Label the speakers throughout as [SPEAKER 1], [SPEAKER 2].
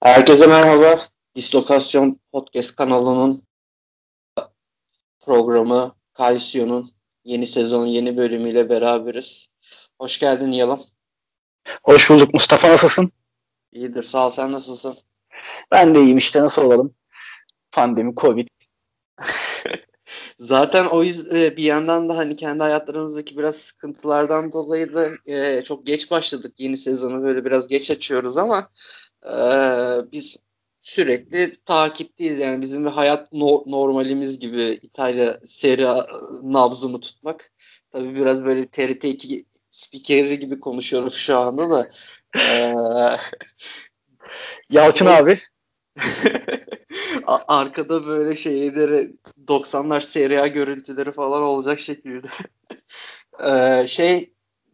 [SPEAKER 1] Herkese merhaba. Dislokasyon Podcast kanalının programı Calcio'nun yeni sezon yeni bölümüyle beraberiz. Hoş geldin Yalan.
[SPEAKER 2] Hoş bulduk Mustafa, nasılsın?
[SPEAKER 1] İyidir sağ ol, sen nasılsın?
[SPEAKER 2] Ben de iyiyim işte, nasıl olalım? Pandemi, Covid.
[SPEAKER 1] Zaten o yüzden bir yandan da hani kendi hayatlarımızdaki biraz sıkıntılardan dolayı da çok geç başladık yeni sezonu, böyle biraz geç açıyoruz ama e, biz sürekli takipteyiz, yani bizim bir hayat normalimiz gibi İtalya Serie A nabzını tutmak. Tabii biraz böyle TRT2 spikeri gibi konuşuyorum şu anda da.
[SPEAKER 2] Yalçın
[SPEAKER 1] Şey
[SPEAKER 2] abi.
[SPEAKER 1] Arkada böyle şeyleri 90'lar Serie A görüntüleri falan olacak şekilde. Şey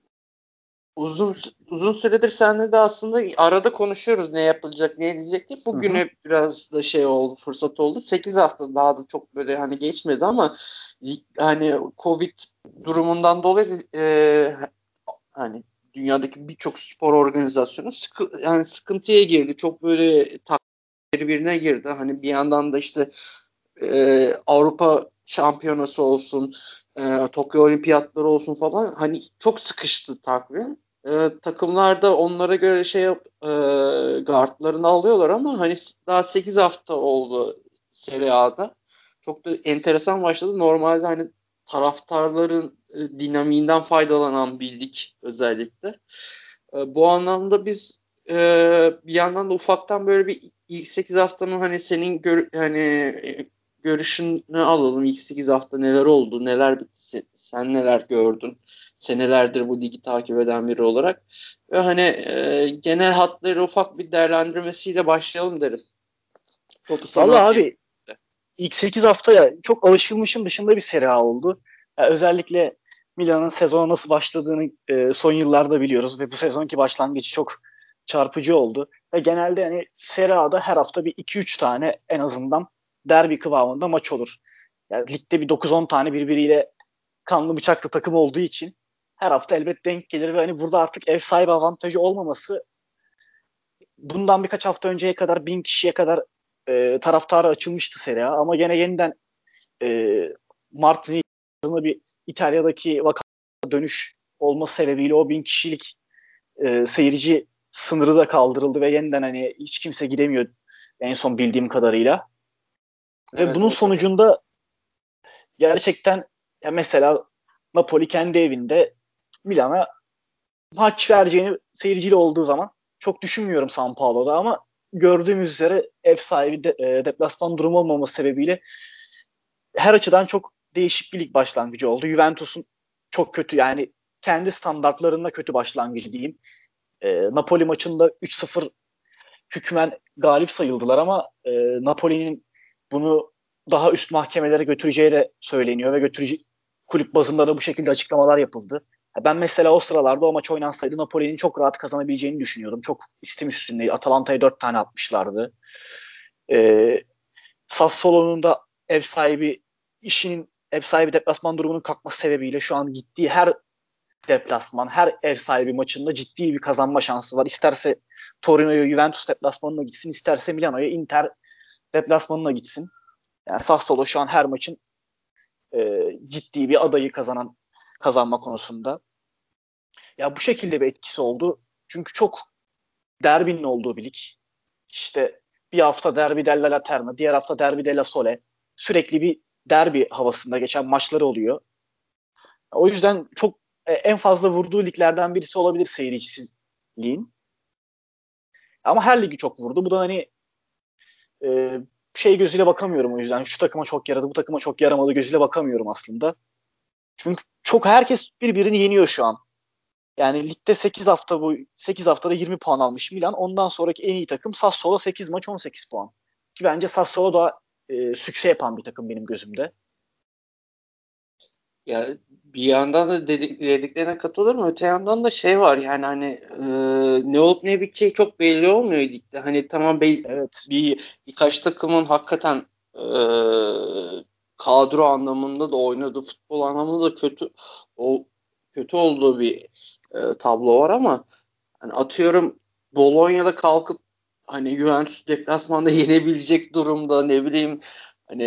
[SPEAKER 1] uzun uzun süredir seninle de aslında arada konuşuyoruz ne yapılacak ne edilecek diye.
[SPEAKER 2] Hı hı.
[SPEAKER 1] Bugüne biraz da şey oldu, fırsat oldu. 8 hafta daha da çok böyle hani geçmedi ama hani Covid durumundan dolayı hani dünyadaki birçok spor organizasyonu yani sıkıntıya girdi. Çok böyle birbirine girdi. Hani bir yandan da işte Avrupa Şampiyonası olsun, Tokyo Olimpiyatları olsun falan, hani çok sıkıştı takvim. Takımlar da onlara göre guardlarını alıyorlar ama hani daha 8 hafta oldu Serie A'da. Çok da enteresan başladı. Normalde hani taraftarların dinamiğinden faydalanan bir lig özellikle. Bu anlamda biz bir yandan da ufaktan böyle bir ilk 8 haftanın hani senin görüşünü alalım. İlk 8 hafta neler oldu, neler bitti, sen neler gördün? Senelerdir bu ligi takip eden biri olarak. Ve hani genel hatları ufak bir değerlendirmesiyle başlayalım derim. Topu sana
[SPEAKER 2] Vallahi
[SPEAKER 1] atayım.
[SPEAKER 2] abi, ilk 8 haftaya çok alışılmışın dışında bir Serie A oldu. Ya özellikle Milan'ın sezona nasıl başladığını son yıllarda biliyoruz ve bu sezonki başlangıcı çok çarpıcı oldu. Ve genelde hani Serie A'da her hafta bir iki üç tane en azından derbi kıvamında maç olur. Yani ligde bir 9-10 tane birbiriyle kanlı bıçaklı takım olduğu için her hafta elbet denk gelir ve hani burada artık ev sahibi avantajı olmaması bundan birkaç hafta önceye kadar 1000 kişiye kadar taraftara açılmıştı Serie A. Ama gene yeniden e, Mart'ın bir İtalya'daki vaka dönüş olması sebebiyle o 1000 kişilik seyirci sınırı da kaldırıldı ve yeniden hani hiç kimse gidemiyor en son bildiğim kadarıyla. Ve
[SPEAKER 1] Evet,
[SPEAKER 2] bunun
[SPEAKER 1] o da var.
[SPEAKER 2] sonucunda gerçekten ya mesela Napoli kendi evinde Milan'a maç vereceğini seyirciyle olduğu zaman çok düşünmüyorum São Paulo'da, ama gördüğümüz üzere ev sahibi deplasman durumu olmaması sebebiyle her açıdan çok değişik bir lig başlangıcı oldu. Juventus'un çok kötü, yani kendi standartlarında kötü başlangıcı diyeyim. Napoli maçında 3-0 hükmen galip sayıldılar ama Napoli'nin bunu daha üst mahkemelere götüreceği de söyleniyor ve götürücü kulüp bazında da bu şekilde açıklamalar yapıldı. Ben mesela o sıralarda o maç oynansaydı Napoli'nin çok rahat kazanabileceğini düşünüyordum. Çok istim üstünde. Atalanta'ya 4 tane atmışlardı. E, Sassuolo'nun da ev sahibi deplasman durumunun kalkması sebebiyle şu an gittiği her deplasman, her ev sahibi maçında ciddi bir kazanma şansı var. İsterse Torino'ya Juventus deplasmanına gitsin, isterse Milano'ya Inter deplasmanına gitsin. Yani Sassuolo şu an her maçın ciddi bir adayı kazanma konusunda. Ya bu şekilde bir etkisi oldu. Çünkü çok derbinin olduğu bir lig. İşte bir hafta derbi della Laterna, diğer hafta derbi della Sole. Sürekli bir derbi havasında geçen maçları oluyor. O yüzden çok en fazla vurduğu liglerden birisi olabilir seyircisizliğin. Ama her ligi çok vurdu. Bu da hani e, şey gözüyle bakamıyorum o yüzden. Şu takıma çok yaradı, bu takıma çok yaramadı gözüyle bakamıyorum aslında. Çünkü çok herkes birbirini yeniyor şu an. Yani ligde 8 haftada 20 puan almış Milan. Ondan sonraki en iyi takım Sassuolo, 8 maç 18 puan. Ki bence Sassuolo da sükse yapan bir takım benim gözümde.
[SPEAKER 1] Ya bir yandan da dediklerine katılıyorum. Öte yandan da şey var, yani hani ne olup ne biteceği çok belli olmuyor ligde. Hani tamam,
[SPEAKER 2] Evet.
[SPEAKER 1] birkaç takımın hakikaten kadro anlamında da oynadığı futbol anlamında da kötü olduğu bir tablo var ama hani atıyorum Bologna'da kalkıp hani Juventus deplasmanda yenebilecek durumda, ne bileyim hani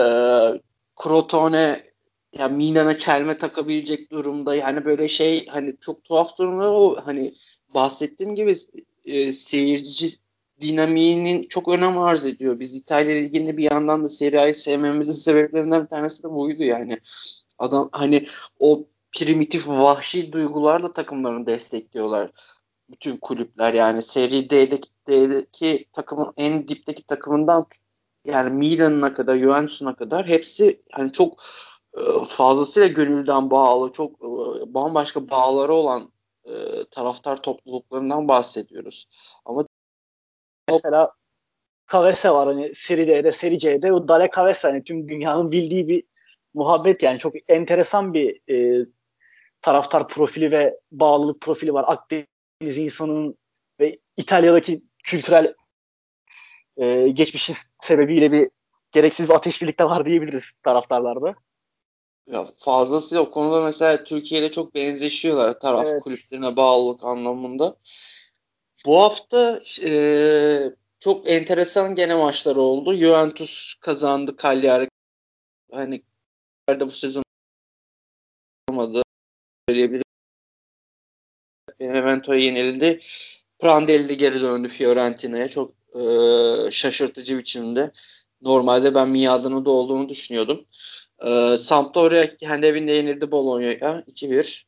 [SPEAKER 1] Crotone ya Milan'a çelme takabilecek durumda. Yani böyle şey, hani çok tuhaf durumlar, o hani bahsettiğim gibi seyirci dinamiğinin çok önem arz ediyor. Biz İtalya Ligi'nde bir yandan da Serie A'yı sevmemizin sebeplerinden bir tanesi de buydu yani. Adam hani o primitif vahşi duygularla takımlarını destekliyorlar bütün kulüpler. Yani Serie D'deki takımın en dipteki takımından yani Milan'ına kadar, Juventus'una kadar hepsi hani çok fazlasıyla gönülden bağlı, çok bambaşka bağları olan taraftar topluluklarından bahsediyoruz. Ama top,
[SPEAKER 2] Mesela Kavese var hani Serie D'de, Serie C'de. O Dale Kavese hani tüm dünyanın bildiği bir muhabbet yani. Çok enteresan bir taraftar profili ve bağlılık profili var. Akdeniz insanının ve İtalya'daki kültürel geçmişin sebebiyle bir gereksiz bir ateşlilik de var diyebiliriz taraftarlarda.
[SPEAKER 1] ya fazlasıyla o konuda mesela Türkiye ile çok benzeşiyorlar, taraf
[SPEAKER 2] Evet.
[SPEAKER 1] kulüplerine bağlılık anlamında. Bu hafta çok enteresan gene maçlar oldu. Juventus kazandı Cagliari. Hani bu sezon olmadı söyleyebilirim. Benevento'ya yenildi. Prandelli geri döndü Fiorentina'ya. Çok şaşırtıcı biçimde. Normalde ben miadının da olduğunu düşünüyordum. Sampdoria kendi evinde yenildi Bologna'ya 2-1.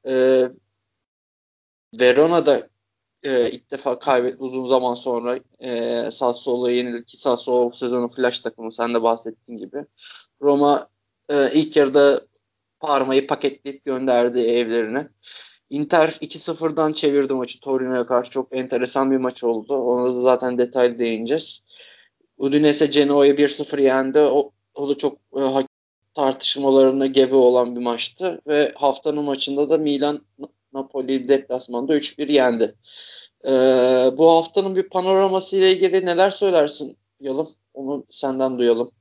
[SPEAKER 1] Verona'da ilk defa kaybetti uzun zaman sonra. Sassuolo'ya yenildi ki Sassuolo bu sezonun flash takımı, sen de bahsettiğin gibi. Roma ilk yarıda Parma'yı paketleyip gönderdi evlerine. Inter 2-0'dan çevirdi maçı Torino'ya karşı. Çok enteresan bir maç oldu. Ona da zaten detaylı değineceğiz. Udinese Genoa'yı 1-0 yendi. O da çok tartışmalarına gebe olan bir maçtı. Ve haftanın maçında da Milan Napoli deplasmanda 3-1 yendi. E, Bu haftanın bir panoraması ile ilgili neler söylersin Yalım? Onu senden duyalım.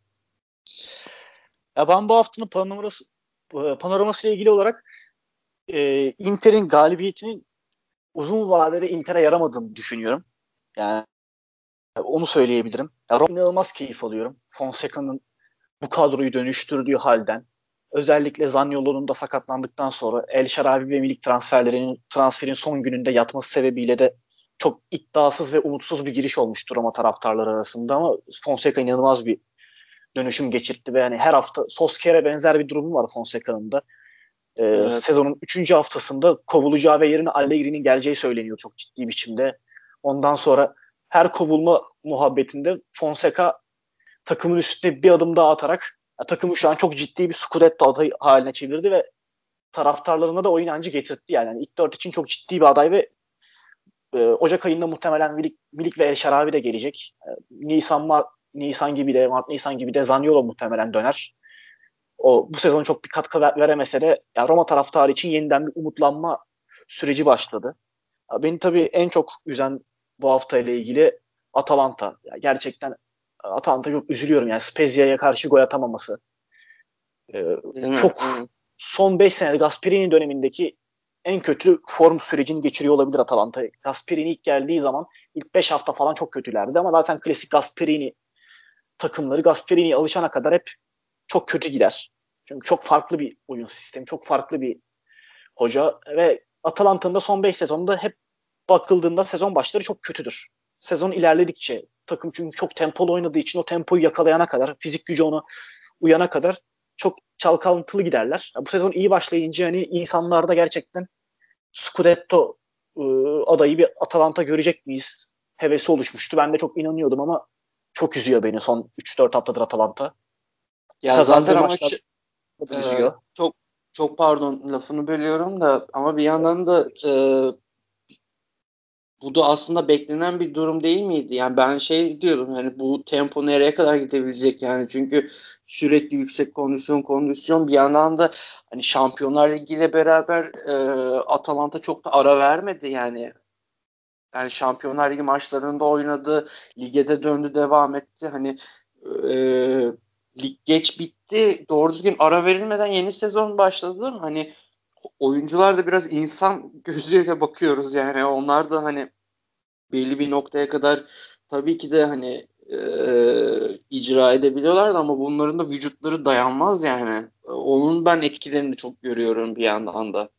[SPEAKER 2] Ya ben bu haftanın panoraması ile ilgili olarak Inter'in galibiyetinin uzun vadede Inter'e yaramadığını düşünüyorum. Yani onu söyleyebilirim. Ya, inanılmaz keyif alıyorum. Fonseca'nın bu kadroyu dönüştürdüğü halden. Özellikle Zaniolo'nun da sakatlandıktan sonra El Şarabi ve Milik transferin son gününde yatması sebebiyle de çok iddiasız ve umutsuz bir giriş olmuştur ama taraftarlar arasında, ama Fonseca inanılmaz bir dönüşüm geçirtti ve yani her hafta Sosker'e benzer bir durumu var Fonseca'nın da.
[SPEAKER 1] Evet.
[SPEAKER 2] Sezonun 3. haftasında kovulacağı ve yerine Allegri'nin geleceği söyleniyor çok ciddi biçimde. Ondan sonra her kovulma muhabbetinde Fonseca takımın üstüne bir adım daha atarak takımı şu an çok ciddi bir Scudetto adayı haline çevirdi ve taraftarlarına da o inancı getirtti yani. Yani ilk dört için çok ciddi bir aday ve Ocak ayında muhtemelen Milik ve El Şarabi de gelecek. Nisan gibi de Mart Nisan gibi de Zaniolo muhtemelen döner. O bu sezon çok bir katkı veremese de ya Roma taraftarı için yeniden bir umutlanma süreci başladı. Ya beni tabii en çok üzen bu hafta ile ilgili Atalanta. Ya gerçekten Atalanta çok üzülüyorum. Yani Spezia'ya karşı gol atamaması. Ee,
[SPEAKER 1] Değil mi?
[SPEAKER 2] Çok son 5 senede Gasperini dönemindeki en kötü form sürecini geçiriyor olabilir Atalanta. Gasperini ilk geldiği zaman ilk 5 hafta falan çok kötülerdi ama zaten klasik Gasperini takımları Gasperini'ye alışana kadar hep çok kötü gider. Çünkü çok farklı bir oyun sistemi, çok farklı bir hoca ve Atalanta'nın da son 5 sezonda hep bakıldığında sezon başları çok kötüdür. Sezon ilerledikçe takım çünkü çok tempolu oynadığı için o tempoyu yakalayana kadar, fizik gücü ona uyana kadar çok çalkantılı giderler. Bu sezon iyi başlayınca hani insanlarda gerçekten Scudetto adayı bir Atalanta görecek miyiz hevesi oluşmuştu. Ben de çok inanıyordum ama çok üzüyor beni son 3-4 haftadır Atalanta.
[SPEAKER 1] Ya zaten
[SPEAKER 2] Kazandığı
[SPEAKER 1] ama
[SPEAKER 2] maçlar da
[SPEAKER 1] Ee,
[SPEAKER 2] üzüyor.
[SPEAKER 1] çok çok pardon lafını bölüyorum da, ama bir yandan da bu da aslında beklenen bir durum değil miydi? Yani ben şey diyordum, hani bu tempo nereye kadar gidebilecek yani, çünkü sürekli yüksek kondisyon bir yandan da hani Şampiyonlar Ligi ile beraber Atalanta çok da ara vermedi yani. Yani Şampiyonlar Ligi maçlarında oynadı, lige de döndü, devam etti. Hani e, lig geç bitti. Doğru düzgün ara verilmeden yeni sezon başladı. Hani oyuncular da biraz insan gözüyle bakıyoruz yani. Onlar da hani belli bir noktaya kadar tabii ki de hani icra edebiliyorlar da ama bunların da vücutları dayanmaz yani. Onun ben etkilerini çok görüyorum bir yandan da.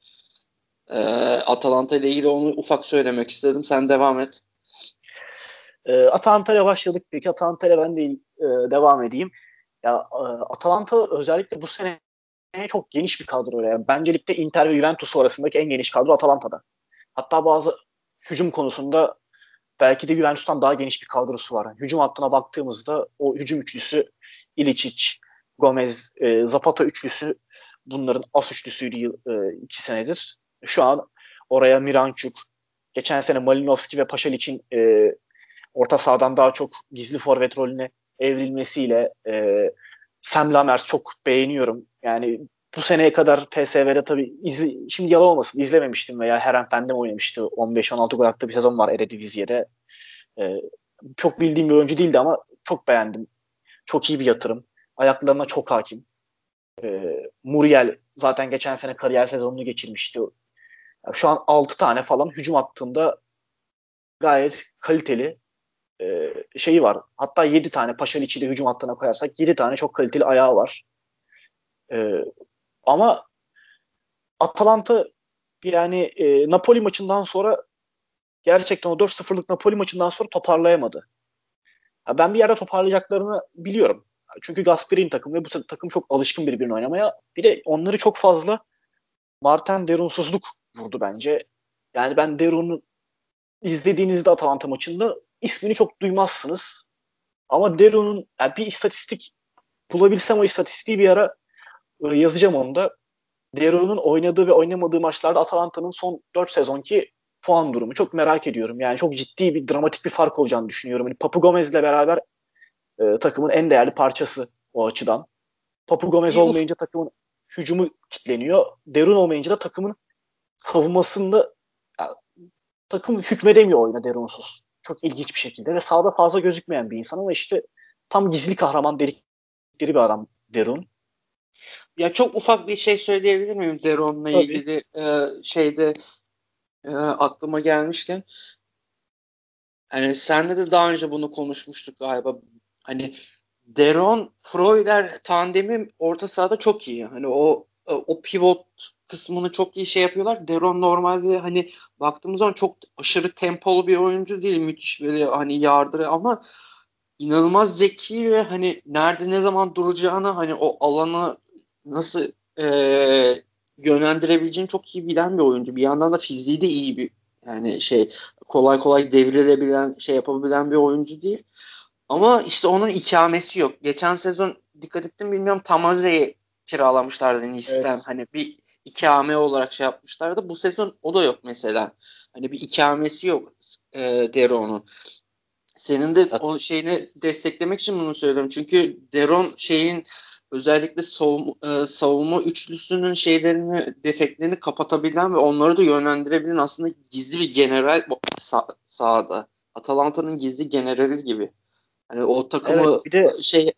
[SPEAKER 1] Atalanta ile ilgili onu ufak söylemek istedim. Sen devam et.
[SPEAKER 2] Atalanta'ya başladık. Peki Atalanta'ya ben de devam edeyim. Ya Atalanta özellikle bu sene çok geniş bir kadro. Yani. Bence ligde Inter ve Juventus arasındaki en geniş kadro Atalanta'da. Hatta bazı hücum konusunda belki de Juventus'tan daha geniş bir kadrosu var. Hücum hattına baktığımızda o hücum üçlüsü Ilicic, Gomez, Zapata üçlüsü bunların as üçlüsüydü 2 senedir. Şu an oraya Miranchuk, geçen sene Malinovski ve Paşalic'in orta sahadan daha çok gizli forvet rolüne evrilmesiyle Sam Lammers çok beğeniyorum. Yani bu seneye kadar PSV'de tabii şimdi yalan olmasın izlememiştim veya Heerenveen'de oynamıştı. 15-16 gol attığı bir sezon var Eredivisie'de. E, Çok bildiğim bir oyuncu değildi ama çok beğendim. Çok iyi bir yatırım. Ayaklarına çok hakim. Muriel zaten geçen sene kariyer sezonunu geçirmişti. Yani şu an 6 tane falan hücum hattında gayet kaliteli şeyi var. Hatta 7 tane Paşaliç'i de hücum hattına koyarsak 7 tane çok kaliteli ayağı var. E, Ama Atalanta yani Napoli maçından sonra gerçekten o 4-0'lık Napoli maçından sonra toparlayamadı. Ya ben bir yerde toparlayacaklarını biliyorum. Çünkü Gasperini takım ve bu takım çok alışkın birbirine oynamaya. Bir de onları çok fazla Marten Derunsuzluk vurdu bence. Yani ben Derun'u izlediğinizde Atalanta maçında ismini çok duymazsınız. Ama Derun'un yani bir istatistik bulabilsem o istatistiği bir ara yazacağım onu da. Derun'un oynadığı ve oynamadığı maçlarda Atalanta'nın son 4 sezonki puan durumu çok merak ediyorum. Yani çok ciddi bir dramatik bir fark olacağını düşünüyorum. Yani Papu Gomez'le beraber takımın en değerli parçası o açıdan. Papu Gomez
[SPEAKER 1] Bir
[SPEAKER 2] olmayınca takımın hücumu kilitleniyor. Derun olmayınca da takımın savunmasında yani, takım hükmedemiyor oyuna Derunsuz. Çok ilginç bir şekilde ve sahada fazla gözükmeyen bir insan ama işte tam gizli kahraman dedikleri bir adam Derun.
[SPEAKER 1] Ya çok ufak bir şey söyleyebilir miyim Deron'la
[SPEAKER 2] Tabii.
[SPEAKER 1] ilgili şeyde aklıma gelmişken. Hani senle de daha önce bunu konuşmuştuk galiba. Hani Deron Freuler tandemi orta sahada çok iyi. Hani o pivot kısmını çok iyi şey yapıyorlar. Deron normalde hani baktığımız zaman çok aşırı tempolu bir oyuncu değil. Müthiş böyle hani yardırı ama inanılmaz zeki ve hani nerede ne zaman duracağını hani o alanı nasıl yönlendirebileceğini çok iyi bilen bir oyuncu. Bir yandan da fiziği de iyi bir yani şey kolay kolay devrilebilen şey yapabilen bir oyuncu değil. Ama işte onun ikamesi yok. Geçen sezon dikkat ettim bilmiyorum Tamaze'yi kiralamışlardı Nice'ten.
[SPEAKER 2] Evet.
[SPEAKER 1] Hani bir ikame olarak şey yapmışlardı. Bu sezon o da yok mesela. Hani bir ikamesi yok Deron'un. Senin de
[SPEAKER 2] Ya,
[SPEAKER 1] o şeyini desteklemek için bunu söylüyorum. Çünkü Deron şeyin özellikle savunma üçlüsünün şeylerini, defeklerini kapatabilen ve onları da yönlendirebilen aslında gizli bir general sahada. Atalanta'nın gizli generali gibi. Hani o
[SPEAKER 2] evet
[SPEAKER 1] takımı
[SPEAKER 2] bir de
[SPEAKER 1] şey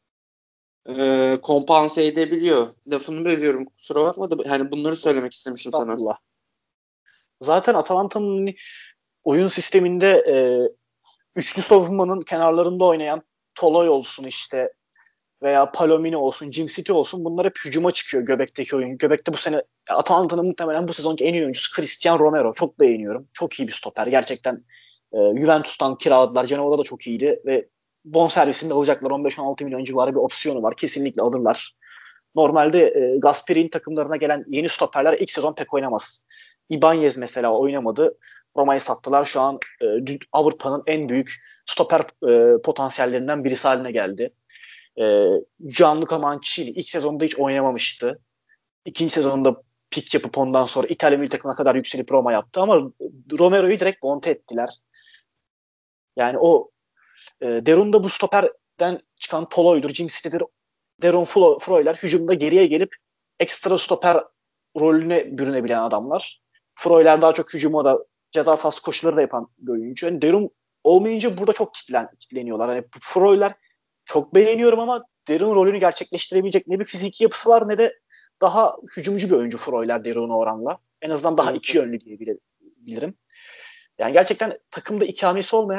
[SPEAKER 1] kompanse edebiliyor. Lafını bölüyorum kusura bakma da hani bunları söylemek istemiştim sana.
[SPEAKER 2] estağfurullah. Zaten Atalanta'nın oyun sisteminde üçlü savunmanın kenarlarında oynayan Toloi olsun işte veya Palomino olsun, Jim City olsun bunlar hep hücuma çıkıyor Göbek'teki oyun. Göbek'te bu sene Atalanta'nın muhtemelen bu sezonki en iyi oyuncusu Christian Romero. Çok beğeniyorum. Çok iyi bir stoper. Gerçekten Juventus'tan kiraladılar. Genoa'da da çok iyiydi ve bonservisini de alacaklar. 15-16 milyon civarı bir opsiyonu var. Kesinlikle alırlar. Normalde Gasperini takımlarına gelen yeni stoperler ilk sezon pek oynamaz. Ibanez mesela oynamadı. Roma'yı sattılar. Şu an Avrupa'nın en büyük stoper potansiyellerinden birisi haline geldi. Gianluca Mancini ilk sezonda hiç oynamamıştı. İkinci sezonda pik yapıp ondan sonra İtalya milli takımına kadar yükselip Roma yaptı ama Romero'yu direkt monte ettiler. Yani o Derun'da bu stoperden çıkan Tolo'ydur, Jim City'dir. Derun Freuler hücumda geriye gelip ekstra stoper rolüne bürünebilen adamlar. Freuler daha çok hücuma da ceza sahası koşuları da yapan bir oyuncu. Yani Derun olmayınca burada çok kitleniyorlar. Yani Freuler çok beğeniyorum ama Derun rolünü gerçekleştirebilecek ne bir fiziki yapısı var ne de daha hücumcu bir oyuncu Freuler Derun'a oranla. En azından daha
[SPEAKER 1] Evet,
[SPEAKER 2] iki
[SPEAKER 1] evet.
[SPEAKER 2] yönlü diyebilirim. Yani gerçekten takımda ikamesi olmayan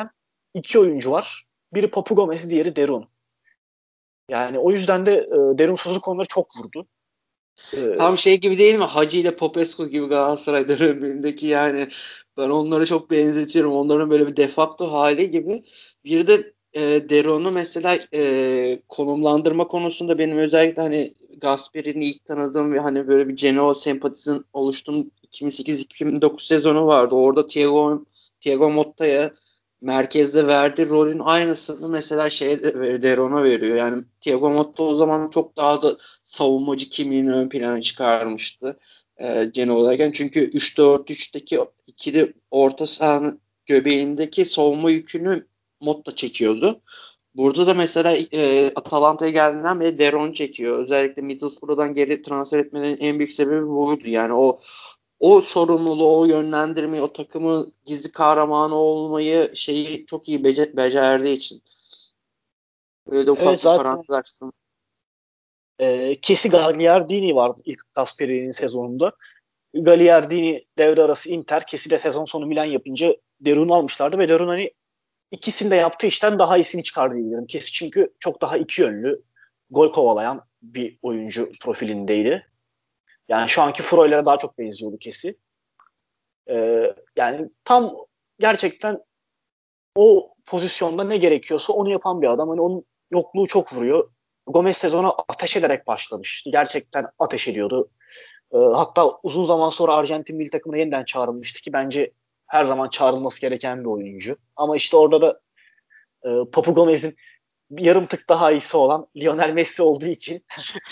[SPEAKER 2] iki oyuncu var. Biri Papu Gomez, diğeri Derun. Yani o yüzden de derunsuzluk onları çok vurdu.
[SPEAKER 1] Tam şey gibi değil mi? Hacı ile Popescu gibi Galatasaray dönemindeki yani ben onları çok benzetiyorum. Onların böyle bir defakto hali gibi. Bir de Deron'u mesela konumlandırma konusunda benim özellikle hani Gasperi'ni ilk tanıdığım ve hani böyle bir Genoa sempatizm oluştuğum 2008-2009 sezonu vardı. Orada Thiago Motta'ya merkezde verdiği rolün aynısını mesela Deron'a veriyor. Yani Thiago Motta o zaman çok daha da savunmacı kimliğini ön plana çıkarmıştı Genoa'dayken. Çünkü 3-4-3'teki ikili orta sahanın göbeğindeki savunma yükünü Motta çekiyordu. Burada da mesela Atalanta'ya geldiğinden beri Deron çekiyor. Özellikle Middlesbrough'dan geri transfer etmenin en büyük sebebi buydu. Yani o sorumluluğu, o yönlendirmeyi, o takımın gizli kahramanı olmayı şeyi çok iyi becerdiği için. Böyle de
[SPEAKER 2] Evet,
[SPEAKER 1] ufak bir
[SPEAKER 2] zaten
[SPEAKER 1] parantez açtım.
[SPEAKER 2] Kesi Gagliardini vardı ilk Gasperi'nin sezonunda. Gagliardini devre arası Inter, Kesi de sezon sonu Milan yapınca Derun'u almışlardı ve Derun hani ikisinde yaptığı işten daha iyisini çıkardı diyebilirim. Kesi çünkü çok daha iki yönlü, gol kovalayan bir oyuncu profilindeydi. Yani şu anki Freuler'e daha çok benziyordu Kesi. Yani tam gerçekten o pozisyonda ne gerekiyorsa onu yapan bir adam. Hani onun yokluğu çok vuruyor. Gomez sezona ateş ederek başlamıştı. Gerçekten ateş ediyordu. Hatta uzun zaman sonra Arjantin milli takımına yeniden çağrılmıştı ki bence her zaman çağrılması gereken bir oyuncu. Ama işte orada da Papu Gomez'in bir yarım tık daha iyisi olan Lionel Messi olduğu için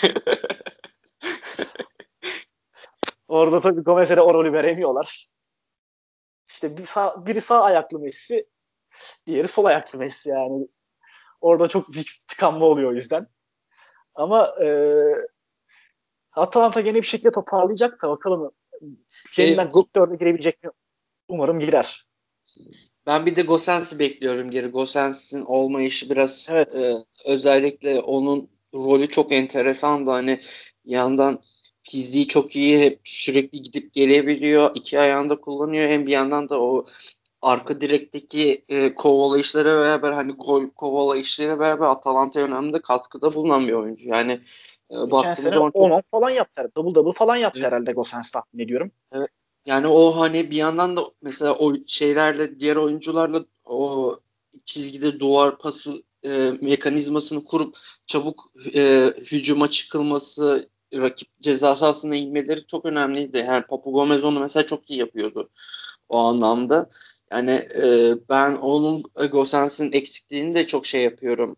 [SPEAKER 2] orada tabii Gomez'e de o rolü veremiyorlar. İşte biri sağ ayaklı Messi, diğeri sol ayaklı Messi yani. Orada çok büyük tıkanma oluyor o yüzden. Ama Atalanta gene bir şekilde toparlayacak da bakalım
[SPEAKER 1] Şey,
[SPEAKER 2] yeniden ilk dörde girebilecek mi? Umarım girer.
[SPEAKER 1] Ben bir de Gosens'i bekliyorum geri. Gosens'in olmayışı biraz
[SPEAKER 2] Evet.
[SPEAKER 1] özellikle onun rolü çok enteresan da hani yandan fiziği çok iyi, hep sürekli gidip gelebiliyor. İki ayağında kullanıyor. Hem bir yandan da o arka direkteki kovalayışlara beraber hani gol kovalayışlarıyla beraber Atalanta'ya önemli katkıda bulunan bir oyuncu. Yani
[SPEAKER 2] Geçen
[SPEAKER 1] baktığımız
[SPEAKER 2] sene
[SPEAKER 1] zaman çok
[SPEAKER 2] 10 falan yaptı. Double double falan yaptı herhalde Gosens, tahmin ediyorum.
[SPEAKER 1] evet. Yani o hani bir yandan da mesela o şeylerle diğer oyuncularla o çizgide duvar pası mekanizmasını kurup çabuk hücuma çıkılması, rakip ceza sahasına inmeleri çok önemliydi. Yani Papu Gomez onu mesela çok iyi yapıyordu o anlamda. Yani ben onun Gosens'in eksikliğini de çok şey yapıyorum.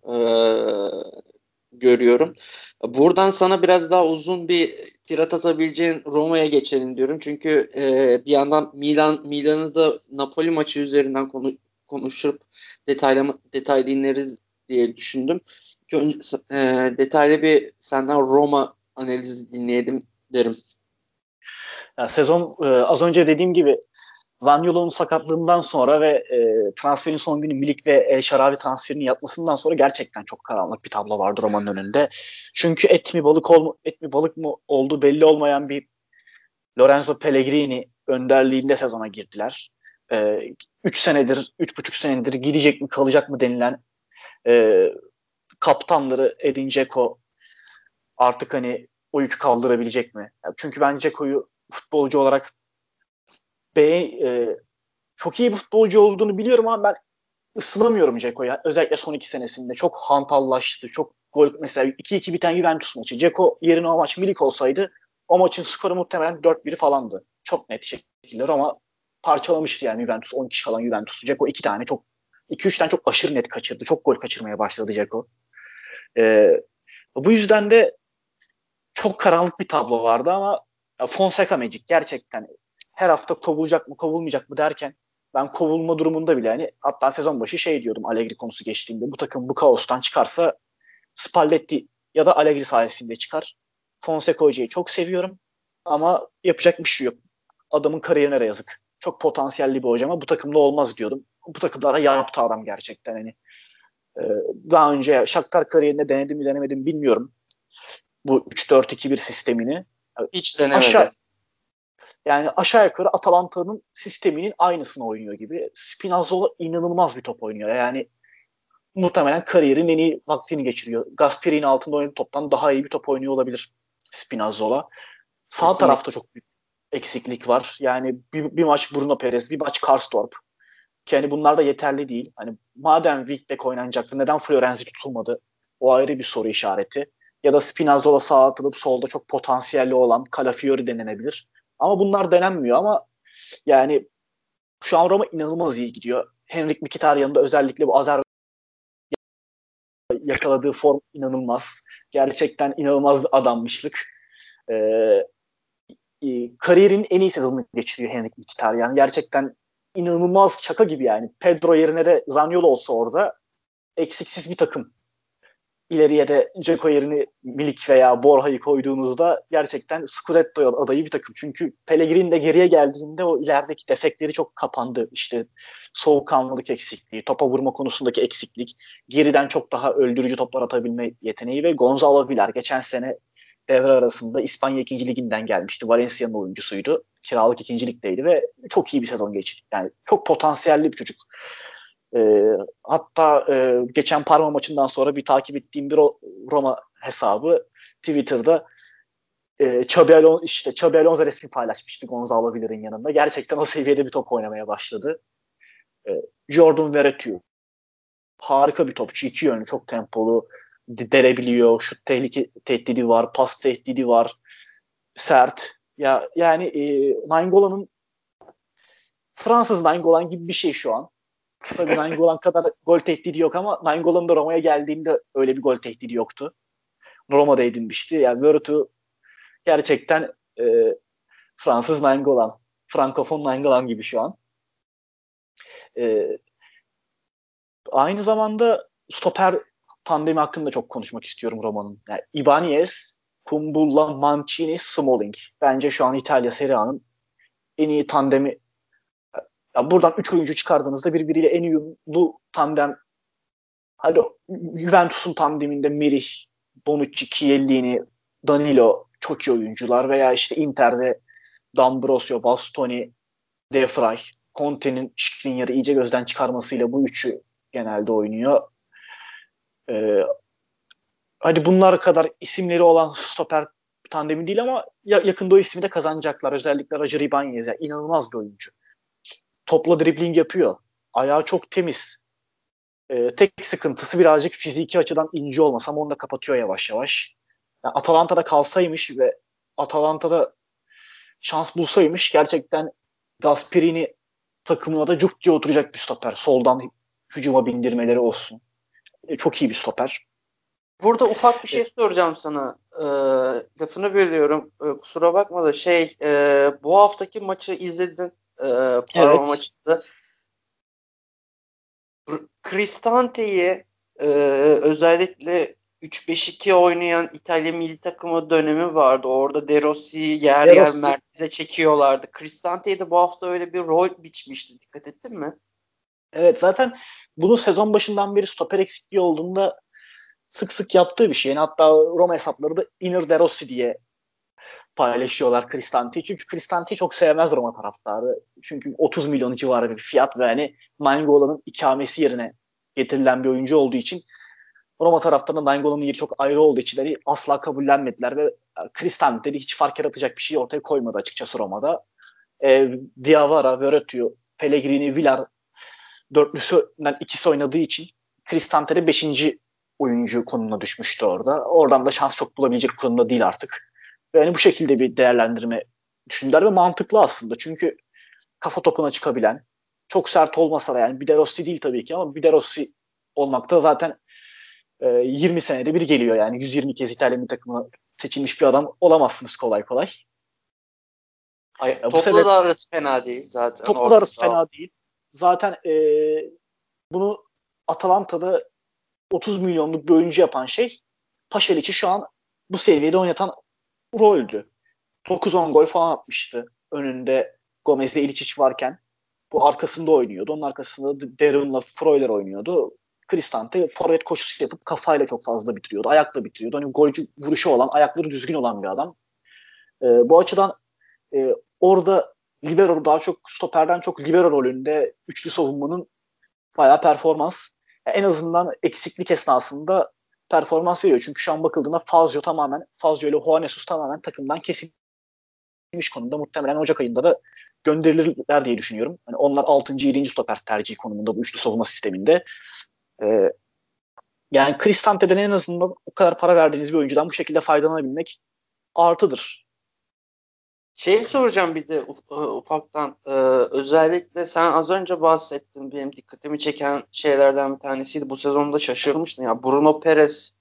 [SPEAKER 1] Görüyorum. Buradan sana biraz daha uzun bir tirat atabileceğin Roma'ya geçelim diyorum. Çünkü bir yandan Milan'ı da Napoli maçı üzerinden konuşup detaylı ineriz diye düşündüm. Detaylı bir senden Roma analizi dinleyelim derim.
[SPEAKER 2] Yani sezon az önce dediğim gibi Zaniolo'nun sakatlığından sonra ve transferin son günü Milik ve El Şarabi transferini yapmasından sonra gerçekten çok karanlık bir tablo vardı Roma'nın önünde. Çünkü et mi balık mı olduğu belli olmayan bir Lorenzo Pellegrini önderliğinde sezona girdiler. 3,5 senedir gidecek mi kalacak mı denilen e, kaptanları Edin Dzeko artık hani o yükü kaldırabilecek mi? Yani çünkü ben Dzeko'yu futbolcu olarak be çok iyi bir futbolcu olduğunu biliyorum ama ben ısınamıyorum Dzeko'ya. Özellikle son 2 senesinde çok hantallaştı. Çok gol, mesela 2-2 biten Juventus maçı. Dzeko yerine o maç Milik olsaydı o maçın skoru muhtemelen 4-1 falandı. Çok net şekilde ama parçalamıştı yani Juventus. 10 kişi kalan Juventus. Dzeko 2-3 tane çok aşırı net kaçırdı. Çok gol kaçırmaya başladı Dzeko. Ee, Bu yüzden de çok karanlık bir tablo vardı ama Fonseca Magic gerçekten her hafta kovulacak mı kovulmayacak mı derken ben kovulma durumunda bile yani hatta sezon başı şey diyordum Allegri konusu geçtiğinde bu takım bu kaostan çıkarsa Spalletti ya da Allegri sayesinde çıkar. Fonseca hocayı çok seviyorum ama yapacak bir şey yok. Adamın kariyerine yazık. Çok potansiyelli bir hoca ama bu takımda olmaz diyordum. Bu takımda yaptı adam gerçekten hani. Ee, Daha önce Shakhtar kariyerinde denedim mi denemedim bilmiyorum bu 3-4-2-1 sistemini.
[SPEAKER 1] Hiç
[SPEAKER 2] Aşağı
[SPEAKER 1] denemedi.
[SPEAKER 2] Yani aşağı yukarı Atalanta'nın sisteminin aynısını oynuyor gibi. Spinazzola inanılmaz bir top oynuyor. Yani muhtemelen kariyerin en iyi vaktini geçiriyor. Gasperi'nin altında oynadığı toptan daha iyi bir top oynuyor olabilir Spinazzola. Sağ
[SPEAKER 1] Kesinlikle.
[SPEAKER 2] tarafta çok büyük eksiklik var. Yani bir maç Bruno Perez, bir maç Karsdorp. Ki hani bunlar da yeterli değil. Hani madem Wingback oynanacaktı neden Florenzi tutulmadı? O ayrı bir soru işareti. Ya da Spinazzola sağa atılıp solda çok potansiyelli olan Calafiori denenebilir. Ama bunlar denenmiyor ama yani şu an Roma inanılmaz iyi gidiyor. Henrik Mkhitaryan'ın da özellikle bu yakaladığı form inanılmaz. Gerçekten inanılmaz bir adammışlık. Ee, Kariyerin en iyi sezonunu geçiriyor Henrik Mkhitaryan. Gerçekten inanılmaz şaka gibi yani. Pedro yerine de Zaniolo olsa orada eksiksiz bir takım. İleriye de Dzeko yerini Milik veya Borja'yı koyduğunuzda gerçekten Scudetto adayı bir takım. Çünkü Pellegrini de geriye geldiğinde o ilerideki defekleri çok kapandı. İşte soğukkanlılık eksikliği, topa vurma konusundaki eksiklik, geriden çok daha öldürücü toplar atabilme yeteneği ve Gonzalo Villar geçen sene devre arasında İspanya 2. Liginden gelmişti. Valencia'nın oyuncusuydu. Kiralık 2. Lig'deydi ve çok iyi bir sezon geçirdi. Yani çok potansiyelli bir çocuk. Hatta geçen Parma maçından sonra bir takip ettiğim bir Roma hesabı Twitter'da Xabi Alonso resmi paylaşmıştı Gonzalo Villar'ın yanında. Gerçekten o seviyede bir top oynamaya başladı. E, Jordan Veretout harika bir topçu. İki yönlü, çok tempolu. Delebiliyor. Şut tehdidi var. Pas tehdidi var. Sert. Ya yani Nainggolan'ın Fransız Nainggolan gibi bir şey şu an. Tabii Nainggolan kadar gol tehdidi yok ama Nainggolan'ın da Roma'ya geldiğinde öyle bir gol tehdidi yoktu. Roma'da edinmişti. Yani Veretout gerçekten Fransız Nainggolan. Frankofon Nainggolan gibi şu an. E, Aynı zamanda stoper tandemi hakkında çok konuşmak istiyorum Roma'nın. Yani Ibanez, Kumbulla, Mancini, Smalling. Bence şu an İtalya Serie A'nın en iyi tandemi. Ya buradan 3 oyuncu çıkardığınızda birbiriyle en uyumlu tandem. Hadi Juventus'un tandeminde Merih, Bonucci, Chiellini, Danilo çok iyi oyuncular veya işte Inter'de D'Ambrosio, Bastoni, De Vrij, Conte'nin Skriniar'ı iyice gözden çıkarmasıyla bu üçü genelde oynuyor. Ee, Hadi bunlar kadar isimleri olan stoper tandemi değil ama yakında o ismi de kazanacaklar. Özellikle Roger Ibanez. Yani inanılmaz bir oyuncu. Topla dribbling yapıyor. Ayağı çok temiz. Tek sıkıntısı birazcık fiziki açıdan ince olması ama onu da kapatıyor yavaş yavaş. Yani Atalanta'da kalsaymış ve Atalanta'da şans bulsaymış gerçekten Gasperini takımına da cuk diye oturacak bir stoper. Soldan hücuma bindirmeleri olsun. Çok iyi bir stoper.
[SPEAKER 1] Burada ufak bir
[SPEAKER 2] E,
[SPEAKER 1] şey soracağım sana. Lafını bölüyorum. Kusura bakma da bu haftaki maçı izledin. Parma
[SPEAKER 2] evet.
[SPEAKER 1] maçında. Cristante'yi özellikle 3-5-2 oynayan İtalya milli takımı dönemi vardı. Orada De Rossi'yi yer
[SPEAKER 2] De
[SPEAKER 1] yer
[SPEAKER 2] Rossi.
[SPEAKER 1] Mert'le çekiyorlardı. Cristante'ye de bu hafta öyle bir rol biçmişti. Dikkat ettin mi?
[SPEAKER 2] Evet, zaten bunu sezon başından beri stoper eksikliği olduğunda sık sık yaptığı bir şey. Yani hatta Roma hesapları da Inner De Rossi diye paylaşıyorlar Cristante'yi. Çünkü Cristante'yi çok sevmez Roma taraftarı. Çünkü 30 milyon civarı bir fiyat ve hani Nainggolan'ın ikamesi yerine getirilen bir oyuncu olduğu için Roma taraftarının Nainggolan'ın yeri çok ayrı olduğu için hani asla kabullenmediler ve Cristante hiç fark yaratacak bir şey ortaya koymadı açıkçası Roma'da. Diawara, Veretout, Pellegrini, Villar dörtlüsünden ikisi oynadığı için Cristante de 5. oyuncu konumuna düşmüştü orada. Oradan da şans çok bulabilecek konumda değil artık. Ve yani bu şekilde bir değerlendirme düşündüler ve mantıklı aslında. Çünkü kafa topuna çıkabilen, çok sert olmasa da yani bir De Rossi değil tabii ki ama bir De Rossi olmakta zaten 20 senede bir geliyor yani 120 kez İtalya milli takımına seçilmiş bir adam olamazsınız kolay kolay. Bu
[SPEAKER 1] Topla
[SPEAKER 2] sebep
[SPEAKER 1] da arası fena değil zaten
[SPEAKER 2] toplar
[SPEAKER 1] orta
[SPEAKER 2] arası
[SPEAKER 1] saha.
[SPEAKER 2] fena değil. Zaten bunu Atalanta'da 30 milyonluk bir oyuncu yapan şey Paşalic'i şu an bu seviyede oynatan roldü. 9-10 gol falan atmıştı. Önünde Gomez'le İličić varken. Bu arkasında oynuyordu. Onun arkasında Darren'la Freuler oynuyordu. Cristante forvet koşusu yapıp kafayla çok fazla bitiriyordu. Ayakla bitiriyordu. Hani golcü vuruşu olan, ayakları düzgün olan bir adam. Bu açıdan Orada libero daha çok stoperden çok libero rolünde üçlü savunmanın bayağı performans. En azından eksiklik esnasında performans veriyor. Çünkü şu an bakıldığında Fazio ile Juan Jesus tamamen takımdan kesilmiş konumda. Muhtemelen Ocak ayında da gönderilirler diye düşünüyorum. Yani onlar 6. 7. stoper tercihi konumunda bu üçlü savunma sisteminde. Ee, Yani Cristante'den en azından o kadar para verdiğiniz bir oyuncudan bu şekilde faydalanabilmek artıdır.
[SPEAKER 1] Şey soracağım bir de ufaktan. Özellikle sen az önce bahsettin. Benim dikkatimi çeken şeylerden bir tanesiydi. Bu sezonda şaşırmıştım. Ya Bruno Perez,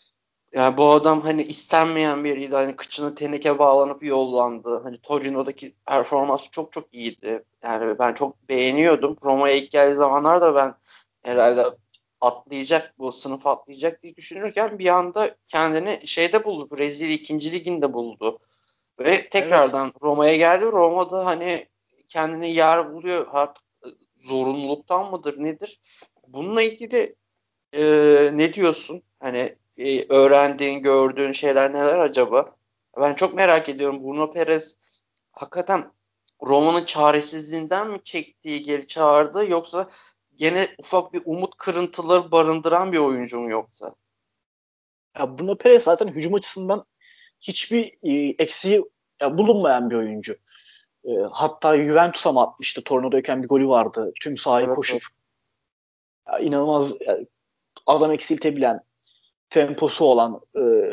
[SPEAKER 1] ya bu adam hani istenmeyen biriydi. Hani kıçına teneke bağlanıp yollandı. Hani Torino'daki performansı çok çok iyiydi. Yani ben çok beğeniyordum. Roma'ya ilk geldiği zamanlarda ben herhalde atlayacak, bu sınıf atlayacak diye düşünürken bir anda kendini şeyde buldu. Brezilya 2. liginde buldu. Ve
[SPEAKER 2] Evet.
[SPEAKER 1] tekrardan Roma'ya geldi. Roma'da hani kendini yer buluyor. Artık zorunluluktan mıdır nedir? Bununla ilgili e, ne diyorsun? Hani öğrendiğin, gördüğün şeyler neler acaba? Ben çok merak ediyorum. Bruno Perez hakikaten Roma'nın çaresizliğinden mi çektiği geri çağırdı, yoksa gene ufak bir umut kırıntıları barındıran bir oyuncu mu yoksa?
[SPEAKER 2] Ya Bruno Perez zaten hücum açısından hiçbir eksiği bulunmayan bir oyuncu. Hatta Juventus'a mı atmıştı? Torino'dayken bir golü vardı. Tüm sahayı
[SPEAKER 1] Evet,
[SPEAKER 2] koşup
[SPEAKER 1] evet.
[SPEAKER 2] inanılmaz adam eksiltebilen, temposu olan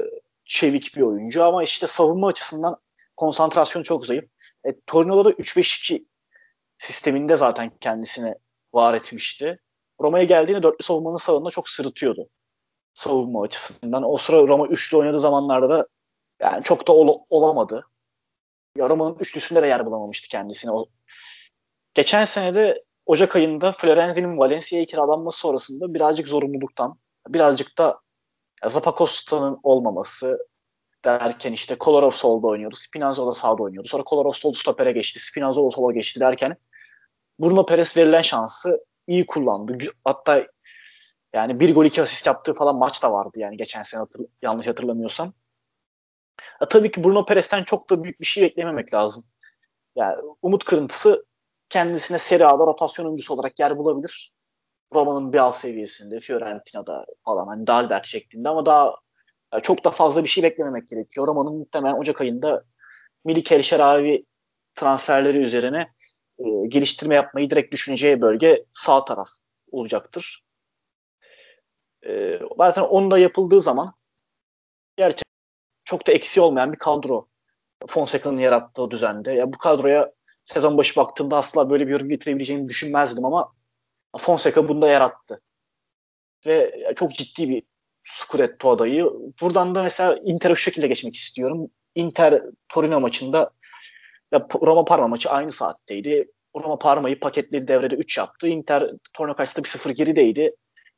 [SPEAKER 2] çevik bir oyuncu ama işte savunma açısından konsantrasyonu çok zayıf. Torino'da da 3-5-2 sisteminde zaten kendisini var etmişti. Roma'ya geldiğinde dörtlü savunmanın sağında çok sırıtıyordu savunma açısından. O sıra Roma üçlü oynadığı zamanlarda da yani çok da olamadı. Ya Roma'nın üçlüsünde de yer bulamamıştı kendisine. Geçen sene de Ocak ayında Florenzi'nin Valencia'ya kiralanması sonrasında birazcık zorunluluktan, birazcık da Zapakosta'nın olmaması derken işte Kolarov solda oynuyordu, Spinazzola sağda oynuyordu. Sonra Kolarov sol stopere geçti, Spinazzola sola geçti derken Bruno Perez verilen şansı iyi kullandı. Hatta yani bir gol iki asist yaptığı falan maç da vardı yani geçen sene yanlış hatırlamıyorsam. Tabii ki Bruno Perez'ten çok da büyük bir şey beklememek lazım. Yani umut kırıntısı kendisine Serie A'da rotasyon oyuncusu olarak yer bulabilir. Roma'nın bir alt seviyesinde, Fiorentina'da falan hani Dalbert şeklinde ama daha çok da fazla bir şey beklememek gerekiyor. Roma'nın muhtemelen Ocak ayında Milik El Şeravi transferleri üzerine geliştirme yapmayı direkt düşüneceği bölge sağ taraf olacaktır. Zaten onun da yapıldığı zaman gerçekten çok da eksiği olmayan bir kadro Fonseca'nın yarattığı düzende. Ya bu kadroya sezon başı baktığımda asla böyle bir yorum getirebileceğini düşünmezdim ama Fonseca bunu da yarattı. Ve çok ciddi bir Scudetto adayı. Buradan da mesela Inter'e şu şekilde geçmek istiyorum. Inter Torino maçında Roma Parma maçı aynı saatteydi. Roma Parma'yı paketledi, devrede 3 yaptı. Inter Torino karşısında 1-0 gerideydi.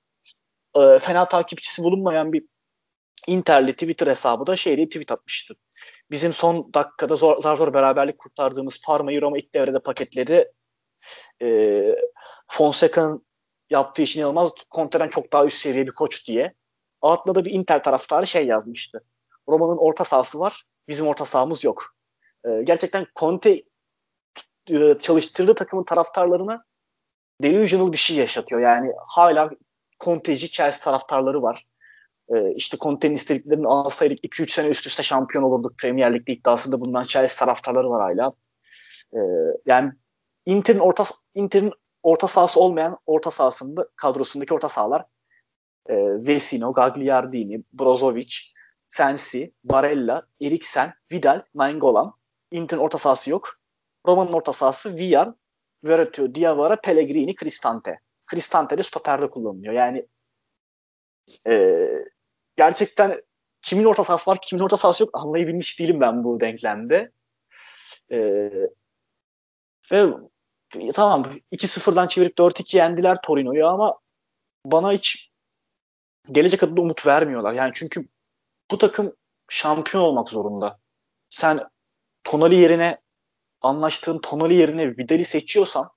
[SPEAKER 2] Fena takipçisi bulunmayan bir Inter'li Twitter hesabı da tweet atmıştı. Bizim son dakikada zar zor beraberlik kurtardığımız Parma'yı Roma ilk devrede paketledi. E, Fonseca'nın yaptığı için inanılmaz. Conte'den çok daha üst seviye bir koç diye. Altında da bir Inter taraftarı yazmıştı. Roma'nın orta sahası var. Bizim orta sahamız yok. Gerçekten Conte çalıştırdığı takımın taraftarlarına delusional bir şey yaşatıyor. Yani hala Conte'ci Chelsea taraftarları var. İşte Conte'nin istediklerini alsaydık 2-3 sene üst üste şampiyon olurduk. Premier Lig'de iddiasında bulunan Chelsea taraftarları var hala. Ee, Yani Inter'in orta sahası olmayan orta sahasında kadrosundaki orta sahalar Vesino, Gagliardini, Brozovic, Sensi, Barella, Eriksen, Vidal, Nainggolan. Inter'in orta sahası yok. Roma'nın orta sahası Villar, Verratti, Diawara, Pellegrini, Cristante. Cristante de stoperde kullanılıyor. Yani e, gerçekten kimin orta sahası var, kimin orta sahası yok anlayabilmiş değilim ben bu denklemde. E, Ve tamam 2-0'dan çevirip 4-2 yendiler Torino'yu ama bana hiç gelecek adına umut vermiyorlar. Yani çünkü bu takım şampiyon olmak zorunda. Sen Tonali yerine anlaştığın Tonali yerine Vidal'i seçiyorsan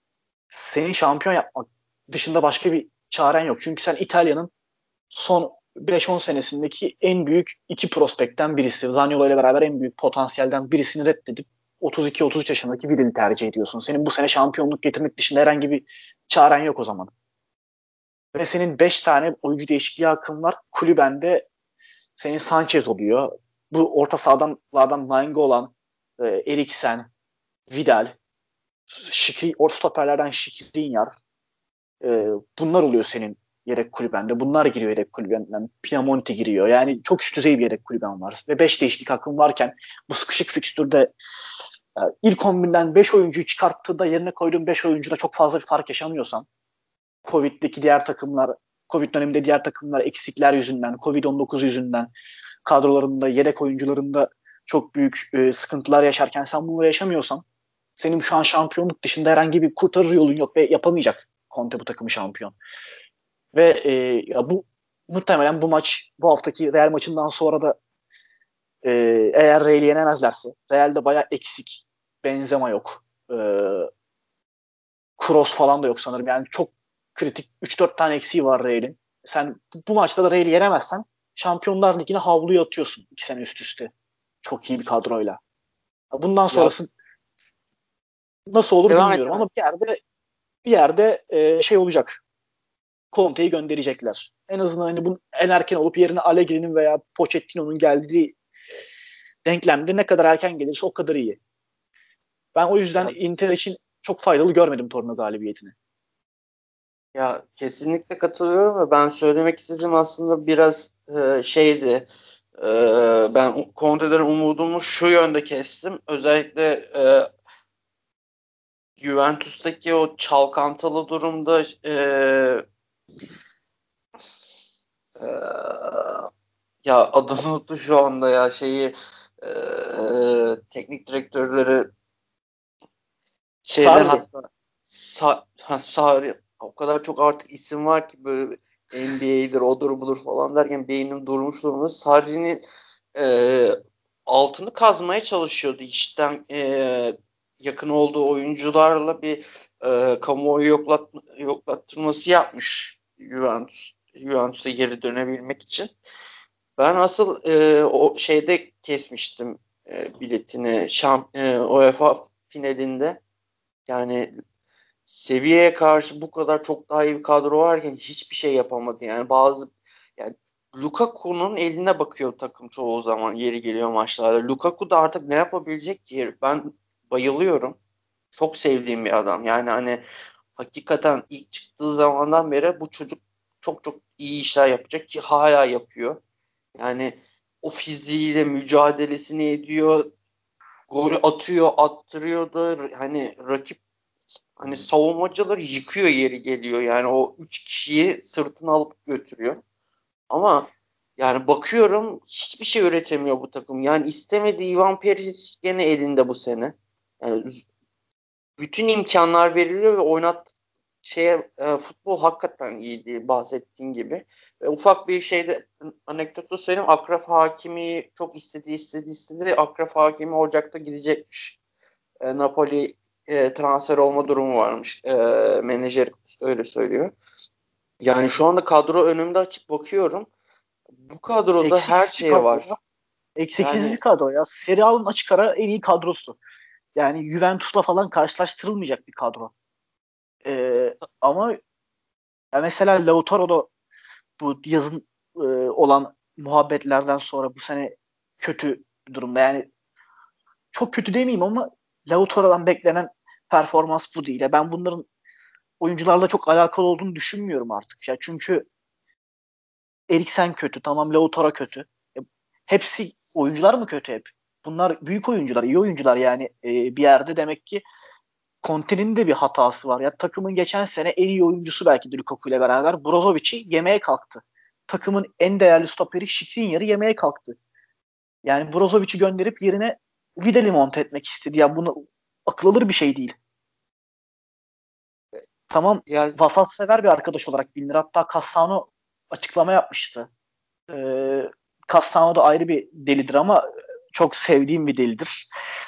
[SPEAKER 2] senin şampiyon yapmak dışında başka bir çaren yok. Çünkü sen İtalya'nın son 5-10 senesindeki en büyük iki prospekten birisi. Zaniolo ile beraber en büyük potansiyelden birisini reddedip 32-33 yaşındaki Vidal'i tercih ediyorsun. Senin bu sene şampiyonluk getirmek dışında herhangi bir çaren yok o zaman. Ve senin 5 tane oyuncu değişikliği hakkın var. Kulübende senin Sanchez oluyor. Bu orta sahalardan Nainggolan, Eriksen, Vidal, orta stoperlerden Skriniar. Bunlar oluyor senin yedek kulübende. Bunlar giriyor yedek kulübenden. Pinamonti giriyor. Yani çok üst düzey bir yedek kulüben var. Ve 5 değişiklik hakkın varken bu sıkışık fikstürde ilk 11'den 5 oyuncuyu çıkarttığında yerine koyduğun 5 oyuncuda çok fazla bir fark yaşamıyorsan, Covid döneminde diğer takımlar eksikler yüzünden, Covid-19 yüzünden kadrolarında, yedek oyuncularında çok büyük sıkıntılar yaşarken sen bunları yaşamıyorsan, senin şu an şampiyonluk dışında herhangi bir kurtarır yolun yok ve yapamayacak Conte bu takımı şampiyon. Ve ya bu muhtemelen bu haftaki Real maçından sonra da eğer Real'i yenemezlerse, Real'de bayağı eksik. Benzema yok. Kroos falan da yok sanırım. Yani çok kritik 3-4 tane eksiği var Real'in. Sen bu maçta da Real'i yenemezsen Şampiyonlar Ligi'ne havluya atıyorsun 2 sene üst üste. Çok iyi bir kadroyla. Bundan
[SPEAKER 1] Ya
[SPEAKER 2] sonrası nasıl olur
[SPEAKER 1] devam et
[SPEAKER 2] bilmiyorum
[SPEAKER 1] hemen.
[SPEAKER 2] ama bir yerde şey olacak. Conte'yi gönderecekler. En azından hani bu en erken olup yerine Allegri'nin veya Pochettino'nun geldiği denklemde ne kadar erken gelirse o kadar iyi. Ben o yüzden
[SPEAKER 1] Ya,
[SPEAKER 2] Inter için çok faydalı görmedim Torino galibiyetini.
[SPEAKER 1] ya kesinlikle katılıyorum ve ben söylemek istediğim aslında biraz şeydi. Ben Conte'den umudumu şu yönde kestim. Özellikle Juventus'taki o çalkantılı durumda e, ya adını unuttum şu anda ya teknik direktörleri şeyden
[SPEAKER 2] Sarri.
[SPEAKER 1] hatta Sarri o kadar çok artık isim var ki böyle NBA'dir odur budur falan derken beynim durmuş durumda. Sarri'nin e, altını kazmaya çalışıyordu işten yakın olduğu oyuncularla bir kamuoyu yoklattırması yapmış Juventus'a geri dönebilmek için. Ben asıl o şeyde kesmiştim biletini UEFA finalinde. Yani seviyeye karşı bu kadar çok daha iyi bir kadro varken hiçbir şey yapamadı. Yani Lukaku'nun eline bakıyor takım çoğu zaman yeri geliyor maçlarda. Lukaku da artık ne yapabilecek ki? Ben bayılıyorum. Çok sevdiğim bir adam. Yani hani hakikaten ilk çıktığı zamandan beri bu çocuk çok çok iyi işler yapacak ki hala yapıyor. Yani o fiziğiyle mücadelesini ediyor. Golü atıyor, attırıyor da hani rakip hani savunmacıları yıkıyor yeri geliyor. Yani o üç kişiyi sırtına alıp götürüyor. Ama yani bakıyorum hiçbir şey üretemiyor bu takım. Yani istemediği Ivan Perisic gene elinde bu sene. Yani bütün imkanlar veriliyor ve futbol hakikaten iyiydi bahsettiğin gibi. Ve ufak bir şeyde anekdotu söyleyeyim. Akraf Hakimi çok istedi. Akraf Hakimi Ocak'ta gidecekmiş. Napoli transfer olma durumu varmış. Menajer öyle söylüyor. Yani şu anda kadro önümde açıp bakıyorum. Bu kadroda her
[SPEAKER 2] Eksiksiz bir
[SPEAKER 1] şey
[SPEAKER 2] kadro ya.
[SPEAKER 1] var.
[SPEAKER 2] Eksiksiz bir
[SPEAKER 1] Yani
[SPEAKER 2] kadro ya. Serie A'nın açık ara en iyi kadrosu. Yani Juventus'la falan karşılaştırılmayacak bir kadro. Ama ya mesela Lautaro da bu yazın olan muhabbetlerden sonra bu sene kötü bir durumda. Yani çok kötü demeyeyim ama Lautaro'dan beklenen performans bu değil. Ben bunların oyuncularla çok alakalı olduğunu düşünmüyorum artık. Ya çünkü Eriksen kötü, tamam Lautaro kötü. Hepsi oyuncular mı kötü hep? Bunlar büyük oyuncular, iyi oyuncular yani bir yerde demek ki Conte'nin de bir hatası var. Ya takımın geçen sene en iyi oyuncusu belki de Lukaku ile beraber Brozovic'i yemeye kalktı. Takımın en değerli stoperi Skriniar'ı yemeye kalktı. Yani Brozovic'i gönderip yerine Vidal'i monte etmek istedi. Ya bunu akıl alır bir şey değil. Tamam
[SPEAKER 1] yani
[SPEAKER 2] vasat sever bir arkadaş olarak bilinir. Hatta Cassano açıklama yapmıştı. Cassano da ayrı bir delidir ama çok sevdiğim bir delidir.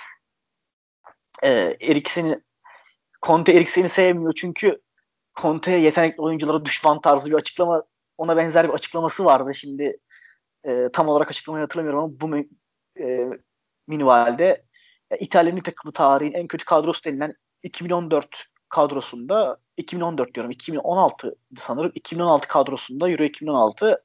[SPEAKER 2] Eriksen'i Conte Eriksen'i sevmiyor çünkü Conte yetenekli oyunculara düşman tarzı bir açıklama ona benzer bir açıklaması vardı. Şimdi tam olarak açıklamayı hatırlamıyorum ama bu minvalde İtalya milli takımı tarihin en kötü kadrosu denilen 2014 kadrosunda 2014 diyorum 2016 sanırım 2016 kadrosunda Euro 2016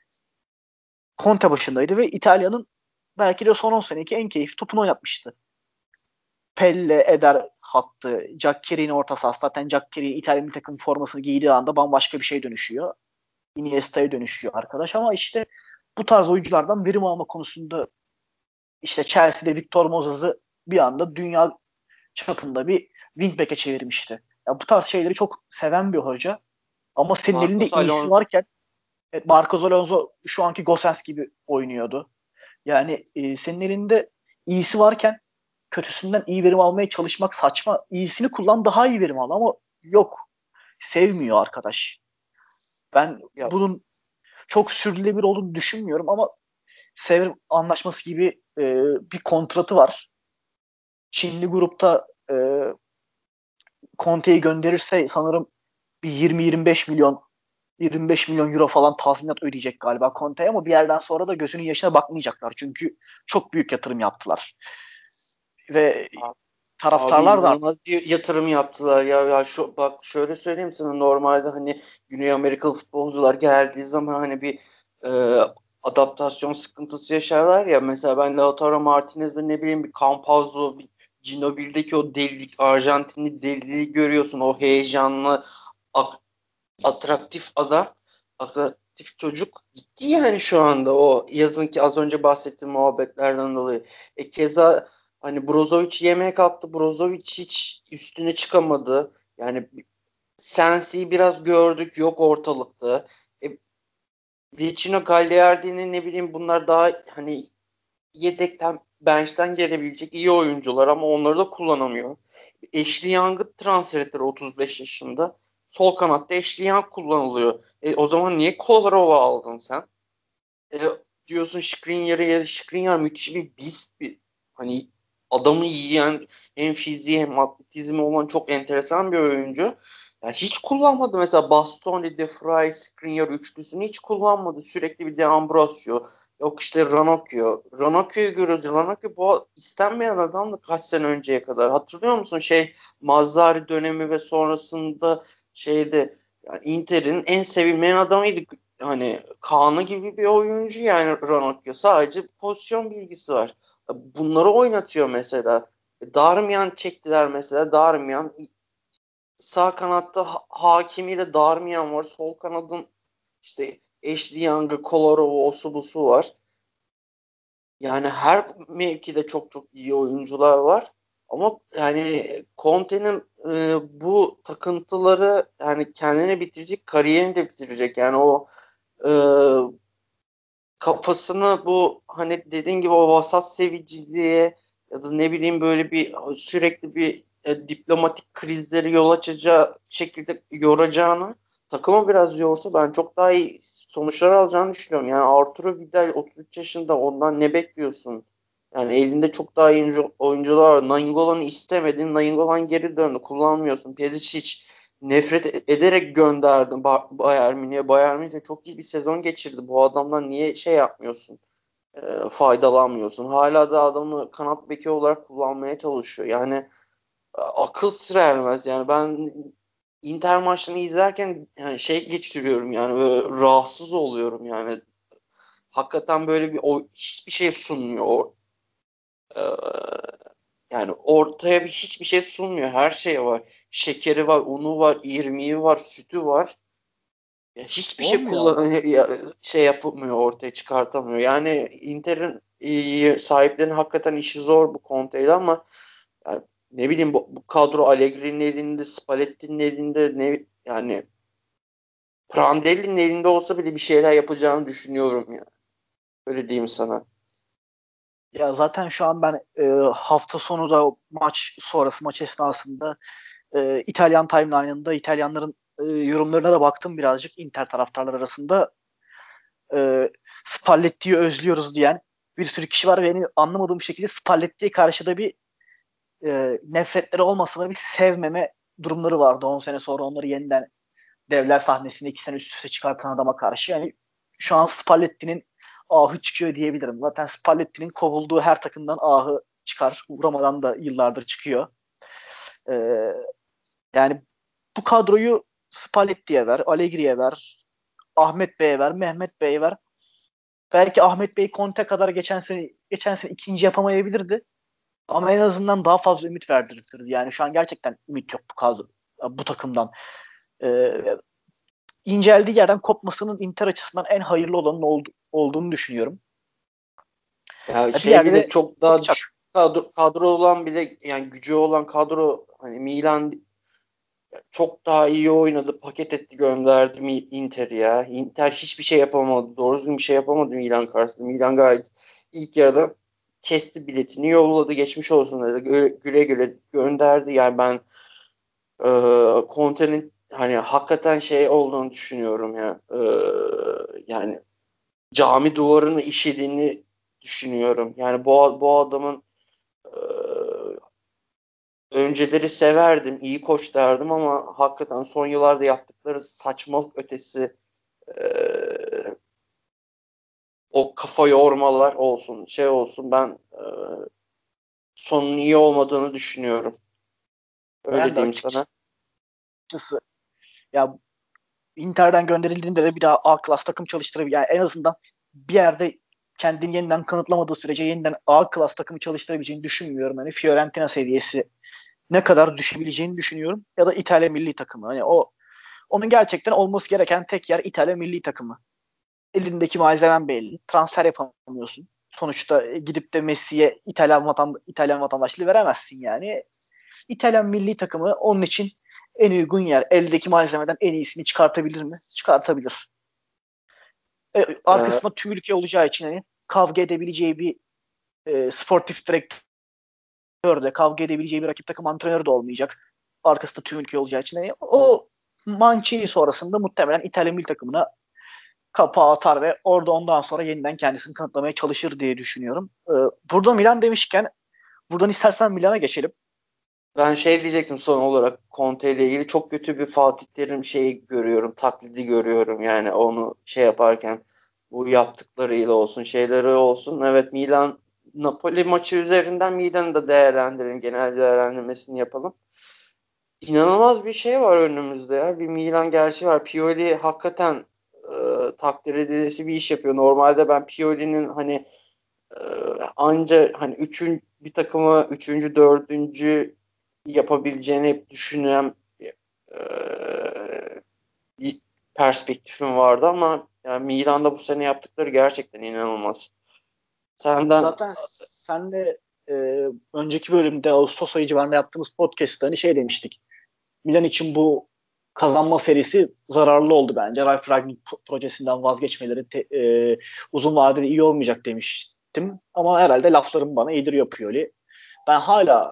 [SPEAKER 2] Conte başındaydı ve İtalya'nın belki de son 10 seneki en keyifli topunu oynatmıştı. Pelle, Eder hattı, Jack Kerry'in orta sahası. Zaten Jack Kerry İtalya milli takım formasını giydiği anda bambaşka bir şey dönüşüyor. Iniesta'ya dönüşüyor arkadaş ama işte bu tarz oyunculardan verim alma konusunda işte Chelsea'de Victor Moses'ı bir anda dünya çapında bir wingback'e çevirmişti. Ya bu tarz şeyleri çok seven bir hoca. Ama senin elinde
[SPEAKER 1] Marcos
[SPEAKER 2] iyisi
[SPEAKER 1] Alonso.
[SPEAKER 2] varken Marcos Alonso şu anki Gosens gibi oynuyordu. Yani senin elinde iyisi varken kötüsünden iyi verim almaya çalışmak saçma. İyisini kullan daha iyi verim al ama yok. Sevmiyor arkadaş. Ben
[SPEAKER 1] Ya
[SPEAKER 2] bunun çok sürdürülebilir olduğunu düşünmüyorum ama Sevr anlaşması gibi bir kontratı var. Çinli grupta Conte'yi gönderirse sanırım bir 20-25 milyon 25 milyon euro falan tazminat ödeyecek galiba Conte'ye ama bir yerden sonra da gözünün yaşına bakmayacaklar. Çünkü çok büyük yatırım yaptılar. Ve
[SPEAKER 1] abi
[SPEAKER 2] taraftarlar da
[SPEAKER 1] inanılmaz bir yatırım yaptılar ya şu bak şöyle söyleyeyim sana, normalde hani Güney Amerikalı futbolcular geldiği zaman hani bir e, adaptasyon sıkıntısı yaşarlar ya, mesela ben Lautaro Martinez'de ne bileyim bir Campazzo, bir Ginobili'deki o delilik, Arjantinli deliliği görüyorsun, o heyecanlı ak- atraktif adam, atraktif çocuk gitti yani şu anda, o yazın ki az önce bahsettiğim muhabbetlerden dolayı. Keza hani Brozovic yemeğe kalktı. Brozovic hiç üstüne çıkamadı. Yani Sensi'yi biraz gördük, yok ortalıkta. E, Vicino Gagliardini, ne bileyim, bunlar daha hani yedekten, bench'ten gelebilecek iyi oyuncular ama onları da kullanamıyor. Ashley Young'ı transfer ettiler 35 yaşında. Sol kanatta Ashley Young kullanılıyor. O zaman niye Kolarova aldın sen? E, Diyorsun Skriniar'a, ya Skriniar müthiş bir beast, bir hani adamı yiyen, hem fiziği hem atletizmi olan çok enteresan bir oyuncu. Yani hiç kullanmadı mesela Bastoni, De Vrij, Skriniar üçlüsünü hiç kullanmadı. Sürekli bir De Ambrosio, yok işte Ranocchio. Ranocchio'yu görüyoruz. Ranocchio bu istenmeyen adamdı kaç sene önceye kadar. Hatırlıyor musun Mazzari dönemi ve sonrasında şeyde, yani Inter'in en sevilmeyen adamıydı. Hani Kaan'ı gibi bir oyuncu yani Ranocchio. Sadece pozisyon bilgisi var. Bunları oynatıyor mesela. Darmian çektiler mesela. Darmian sağ kanatta Hakimi ile Darmian var. Sol kanadın işte Ashley Young'ı, Kolarov, osu busu var. Yani her mevkide çok çok iyi oyuncular var. Ama yani Conte'nin bu takıntıları yani kendini bitirecek, kariyerini de bitirecek. Yani o e, kafasını bu hani dediğin gibi o vasat seviciliğe ya da ne bileyim böyle bir sürekli bir diplomatik krizleri yol açacağı şekilde yoracağını, takımı biraz yorsa ben çok daha iyi sonuçlar alacağını düşünüyorum. Yani Arturo Vidal 33 yaşında, ondan ne bekliyorsun? Yani elinde çok daha iyi oyuncular var. Nainggolan'ı istemedin. Nainggolan geri döndü. Kullanmıyorsun. Perisic nefret ederek gönderdim Bayern Münih'e. Bayern Münih de çok iyi bir sezon geçirdi. Bu adamdan niye şey yapmıyorsun? Faydalanmıyorsun. Hala da adamı kanat beki olarak kullanmaya çalışıyor. Yani akıl sır ermez. Yani ben Inter maçlarını izlerken yani şey geçiriyorum, yani böyle rahatsız oluyorum yani. Hakikaten böyle bir hiçbir şey sunmuyor. E, Yani ortaya hiçbir şey sunmuyor. Her şey var. Şekeri var, unu var, irmiği var, sütü var. Ya hiçbir şey
[SPEAKER 2] olmuyor ama.
[SPEAKER 1] şey yapılmıyor, ortaya çıkartamıyor. Yani Inter'in sahiplerinin hakikaten işi zor bu Conte'yle ama yani ne bileyim, bu kadro Allegri'nin elinde, Spalletti'nin elinde, ne yani Prandelli'nin elinde olsa bile bir şeyler yapacağını düşünüyorum ya. Öyle diyeyim sana.
[SPEAKER 2] Ya zaten şu an ben hafta sonu da maç sonrası maç esnasında İtalyan timeline'ında İtalyanların yorumlarına da baktım birazcık Inter taraftarlar arasında. Spalletti'yi özlüyoruz diyen bir sürü kişi var ve benim anlamadığım şekilde Spalletti'ye karşı da bir nefretleri olmasa da bir sevmeme durumları vardı. 10 sene sonra onları yeniden devler sahnesinde 2 sene üst üste çıkartan adama karşı yani şu an Spalletti'nin ahı çıkıyor diyebilirim. Zaten Spalletti'nin kovulduğu her takımdan ahı çıkar. Roma'dan da yıllardır çıkıyor. Ee, Yani bu kadroyu Spalletti'ye ver, Allegri'ye ver, Ahmet Bey'e ver, Mehmet Bey'e ver. Belki Ahmet Bey Conte kadar geçen sene ikinci yapamayabilirdi. Ama en azından daha fazla ümit verdirirdi. Yani şu an gerçekten ümit yok bu kadro, bu takımdan. Ee, inceldiği yerden kopmasının Inter açısından en hayırlı olanın olduğunu düşünüyorum.
[SPEAKER 1] Ya
[SPEAKER 2] Bir
[SPEAKER 1] şey
[SPEAKER 2] yerde
[SPEAKER 1] bile
[SPEAKER 2] de
[SPEAKER 1] çok daha
[SPEAKER 2] kopacak.
[SPEAKER 1] düşük kadro olan bile yani gücü olan kadro hani Milan çok daha iyi oynadı. Paket etti gönderdi Inter'i ya. Inter hiçbir şey yapamadı. Doğru düzgün bir şey yapamadı Milan karşısında. Milan gayet ilk yarıda kesti biletini yolladı. Geçmiş olsun dedi. Güle güle gönderdi. Yani ben Conte'nin hani hakikaten şey olduğunu düşünüyorum ya. Yani cami duvarını işlediğini düşünüyorum. Yani bu adamın e, önceleri severdim, iyi koç derdim ama hakikaten son yıllarda yaptıkları saçmalık ötesi e, o kafa yormalar olsun, şey olsun ben sonun iyi olmadığını düşünüyorum. Öyle
[SPEAKER 2] Ben de
[SPEAKER 1] diyeyim sana.
[SPEAKER 2] açıkçası ya Inter'den gönderildiğinde de bir daha A klas takım çalıştırabilir. Yani en azından bir yerde kendini yeniden kanıtlamadığı sürece yeniden A klas takımı çalıştırabileceğini düşünmüyorum. Hani Fiorentina seviyesi ne kadar düşebileceğini düşünüyorum. Ya da İtalya milli takımı. Hani onun gerçekten olması gereken tek yer İtalya milli takımı. Elindeki malzemen belli. Transfer yapamıyorsun. Sonuçta gidip de Messi'ye İtalyan vatandaşlığı veremezsin yani. İtalyan milli takımı onun için en uygun yer. Eldeki malzemeden en iyisini çıkartabilir mi? Çıkartabilir.
[SPEAKER 1] E,
[SPEAKER 2] Arkasında tüm ülke olacağı için hani kavga edebileceği bir sportif direktör de kavga edebileceği bir rakip takım antrenörü de olmayacak. Arkasında tüm ülke olacağı için hani o Mancini sonrasında muhtemelen İtalya milli takımına kapağı atar ve orada ondan sonra yeniden kendisini kanıtlamaya çalışır diye düşünüyorum. Burada Milan demişken buradan istersen Milan'a geçelim.
[SPEAKER 1] Ben şey diyecektim son olarak Conte ile ilgili çok kötü bir Fatih Terim şeyi görüyorum, taklidi görüyorum yani onu şey yaparken bu yaptıklarıyla olsun, şeyleri olsun. Evet Milan Napoli maçı üzerinden Milan'ı da değerlendirelim, genel değerlendirmesini yapalım. İnanılmaz bir şey var önümüzde ya. Bir Milan gerçeği var. Pioli hakikaten takdir edilesi bir iş yapıyor. Normalde ben Pioli'nin hani e, anca hani bir takımı üçüncü, dördüncü yapabileceğini hep düşünen e, bir perspektifim vardı ama yani Milan'da bu sene yaptıkları gerçekten inanılmaz. Senden
[SPEAKER 2] Zaten sen de önceki bölümde Ağustos ayı civarında yaptığımız podcast'ta hani şey demiştik. Milan için bu kazanma serisi zararlı oldu bence. Ralf Rangnick projesinden vazgeçmeleri uzun vadede iyi olmayacak demiştim. Ama herhalde laflarım bana yediriyor Pioli. Ben hala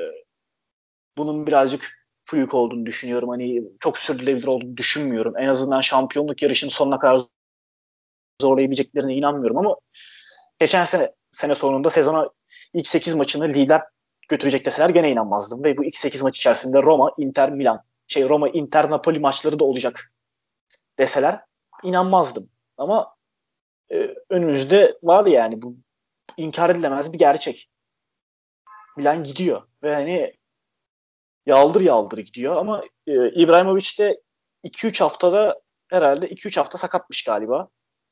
[SPEAKER 2] bunun birazcık flük olduğunu düşünüyorum. Hani çok sürdürülebilir olduğunu düşünmüyorum. En azından şampiyonluk yarışının sonuna kadar zorlayabileceklerine inanmıyorum ama geçen sene sonunda sezona ilk 8 maçını lider götürecek deseler gene inanmazdım. Ve bu ilk 8 maç içerisinde Roma, Inter, Milan, Roma, Inter, Napoli maçları da olacak deseler inanmazdım. Ama önümüzde var yani bu inkar edilemez bir gerçek. Milan gidiyor ve hani yaldır yaldır gidiyor ama İbrahimovic de 2-3 haftada herhalde 2-3 hafta sakatmış galiba.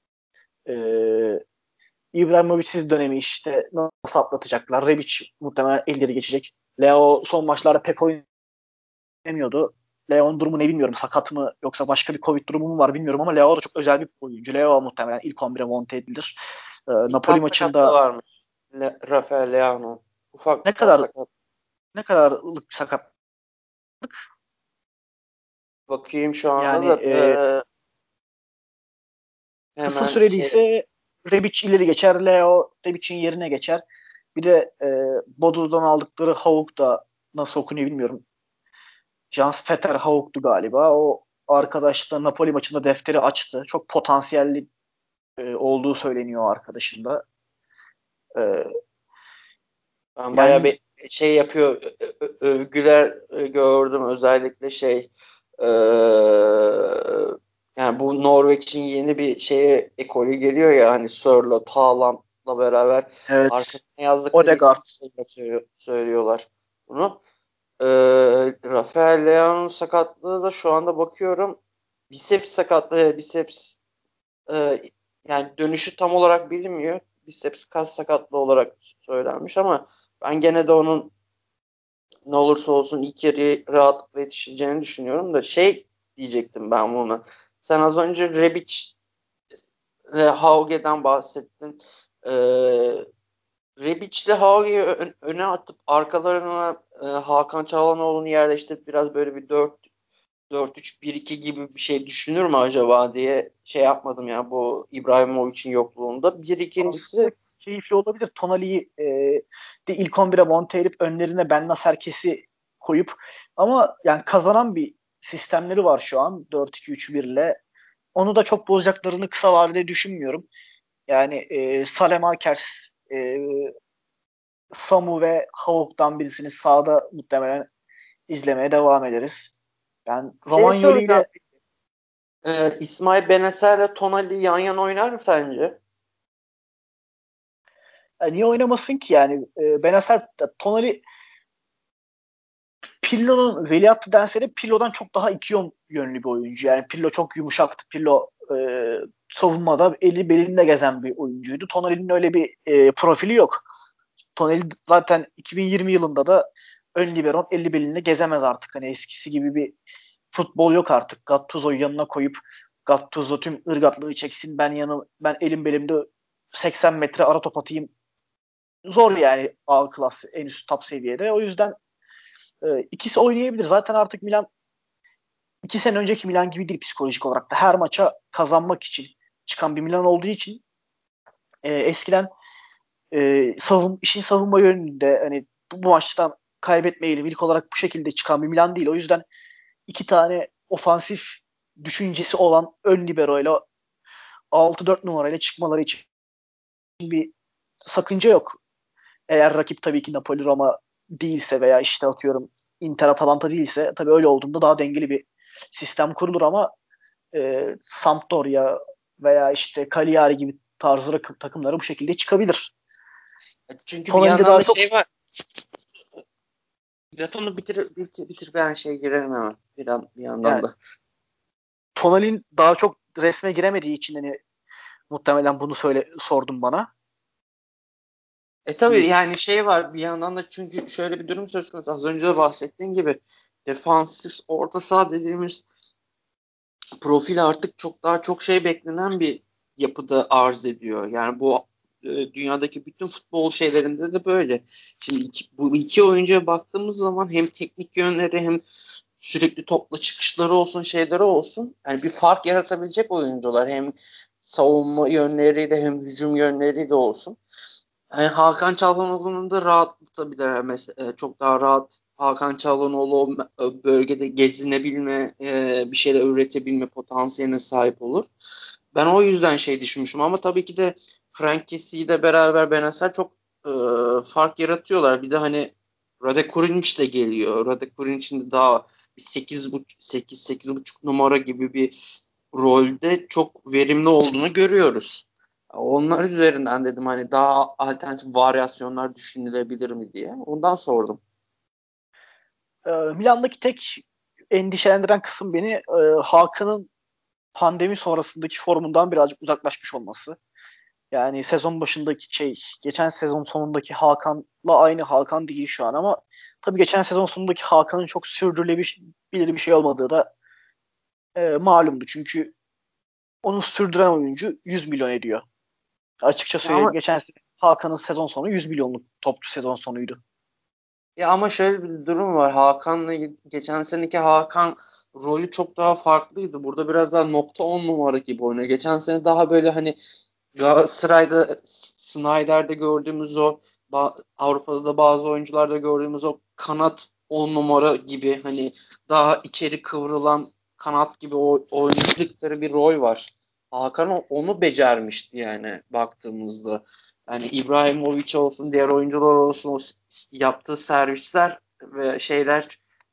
[SPEAKER 2] E, İbrahimovic'siz dönemi işte nasıl atlatacaklar? Rebic muhtemelen elleri geçecek. Leo son maçlarda pek oynamıyordu. Leo'nun durumu ne bilmiyorum. Sakat mı yoksa başka bir Covid durumu mu var bilmiyorum ama Leo da çok özel bir oyuncu. Leo muhtemelen ilk 11'e monte edilir.
[SPEAKER 1] bir
[SPEAKER 2] Napoli
[SPEAKER 1] kas sakatlığı
[SPEAKER 2] maçında
[SPEAKER 1] varmış. Rafael Leao. Ufak
[SPEAKER 2] ne
[SPEAKER 1] bir kas
[SPEAKER 2] kadar
[SPEAKER 1] sakatlığı.
[SPEAKER 2] ne kadarlık bir sakat
[SPEAKER 1] Bakayım şu anda
[SPEAKER 2] yani
[SPEAKER 1] da
[SPEAKER 2] kısa
[SPEAKER 1] hemen
[SPEAKER 2] süreli
[SPEAKER 1] şey
[SPEAKER 2] ise Rebic ileri geçer. Leo Rebic'in yerine geçer. Bir de Bodo'dan aldıkları Havuk da nasıl okunuyor bilmiyorum. Jans Peter Havuk'tu galiba. O arkadaş da Napoli maçında defteri açtı. Çok potansiyelli olduğu söyleniyor o arkadaşın da. E,
[SPEAKER 1] ben bayağı
[SPEAKER 2] yani
[SPEAKER 1] bir şey yapıyor övgüler gördüm özellikle şey Ee, yani bu Norveç'in yeni bir ekolü geliyor ya hani Sørloth, Haaland'la beraber
[SPEAKER 2] Evet.
[SPEAKER 1] arkasına yazdıkları
[SPEAKER 2] Odegaard.
[SPEAKER 1] isimle söylüyorlar bunu. Ee, Rafael Leao'nun sakatlığı da şu anda bakıyorum biceps sakatlığı, biceps e, yani dönüşü tam olarak bilinmiyor. Biceps kas sakatlığı olarak söylenmiş ama ben gene de onun ne olursa olsun ilk yarı rahatlıkla yetişeceğini düşünüyorum da diyecektim ben bunu. Sen az önce Rebic Hauge'den bahsettin. Ee, Rebic'le Hauge'yi öne atıp arkalarına Hakan Çalhanoğlu'nu yerleştirip biraz böyle bir 4-3-1-2 gibi bir şey düşünür mü acaba diye yapmadım ya bu İbrahimovic'in yokluğunda. Bir
[SPEAKER 2] Aslında
[SPEAKER 1] ikincisi
[SPEAKER 2] keyifli olabilir. Tonali'yi de ilk 11'e monte edip önlerine Ben Serkes'i koyup ama yani kazanan bir sistemleri var şu an 4-2-3-1 ile. Onu da çok bozacaklarını kısa vadede düşünmüyorum. Yani Salem Akers, Samu ve Havuk'tan birisini sağda muhtemelen izlemeye devam ederiz. Yani Romagnoli
[SPEAKER 1] soracağım.
[SPEAKER 2] ile
[SPEAKER 1] İsmail Benacer'le Tonali yan yana oynar mı sence?
[SPEAKER 2] niye oynamasın ki yani Benacer Tonali Pirlo'nun veliahtı dense de Pirlo'dan çok daha iki yönlü bir oyuncu. Yani Pirlo çok yumuşaktı. Pirlo savunmada eli belinde gezen bir oyuncuydu. Tonali'nin öyle bir profili yok. Tonali zaten 2020 yılında da ön liberon eli belinde gezemez artık. Hani eskisi gibi bir futbol yok artık. Gattuso'yu yanına koyup Gattuso tüm ırgatlığı çeksin. Ben elim belimde 80 metre ara top atayım. Zor yani A klas en üst top seviyede. O yüzden ikisi oynayabilir. Zaten artık Milan 2 sene önceki Milan gibi değil psikolojik olarak da. Her maça kazanmak için çıkan bir Milan olduğu için eskiden işin savunma yönünde hani bu maçtan kaybetmeyelim ilk olarak bu şekilde çıkan bir Milan değil. O yüzden 2 tane ofansif düşüncesi olan ön liberoyla 6-4 numarayla çıkmaları için bir sakınca yok. Eğer rakip tabii ki Napoli, Roma değilse veya işte atıyorum Inter, Atalanta değilse tabii öyle olduğunda daha dengeli bir sistem kurulur ama Sampdoria veya işte Cagliari gibi tarzı takımları bu şekilde çıkabilir.
[SPEAKER 1] Çünkü bir
[SPEAKER 2] Tonali'de
[SPEAKER 1] yandan
[SPEAKER 2] daha
[SPEAKER 1] da
[SPEAKER 2] çok
[SPEAKER 1] var. Lafını bitir ben girerim hemen bir yandan
[SPEAKER 2] yani
[SPEAKER 1] da.
[SPEAKER 2] Tonali'nin daha çok resme giremediği için hani muhtemelen bunu sordum bana.
[SPEAKER 1] Tabii
[SPEAKER 2] Bir
[SPEAKER 1] yani var bir yandan da çünkü şöyle bir durum söz konusu. Az önce de bahsettiğin gibi defansif orta saha dediğimiz profil artık çok daha çok beklenen bir yapıda arz ediyor. Yani bu dünyadaki bütün futbol şeylerinde de böyle. Şimdi bu iki oyuncuya baktığımız zaman hem teknik yönleri hem sürekli topla çıkışları olsun şeyleri olsun. Yani bir fark yaratabilecek oyuncular. Hem savunma yönleriyle hem hücum yönleriyle olsun. Yani Hakan Çalhanoğlu'nun da rahatlatabilir. Mesela çok daha rahat Hakan Çalhanoğlu o bölgede gezinebilme, bir şeyler üretebilme potansiyeline sahip olur. Ben o yüzden düşünmüşüm ama tabii ki de Frank Kessie ile beraber Benacer çok fark yaratıyorlar. Bir de hani Rade Kurinic de geliyor. Rade Kurinic'in de daha bir 8,5 numara gibi bir rolde çok verimli olduğunu görüyoruz. Onlar üzerinden dedim hani daha alternatif varyasyonlar düşünülebilir mi diye. Ondan sordum.
[SPEAKER 2] Milan'daki tek endişelendiren kısım beni Hakan'ın pandemi sonrasındaki formundan birazcık uzaklaşmış olması. Yani sezon başındaki geçen sezon sonundaki Hakan'la aynı Hakan değil şu an ama tabii geçen sezon sonundaki Hakan'ın çok sürdürülebilir bir şey olmadığı da malumdu. Çünkü onu sürdüren oyuncu 100 milyon ediyor. Açıkça
[SPEAKER 1] Ya
[SPEAKER 2] söyleyeyim
[SPEAKER 1] ama
[SPEAKER 2] geçen sene Hakan'ın sezon sonu 100 milyonluk topçu sezon sonuydu.
[SPEAKER 1] şöyle bir durum var. Hakan'la geçen seneki Hakan rolü çok daha farklıydı. Burada biraz daha nokta 10 numara gibi oynuyor. Geçen sene daha böyle hani Galatasaray'da Snyder'de gördüğümüz o Avrupa'da da bazı oyuncularda gördüğümüz o kanat 10 numara gibi hani daha içeri kıvrılan kanat gibi oynadıkları bir rol var. Hakan onu becermişti yani baktığımızda. Yani İbrahimovic olsun, diğer oyuncular olsun o yaptığı servisler ve şeyler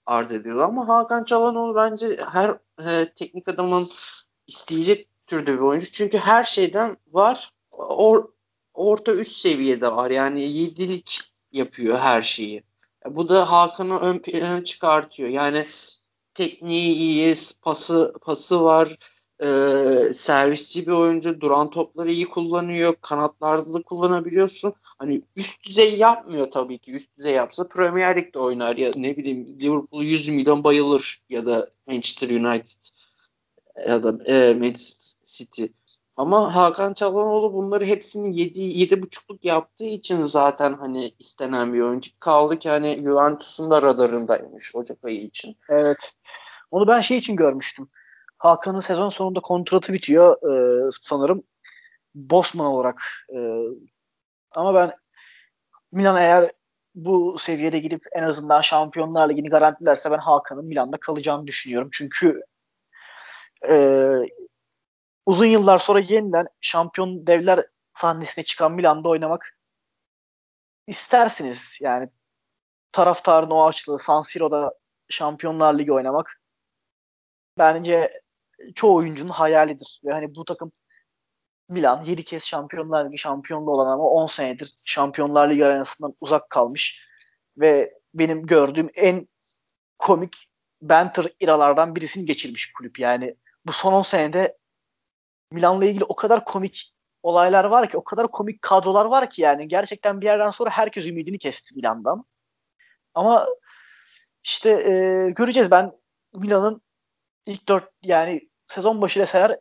[SPEAKER 1] arz ediyordu. Ama Hakan Çalhanoğlu bence her teknik adamın isteyecek türde bir oyuncu. Çünkü her şeyden var. Orta üst seviyede var. Yani yedilik yapıyor her şeyi. Bu da Hakan'ı ön plana çıkartıyor. Yani tekniği iyi, pası var. Servisçi bir oyuncu. Duran topları iyi kullanıyor. Kanatlarda da kullanabiliyorsun. Hani üst düzey yapmıyor tabii ki. Üst düzey yapsa Premier Lig'de oynar ya ne bileyim Liverpool 100 milyon bayılır ya da Manchester United ya da Manchester City. Ama Hakan Çalhanoğlu bunları hepsini 7,5'luk yaptığı için zaten hani istenen bir oyuncu. Kaldı ki hani Juventus'un da radarındaymış Ocak ayı için.
[SPEAKER 2] Evet. Onu ben şey için görmüştüm. Hakan'ın sezon sonunda kontratı bitiyor sanırım. Bosman olarak. Ama ben Milan eğer bu seviyede gidip en azından Şampiyonlar Ligi'ni garantilerse ben Hakan'ın Milan'da kalacağını düşünüyorum. Çünkü e, uzun yıllar sonra yeniden şampiyon devler sahnesine çıkan Milan'da oynamak istersiniz. Yani taraftarın o açlığı San Siro'da Şampiyonlar Ligi oynamak bence çoğu oyuncunun hayalidir. Ve hani bu takım Milan 7 kez Şampiyonlar Ligi şampiyonluğu olan ama 10 senedir Şampiyonlar Ligi arenasından uzak kalmış ve benim gördüğüm en komik banter iralardan birisini geçirmiş kulüp. Yani bu son 10 senede Milan'la ilgili o kadar komik olaylar var ki, o kadar komik kadrolar var ki yani gerçekten bir yerden sonra herkes ümidini kesti Milan'dan. Ama işte göreceğiz. Ben Milan'ın ilk 4 yani sezon başı deseler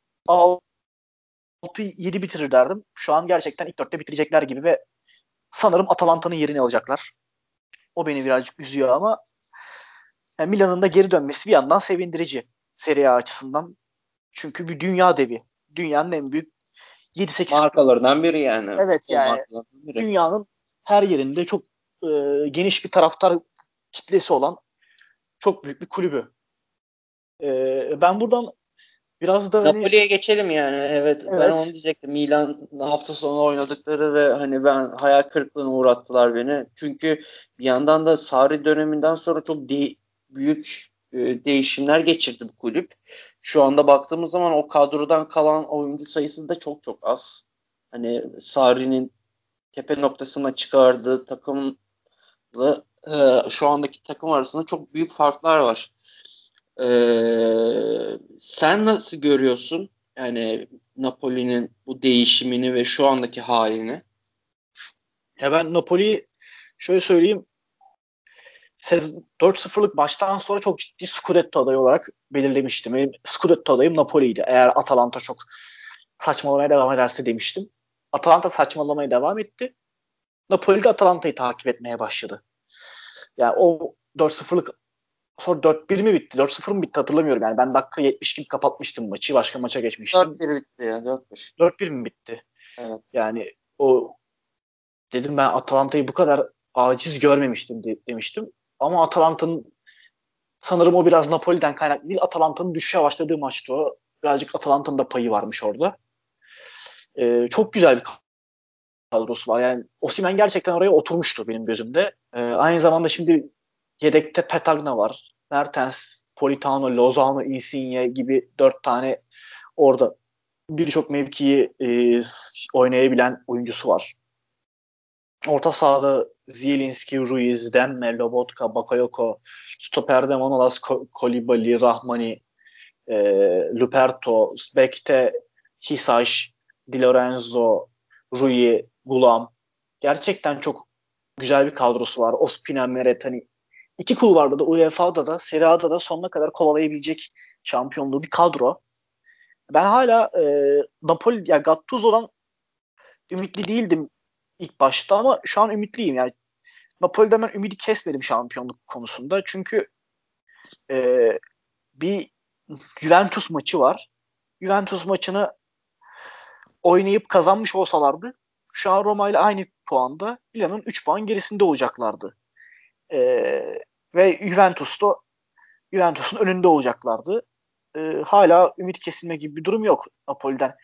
[SPEAKER 2] 6-7 bitirir derdim. Şu an gerçekten ilk 4'te bitirecekler gibi ve sanırım Atalanta'nın yerini alacaklar. O beni birazcık üzüyor ama yani Milan'ın da geri dönmesi bir yandan sevindirici Serie A açısından. Çünkü bir dünya devi. Dünyanın en büyük 7-8
[SPEAKER 1] Markalarından biri yani.
[SPEAKER 2] evet
[SPEAKER 1] Futbol
[SPEAKER 2] yani
[SPEAKER 1] markalarından biri.
[SPEAKER 2] dünyanın her yerinde çok geniş bir taraftar kitlesi olan çok büyük bir kulübü. Ben buradan biraz da hani
[SPEAKER 1] Napoli'ye geçelim yani. Evet ben onu
[SPEAKER 2] evet
[SPEAKER 1] diyecektim. Milan hafta sonu oynadıkları ve hani ben hayal kırıklığına uğrattılar beni. Çünkü bir yandan da Sarri döneminden sonra çok büyük değişimler geçirdi bu kulüp. Şu anda baktığımız zaman o kadrodan kalan oyuncu sayısı da çok çok az. Hani Sarri'nin tepe noktasına çıkardığı takımla şu andaki takım arasında çok büyük farklar var. Sen nasıl görüyorsun? Yani Napoli'nin bu değişimini ve şu andaki halini.
[SPEAKER 2] ya ben Napoli'yi şöyle söyleyeyim 4-0'lık maçtan sonra çok ciddi Scudetto adayı olarak belirlemiştim. Benim Scudetto adayım Napoli'ydi. Eğer Atalanta çok saçmalamaya devam ederse demiştim. Atalanta saçmalamaya devam etti. Napoli de Atalanta'yı takip etmeye başladı. Yani o 4-0'lık sonra 4-1 mi bitti? 4-0 mı bitti hatırlamıyorum. Yani ben dakika 70 gibi kapatmıştım maçı. Başka maça geçmiştim.
[SPEAKER 1] 4-1 bitti ya 4-1.
[SPEAKER 2] 4-1 mi bitti?
[SPEAKER 1] Evet.
[SPEAKER 2] Yani o dedim ben Atalanta'yı bu kadar aciz görmemiştim demiştim. Ama Atalanta'nın sanırım o biraz Napoli'den kaynaklı değil. Atalanta'nın düşüşe başladığı maçtı o. Birazcık Atalanta'nın da payı varmış orada. Çok güzel bir kadrosu var. Yani Osimhen gerçekten oraya oturmuştu benim gözümde. Aynı zamanda şimdi yedekte Petagna var. Mertens, Politano, Lozano, Insigne gibi 4 tane orada birçok mevkiyi oynayabilen oyuncusu var. Orta sahada Zielinski, Ruiz, Demme, Lobotka, Bakayoko, stoperde Manolas, Kolibali, Rahmani, e, Luperto, Bek'te Hisaj, Di Lorenzo, Rui, Gulam. Gerçekten çok güzel bir kadrosu var. Ospina, Meret hani iki kulvarda da UEFA'da da Serie A'da da sonuna kadar kovalayabilecek şampiyonluğu bir kadro. Ben hala Napoli ya Gattuso'dan ümitli değildim ilk başta ama şu an ümitliyim. Yani Napoli'den ben ümidi kesmedim şampiyonluk konusunda. Çünkü e, bir Juventus maçı var. Juventus maçını oynayıp kazanmış olsalardı şu an Roma ile aynı puanda Milan'ın 3 puan gerisinde olacaklardı. E, ve Juventus'un önünde olacaklardı. Hala ümit kesilme gibi bir durum yok Napoli'den.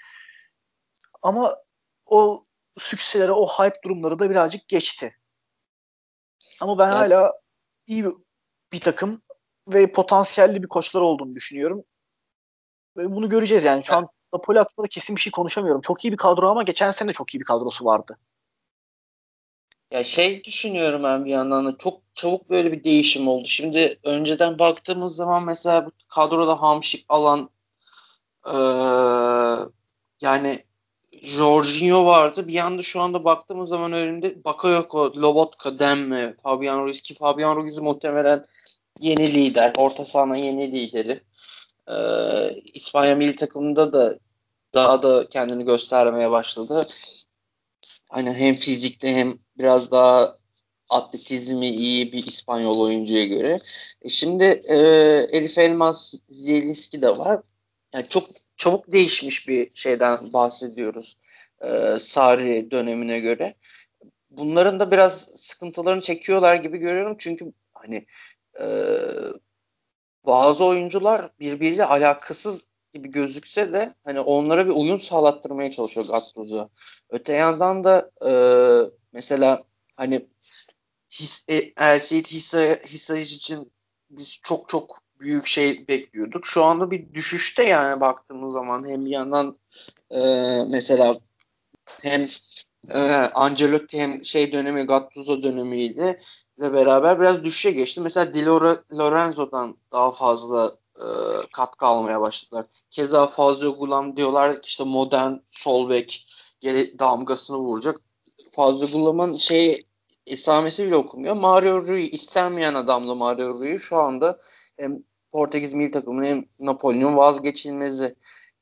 [SPEAKER 2] Ama o sükseleri, o hype durumları da birazcık geçti. Ama ben
[SPEAKER 1] Ya
[SPEAKER 2] hala iyi bir takım ve potansiyelli bir koçlar olduğunu düşünüyorum. Ve bunu göreceğiz yani. Şu an Napoli hakkında kesin bir şey konuşamıyorum. Çok iyi bir kadro ama geçen sene de çok iyi bir kadrosu vardı.
[SPEAKER 1] Ya şey düşünüyorum ben bir yandan da çok çabuk böyle bir değişim oldu. Şimdi önceden baktığımız zaman mesela bu kadroda Hamşik alan yani Jorginho vardı. Bir yanda şu anda baktığımız zaman önünde Bakayoko, Lobotka, Demme, Fabian Ruiz ki Fabian Ruiz muhtemelen yeni lider. Orta sahanın yeni lideri. İspanya milli takımında da daha da kendini göstermeye başladı. Hani hem fizikte hem biraz daha atletizmi iyi bir İspanyol oyuncuya göre. Şimdi Elif Elmas Zielinski de var. Yani çok çabuk değişmiş bir şeyden bahsediyoruz. Sarri dönemine göre. Bunların da biraz sıkıntılarını çekiyorlar gibi görüyorum. Çünkü hani e, bazı oyuncular birbiriyle alakasız gibi gözükse de hani onlara bir uyum sağlattırmaya çalışıyor Gattuso. Öte yandan da mesela hani El Seyit Hisayic için biz çok çok büyük şey bekliyorduk. Şu anda bir düşüşte yani baktığımız zaman hem bir yandan e, mesela hem Ancelotti hem şey dönemi Gattuso dönemiyle ile beraber biraz düşüşe geçti. Mesela Lorenzo'dan daha fazla katkı almaya başladılar. Keza Fazio Gulam diyorlar ki işte modern sol bek geri damgasını vuracak. Fazio Gulam'ın şey esamesi bile okunmuyor. Mario Rui istenmeyen adamla Mario Rui şu anda hem Portekiz milli takımının hem Napoli'nin vazgeçilmezi.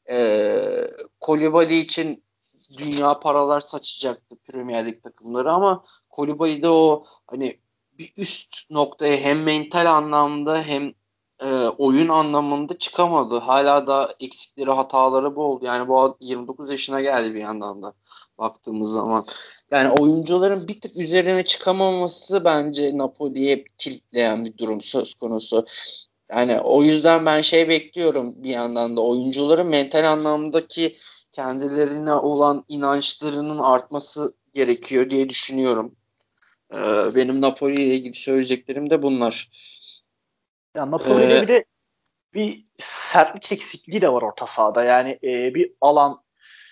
[SPEAKER 1] Kolibali için dünya paralar saçacaktı Premier Lig takımları ama Kolibali de o hani bir üst noktaya hem mental anlamda hem oyun anlamında çıkamadı. Hala da eksikleri, hataları bu oldu. Yani bu 29 yaşına geldi bir yandan da baktığımız zaman. Yani oyuncuların bir tık üzerine çıkamaması bence Napoli'yi hep kilitleyen bir durum söz konusu. Yani o yüzden ben şey bekliyorum bir yandan da oyuncuların mental anlamdaki kendilerine olan inançlarının artması gerekiyor diye düşünüyorum. Benim Napoli ile ilgili söyleyeceklerim de bunlar.
[SPEAKER 2] Ya Napoli'de
[SPEAKER 1] Ee,
[SPEAKER 2] bir de bir sertlik eksikliği de var orta sahada. Yani bir alan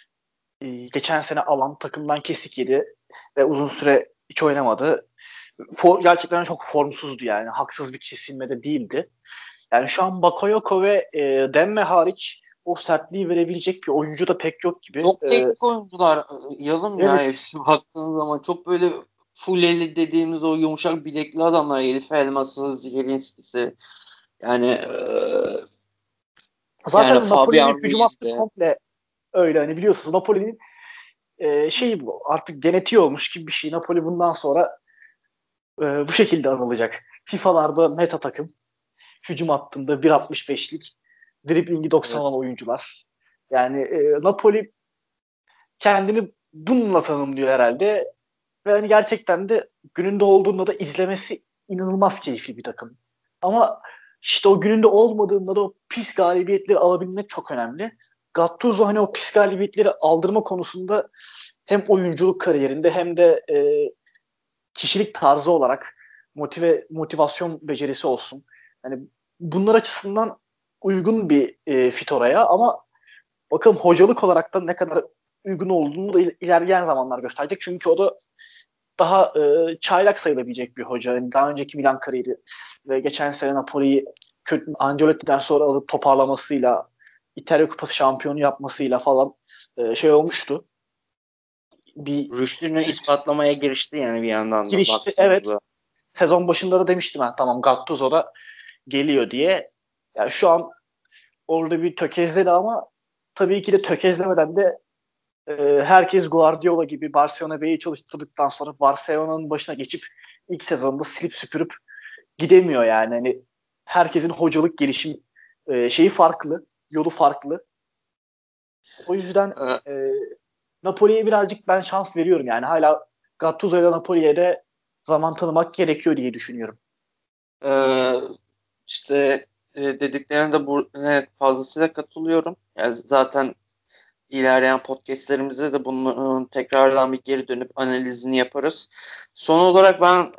[SPEAKER 2] geçen sene alan takımdan kesik yedi ve uzun süre hiç oynamadı. Gerçekten çok formsuzdu yani. Haksız bir kesilme de değildi. Yani şu an Bakayoko ve Demme hariç o sertliği verebilecek bir oyuncu da pek yok gibi.
[SPEAKER 1] Çok teknik oyuncular yalım ya
[SPEAKER 2] Evet.
[SPEAKER 1] hepsi baktığın zaman çok böyle full eli dediğimiz o yumuşak bilekli adamlar. Elif Elmas'ı, Zielinski'si yani yani
[SPEAKER 2] Zaten
[SPEAKER 1] Fabian
[SPEAKER 2] Napoli'nin hücum hattı
[SPEAKER 1] Ruiz'de.
[SPEAKER 2] komple öyle. Hani biliyorsunuz Napoli'nin şeyi bu. Artık genetiği olmuş gibi bir şey. Napoli bundan sonra bu şekilde anılacak. FIFA'larda meta takım. Hücum hattında 1.65'lik. Driblingi 90
[SPEAKER 1] Evet.
[SPEAKER 2] olan oyuncular. Yani Napoli kendini bununla tanımlıyor herhalde. Ve hani gerçekten de gününde olduğunda da izlemesi inanılmaz keyifli bir takım. Ama işte o gününde olmadığında da o pis galibiyetleri alabilmek çok önemli. Gattuso hani o pis galibiyetleri aldırma konusunda hem oyunculuk kariyerinde hem de kişilik tarzı olarak motivasyon becerisi olsun. Hani bunlar açısından uygun bir fit oraya ama bakalım hocalık olarak da ne kadar uygun olduğunu da ilerleyen zamanlar gösterecek. Çünkü o da daha çaylak sayılabilecek bir hoca. Yani daha önceki Milan kariyeri ve geçen sene Napoli'yi Ancelotti'den sonra alıp toparlamasıyla İtalya Kupası şampiyonu yapmasıyla falan şey olmuştu. Bir
[SPEAKER 1] Rüştünü ispatlamaya girişti yani bir yandan da
[SPEAKER 2] girişti. Evet.
[SPEAKER 1] baktığımızda.
[SPEAKER 2] Sezon başında da demiştim ben tamam Gattuso da geliyor diye. Yani şu an orada bir tökezledi ama tabii ki de tökezlemeden de herkes Guardiola gibi Barcelona B'yi çalıştırdıktan sonra Barcelona'nın başına geçip ilk sezonda silip süpürüp gidemiyor yani. Hani herkesin hocalık gelişim şeyi farklı, yolu farklı. O yüzden
[SPEAKER 1] Ee,
[SPEAKER 2] e, Napoli'ye birazcık ben şans veriyorum yani. Hala Gattuso ile Napoli'ye de zaman tanımak gerekiyor diye düşünüyorum.
[SPEAKER 1] e, işte dediklerine de bu fazlasıyla katılıyorum. Yani zaten ilerleyen podcastlerimizde de bunun tekrardan bir geri dönüp analizini yaparız. Son olarak ben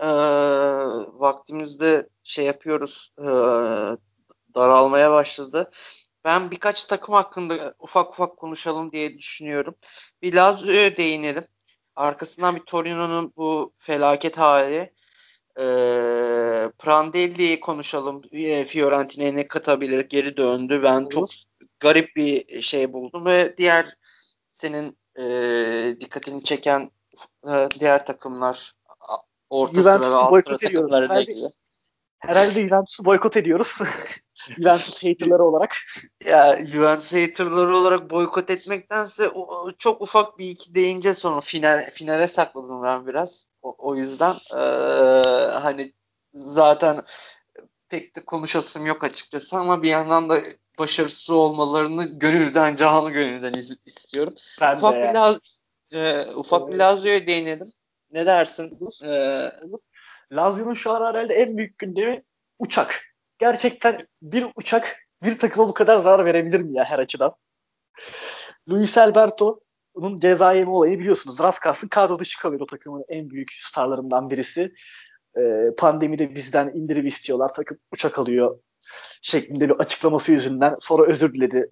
[SPEAKER 1] vaktimizde şey yapıyoruz, daralmaya başladı. Ben birkaç takım hakkında ufak ufak konuşalım diye düşünüyorum. Bir Lazio'ya değinelim. Arkasından bir Torino'nun bu felaket hali. Prandelli'yi konuşalım. Fiorentina'ya ne katabilir? Geri döndü. Ben çok
[SPEAKER 2] Olur.
[SPEAKER 1] garip bir şey buldum ve diğer senin dikkatini çeken diğer takımlar orta sıra ve
[SPEAKER 2] Juventus'u
[SPEAKER 1] alt sıra
[SPEAKER 2] boykot ediyoruz.
[SPEAKER 1] takımlarıyla ilgili.
[SPEAKER 2] Herhalde Juventus'u boykot ediyoruz. Juventus haterları olarak.
[SPEAKER 1] Ya Juventus haterları olarak boykot etmektense çok ufak bir iki deyince sonra finale sakladım ben biraz. O yüzden hani zaten pek de konuşasım yok açıkçası ama bir yandan da başarısız olmalarını gönülden, canı gönülden istiyorum.
[SPEAKER 2] Ben de
[SPEAKER 1] Ufak bir
[SPEAKER 2] yani.
[SPEAKER 1] Laz ufak bir
[SPEAKER 2] Ee,
[SPEAKER 1] Lazio'ya değinelim. Ne dersin?
[SPEAKER 2] olur. Olur. Lazio'nun şu an herhalde en büyük gündemi uçak. Gerçekten bir uçak bir takıma bu kadar zarar verebilir mi ya her açıdan? Luis Alberto'nun ceza yeme olayı biliyorsunuz. Raskas'ın kadro dışı kalıyor, o takımın en büyük starlarından birisi. Pandemide bizden indirim istiyorlar. Takım uçak alıyor şeklinde bir açıklaması yüzünden. Sonra özür diledi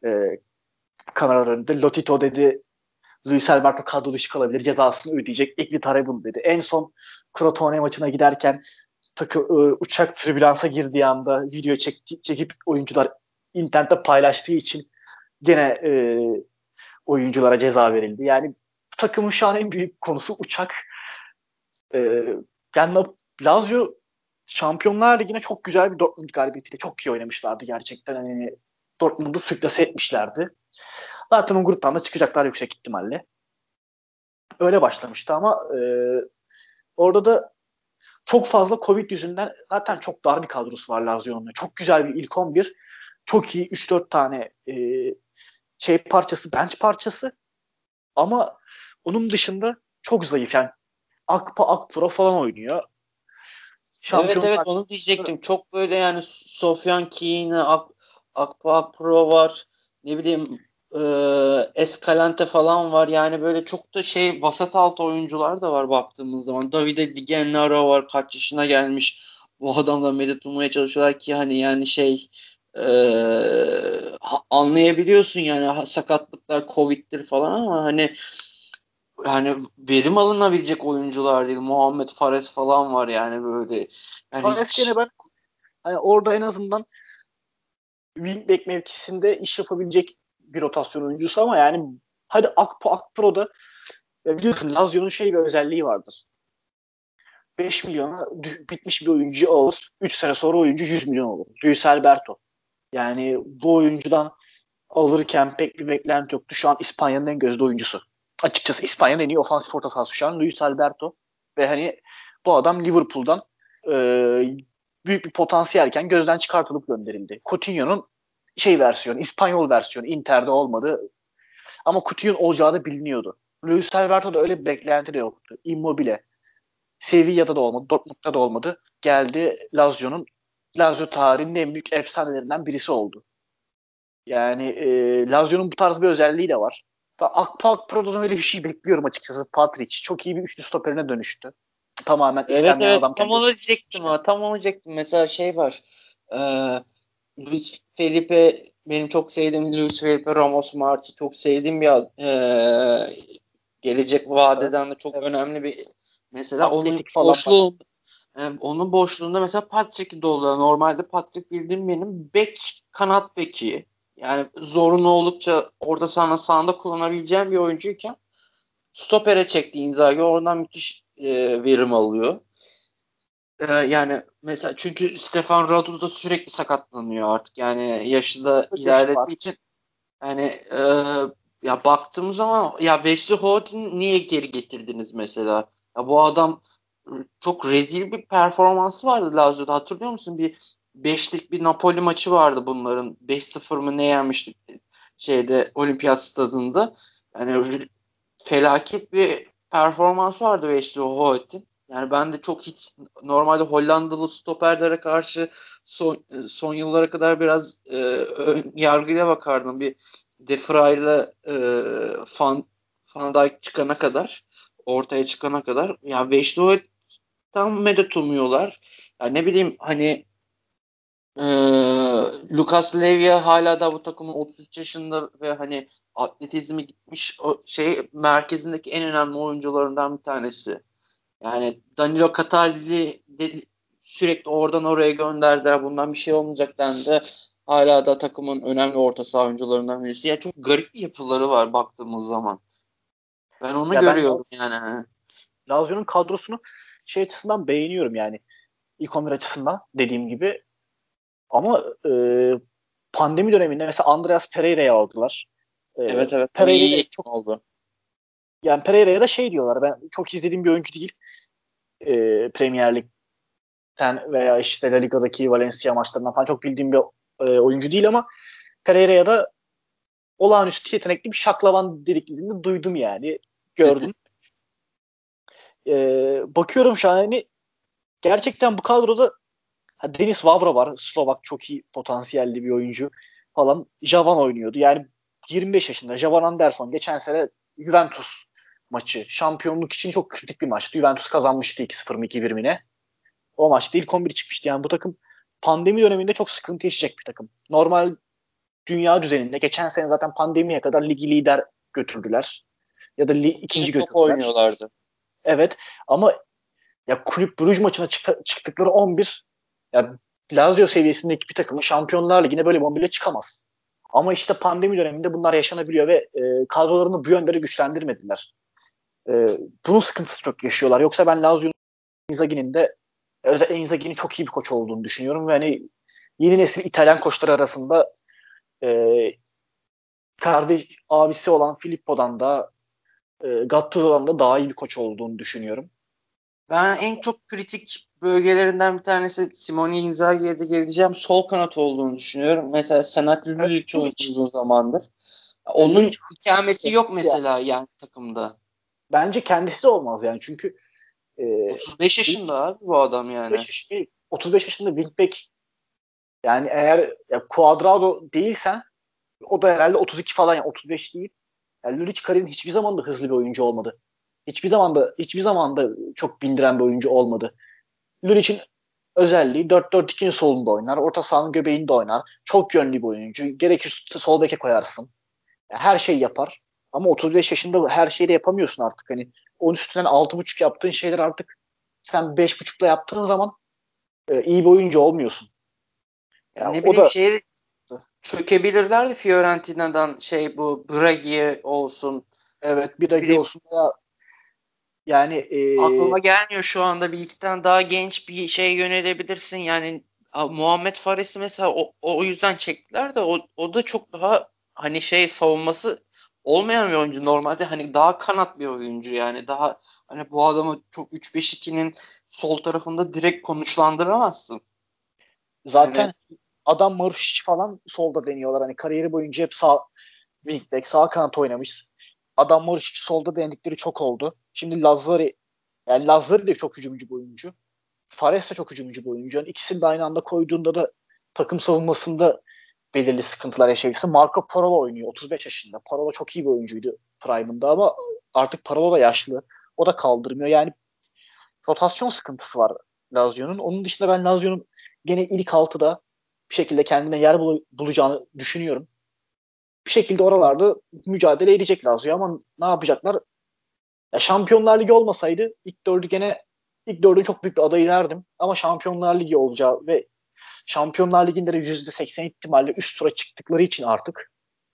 [SPEAKER 2] kameralar önünde. Lotito dedi Luis Alberto kadro dışı kalabilir. Cezasını ödeyecek. Iglitare bunu dedi. En son Crotone maçına giderken uçak türbülansa girdiği anda video çekip oyuncular internette paylaştığı için gene oyunculara ceza verildi. Yani bu takımın şu an en büyük konusu uçak. E, yani Lazio Şampiyonlar Ligi'ne çok güzel bir Dortmund galibiyetiyle çok iyi oynamışlardı gerçekten. Hani Dortmund'u sürklase etmişlerdi. Zaten o gruptan da çıkacaklar yüksek ihtimalle. Öyle başlamıştı ama orada da çok fazla Covid yüzünden zaten çok dar bir kadrosu var Lazio'nun. Çok güzel bir ilk 11. Çok iyi 3-4 tane şey parçası, bench parçası. Ama onun dışında çok zayıf. Yani Akpa Akpro falan oynuyor.
[SPEAKER 1] Evet, evet,
[SPEAKER 2] Şampiyonlar
[SPEAKER 1] onu diyecektim. Çok böyle yani Sofyan Keane, Akpa Akpro var. Ne bileyim Escalante falan var. Yani böyle çok da şey vasat altı oyuncular da var baktığımız zaman. Davide Di Gennaro var. Kaç yaşına gelmiş. Bu adamla medet ummaya çalışıyorlar ki hani yani şey anlayabiliyorsun yani sakatlıklar Covid'dir falan ama hani verim alınabilecek oyuncular değil. Muhammed Fares falan var yani böyle. Yani
[SPEAKER 2] Fares gene
[SPEAKER 1] hiç
[SPEAKER 2] ben hani orada en azından wingback mevkisinde iş yapabilecek bir rotasyon oyuncusu ama yani hadi Akpo Akpro'da biliyorsun Lazio'nun şey bir özelliği vardır. 5 milyona bitmiş bir oyuncu alır. 3 sene sonra oyuncu 100 milyon olur. Luis Alberto. Yani bu oyuncudan alırken pek bir beklenti yoktu. Şu an İspanya'nın en gözde oyuncusu. Açıkçası İspanya'nın en iyi ofansif orta sahası şu an Luis Alberto. Ve hani bu adam Liverpool'dan e, büyük bir potansiyelken gözden çıkartılıp gönderildi. Coutinho'nun şey versiyonu, İspanyol versiyonu Inter'de olmadı. Ama Coutinho'nun olacağı da biliniyordu. Luis Alberto'da öyle bir beklenti de yoktu. Immobile. Sevilla'da da olmadı, Dortmund'da da olmadı. Geldi Lazio tarihinin en büyük efsanelerinden birisi oldu. Yani Lazio'nun bu tarz bir özelliği de var. Akpa Akpro'dan öyle bir şey bekliyorum açıkçası. Patric çok iyi bir üçlü stoperine dönüştü. Tamamen
[SPEAKER 1] evet,
[SPEAKER 2] istenmeyen
[SPEAKER 1] evet,
[SPEAKER 2] adamken
[SPEAKER 1] tam onu diyecektim
[SPEAKER 2] gözükmüşken.
[SPEAKER 1] ha, tam onu diyecektim. Mesela şey var. Luis Felipe benim çok sevdiğim Luis Felipe Ramos Marti çok sevdiğim bir gelecek
[SPEAKER 2] Evet,
[SPEAKER 1] vadeden de çok
[SPEAKER 2] evet.
[SPEAKER 1] önemli bir mesela
[SPEAKER 2] Atletik falan bak.
[SPEAKER 1] onun boşluğunda mesela Patrick'i dolduruyor. Normalde Patrick bildiğim benim kanat beki. Yani zorunlu oldukça orada sahada kullanabileceğim bir oyuncuyken stopere çekti Inzaghi. Oradan müthiş verim alıyor. Yani mesela çünkü Stefan Radu da sürekli sakatlanıyor artık. Yani yaşı da
[SPEAKER 2] Yaşı
[SPEAKER 1] ilerlediği
[SPEAKER 2] var.
[SPEAKER 1] için yani ya baktığımız zaman ya Wesley Hodd'in niye geri getirdiniz mesela? Ya bu adam çok rezil bir performansı vardı Lazio'da. Hatırlıyor musun? Bir beşlik bir Napoli maçı vardı bunların. 5-0 mı ne yenmiştik şeyde Olimpiyat stadında. Yani felaket bir performans vardı Wesley Hodd'in. Yani ben de çok hiç normalde Hollandalı stoperlere karşı son yıllara kadar biraz ön yargıyla bakardım. Bir De Vrij'le Van Dijk çıkana kadar, ortaya çıkana kadar ya Wesley tam medet umuyorlar. Ya ne bileyim hani e, Lucas Leiva hala da bu takımın 33 yaşında ve hani atletizmi gitmiş o şey merkezindeki en önemli oyuncularından bir tanesi. Yani Danilo Cataldi sürekli oradan oraya gönderdiler. Bundan bir şey olmayacak dendi. Hala da takımın önemli orta saha oyuncularından birisi. Ya çok garip bir yapıları var baktığımız zaman. Ben onu
[SPEAKER 2] Ya ben
[SPEAKER 1] görüyorum yani.
[SPEAKER 2] Lazio'nun kadrosunu şey açısından beğeniyorum yani. İlk 11 açısından dediğim gibi. Ama pandemi döneminde mesela Andreas Pereira'yı aldılar.
[SPEAKER 1] Evet, evet, o
[SPEAKER 2] Pereira'yı da
[SPEAKER 1] iyi
[SPEAKER 2] çok,
[SPEAKER 1] oldu.
[SPEAKER 2] yani Pereira'ya da şey diyorlar. Ben çok izlediğim bir oyuncu değil. Premier Lig'den veya işte La Liga'daki Valencia maçlarından falan çok bildiğim bir oyuncu değil ama Pereira'ya da olağanüstü yetenekli bir şaklavan dediklerini duydum yani. Gördüm. Bakıyorum şu an hani gerçekten bu kadroda Denis Vavra var. Slovak çok iyi potansiyelli bir oyuncu falan. Javan oynuyordu. Yani 25 yaşında. Javan Anderson geçen sene Juventus maçı. Şampiyonluk için çok kritik bir maçtı. Juventus kazanmıştı 2-0 mı 2-1 mi ne? O maçta ilk 11 çıkmıştı. Yani bu takım pandemi döneminde çok sıkıntı yaşayacak bir takım. Normal dünya düzeninde geçen sene zaten pandemiye kadar ligi lider götürdüler. Ya da
[SPEAKER 1] İyi
[SPEAKER 2] ikinci
[SPEAKER 1] top
[SPEAKER 2] götürdüler.
[SPEAKER 1] oynuyorlardı.
[SPEAKER 2] Evet ama ya Kulüp Brugge maçına çıktıkları 11 ya Lazio seviyesindeki bir takımın Şampiyonlar Ligi'ne böyle bir 11'le çıkamaz. Ama işte pandemi döneminde bunlar yaşanabiliyor ve kadrolarını bu yönde güçlendirmediler. Bunun sıkıntısı çok yaşıyorlar. Yoksa ben Lazio'nun Inzaghi'nin de özellikle Inzaghi'nin çok iyi bir koç olduğunu düşünüyorum ve hani yeni nesil İtalyan koçları arasında e, kardeş abisi olan Filippo'dan da Gattuso'dan da daha iyi bir koç olduğunu düşünüyorum.
[SPEAKER 1] Ben en çok kritik bölgelerinden bir tanesi Simone Inzaghi'ye de geleceğim. Sol kanat olduğunu düşünüyorum. Mesela Senat
[SPEAKER 2] Evet,
[SPEAKER 1] Lülic oynuyor
[SPEAKER 2] Lulic.
[SPEAKER 1] uzun zamandır.
[SPEAKER 2] Lulic
[SPEAKER 1] Onun ikamesi yok
[SPEAKER 2] ya,
[SPEAKER 1] mesela yani takımda.
[SPEAKER 2] bence kendisi de olmaz yani çünkü e,
[SPEAKER 1] 35 yaşında abi bu adam yani.
[SPEAKER 2] 35 yaşında Wilbeck yani eğer ya Cuadrado değilsen o da herhalde 32 falan yani 35 değil. Yani Lulic kariyerin hiçbir zaman da hızlı bir oyuncu olmadı. Hiçbir zaman da çok bindiren bir oyuncu olmadı. Lulic'in özelliği 4-4-2'nin solunda oynar. Orta sahanın göbeğinde oynar. Çok yönlü bir oyuncu. Gerekirse sol beke koyarsın. Her şeyi yapar. Ama 35 yaşında her şeyi de yapamıyorsun artık. Hani 10 üstünden 6,5 yaptığın şeyler artık sen 5,5'la yaptığın zaman iyi bir oyuncu olmuyorsun.
[SPEAKER 1] Ya
[SPEAKER 2] Ya
[SPEAKER 1] ne
[SPEAKER 2] o
[SPEAKER 1] bileyim
[SPEAKER 2] da
[SPEAKER 1] şey çökebilirlerdi Fiorentina'dan şey bu Bragi olsun.
[SPEAKER 2] evet bir
[SPEAKER 1] Ne
[SPEAKER 2] Agi
[SPEAKER 1] bileyim
[SPEAKER 2] olsun ya yani
[SPEAKER 1] aklıma gelmiyor şu anda bir iki tane daha genç bir şey yönelebilirsin. Yani Muhammed Fares'i mesela o yüzden çektiler de o da çok daha hani şey savunması olmayan bir oyuncu. Normalde hani daha kanat bir oyuncu yani daha hani bu adamı çok 3-5-2'nin sol tarafında direkt konuşlandıramazsın. Yani
[SPEAKER 2] zaten adam Marušić falan solda deniyorlar. Hani kariyeri boyunca hep sağ wingback, sağ kanat oynamış. Adam Marušić solda denedikleri çok oldu. Şimdi Lazzari de çok hücumcu bir oyuncu. Fares de çok hücumcu bir oyuncu. Yani ikisini de aynı anda koyduğunda da takım savunmasında belirli sıkıntılar yaşayabilirsin. Marco Parola oynuyor 35 yaşında. Parola çok iyi bir oyuncuydu Prime'ında ama artık Parola da yaşlı. O da kaldırmıyor. Yani rotasyon sıkıntısı var Lazio'nun. Onun dışında ben Lazio'nun gene ilk altıda bir şekilde kendine yer bulacağını düşünüyorum. Bir şekilde oralarda mücadele edecek Lazio ama ne yapacaklar? Ya Şampiyonlar Ligi olmasaydı ilk dördün çok büyük bir adayı derdim. Ama Şampiyonlar Ligi olacağı ve Şampiyonlar Ligi'nde de %80 ihtimalle üst tura çıktıkları için artık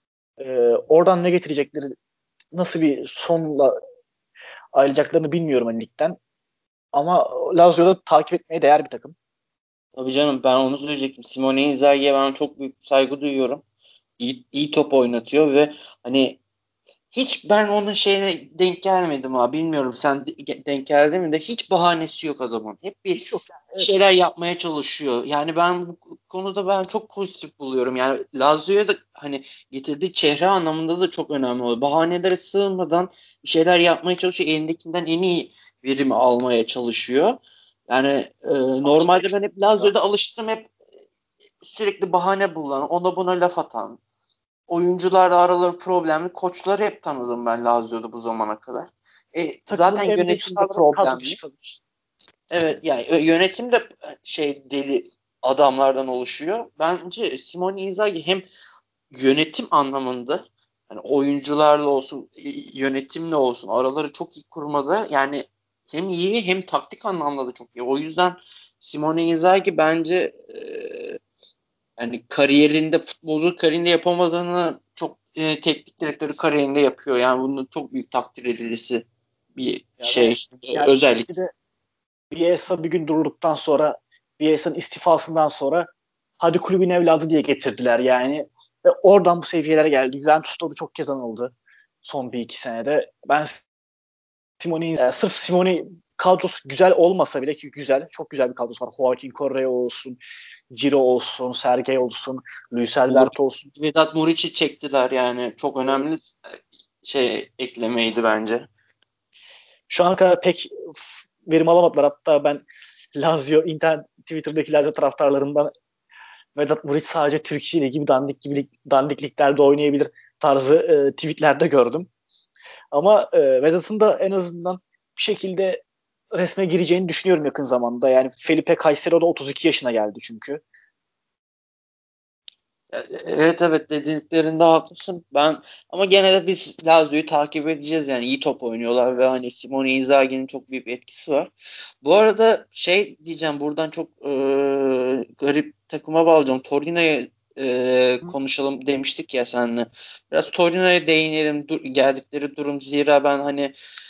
[SPEAKER 2] oradan ne getirecekleri, nasıl bir sonla ayrılacaklarını bilmiyorum hani ligden. Ama Lazio'da takip etmeye değer bir takım.
[SPEAKER 1] tabii canım ben onu söyleyecektim. Simone Inzaghi'ye ben çok büyük saygı duyuyorum. İyi top oynatıyor ve hani hiç ben onun şeyine denk gelmedim ha. Bilmiyorum sen denk geldin mi de hiç bahanesi yok adamın. Hep
[SPEAKER 2] Hiç
[SPEAKER 1] bir
[SPEAKER 2] yok yani. Evet.
[SPEAKER 1] şeyler yapmaya çalışıyor. Yani ben bu konuda ben çok pozitif buluyorum. Yani Lazio'ya da hani getirdiği çehre anlamında da çok önemli oluyor. Bahanelere sığınmadan bir şeyler yapmaya çalışıyor. Elindekinden en iyi verimi almaya çalışıyor. Yani
[SPEAKER 2] Ama şey
[SPEAKER 1] normalde ben
[SPEAKER 2] çok
[SPEAKER 1] hep
[SPEAKER 2] ya.
[SPEAKER 1] Lazio'da alıştım hep sürekli bahane bulan, ona buna laf atan. oyuncularla araları problemli. Koçları hep tanıdım ben Lazio'da bu zamana kadar.
[SPEAKER 2] Takımın
[SPEAKER 1] Zaten
[SPEAKER 2] en büyük
[SPEAKER 1] yönetim de
[SPEAKER 2] starları kadro
[SPEAKER 1] problemli.
[SPEAKER 2] dışı kalır.
[SPEAKER 1] Evet yani yönetim de deli adamlardan oluşuyor. Bence Simone Inzaghi hem yönetim anlamında hani oyuncularla olsun yönetimle olsun araları çok iyi kurmada yani hem iyi hem taktik anlamda da çok iyi. O yüzden Simone Inzaghi bence yani kariyerinde futbolcu kariyerinde yapamadığını çok teknik direktörü kariyerinde yapıyor. Yani bunun çok büyük takdir edilisi bir
[SPEAKER 2] Ya ve
[SPEAKER 1] özellik.
[SPEAKER 2] gerçekten de Bielsa bir gün durduktan sonra Bielsa'nın istifasından sonra hadi kulübün evladı diye getirdiler yani. Ve oradan bu seviyelere geldi. Juventus'ta da çok kez anıldı son bir iki senede. Ben Simone'yi sırf Simone kadrosu güzel olmasa bile ki güzel, çok güzel bir kadrosu var. Joaquin Correa olsun, Ciro olsun, Sergey olsun, Luis Alberto olsun.
[SPEAKER 1] Vedat Muriç'i çektiler yani. Çok önemli eklemeydi bence.
[SPEAKER 2] Şu ana kadar pek verim alamadılar. Hatta ben Twitter'daki Lazio taraftarlarından Vedat Muriç sadece Türkiye Ligi gibi dandik liglerde oynayabilir tarzı tweetlerde gördüm. Ama Vedat'ın da en azından bir şekilde resme gireceğini düşünüyorum yakın zamanda. Yani Felipe Caicedo da 32 yaşına geldi çünkü.
[SPEAKER 1] Evet evet dediklerinde haklısın. Ama gene de biz Lazio'yu takip edeceğiz yani iyi top oynuyorlar ve hani Simone Inzaghi'nin çok büyük etkisi var. Bu arada diyeceğim buradan çok garip takıma bağlayacağım. Torino'ya konuşalım demiştik ya seninle. Biraz Torino'ya değinelim geldikleri durum zira ben hani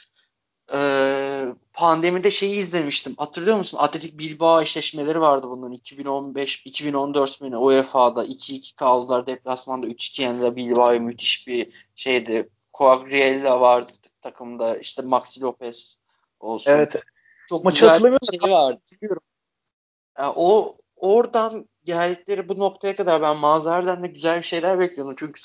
[SPEAKER 1] pandemide izlemiştim. Hatırlıyor musun? Atletik Bilbao eşleşmeleri vardı bunların 2015-2014 mi ne UEFA'da 2-2 kaldılar. Deplasmanda 3-2 yendiler Bilbao'ya müthiş bir şeydi. Quagliarella vardı takımda. İşte Maxi Lopez olsun.
[SPEAKER 2] Evet.
[SPEAKER 1] Çok
[SPEAKER 2] Maçı
[SPEAKER 1] güzel
[SPEAKER 2] hatırlamıyorum
[SPEAKER 1] bir
[SPEAKER 2] da
[SPEAKER 1] vardı.
[SPEAKER 2] biliyorum.
[SPEAKER 1] Yani oradan geldikleri bu noktaya kadar ben Mazhar'dan da güzel bir şeyler bekliyordum. Çünkü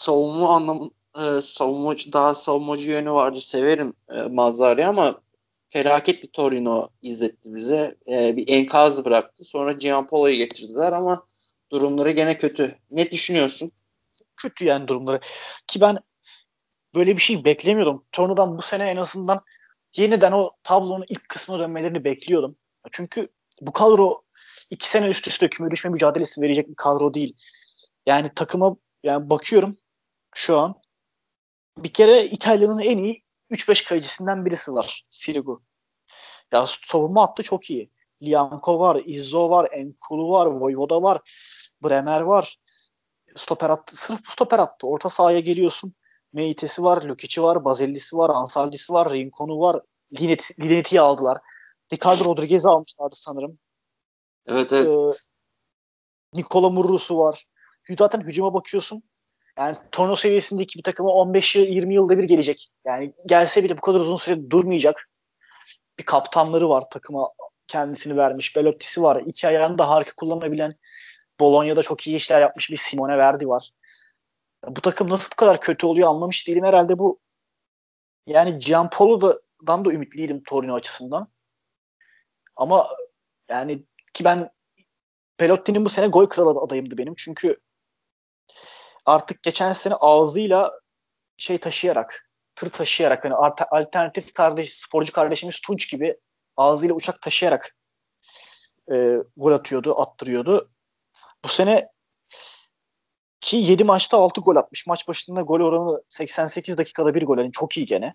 [SPEAKER 1] savunmacı yönü vardı. Severim Mazhar'ı ama felaket bir Torino izletti bize. Bir enkaz bıraktı. Sonra Gianpolo'yu getirdiler ama durumları gene kötü. Ne düşünüyorsun?
[SPEAKER 2] Kötü yani durumları. Ki ben böyle bir şey beklemiyordum. Torno'dan bu sene en azından yeniden o tablonun ilk kısmına dönmelerini bekliyordum. Çünkü bu kadro 2 sene üst üste küme düşme mücadelesi verecek bir kadro değil. Yani takıma yani bakıyorum şu an bir kere İtalya'nın en iyi 3-5 kalecisinden birisi var. Sirigu. Ya savunma hattı çok iyi. Lianco var, Izzo var, Enkulu var, Voivoda var, Bremer var. Stoper attı. Sırf bu stoper attı. Orta sahaya geliyorsun. Meites'i var, Lokic'i var, Bazellisi var, Ansaldi'si var, Rincon'u var. Linetti'yi aldılar. Ricardo Rodriguez'i almışlardı sanırım.
[SPEAKER 1] Evet evet.
[SPEAKER 2] Ee, Nikola Murrusu var. Zaten hücuma bakıyorsun. Yani torno seviyesindeki bir takıma 15-20 yılda bir gelecek. Yani gelse bile bu kadar uzun süre durmayacak. Bir kaptanları var takıma kendisini vermiş. Belotti'si var. İki ayağını da harika kullanabilen Bologna'da çok iyi işler yapmış bir Simone Verdi var. Bu takım nasıl bu kadar kötü oluyor anlamış değilim. Herhalde bu yani Gianpolo'dan da ümitliydim Torino açısından. Ama yani ki ben Pelotti'nin bu sene gol kralı adayımdı benim. Çünkü artık geçen sene ağzıyla tır taşıyarak hani alternatif sporcu kardeşimiz Tunç gibi ağzıyla uçak taşıyarak gol attırıyordu. Bu sene ki 7 maçta 6 gol atmış. Maç başında gol oranı 88 dakikada bir gol. Yani çok iyi gene.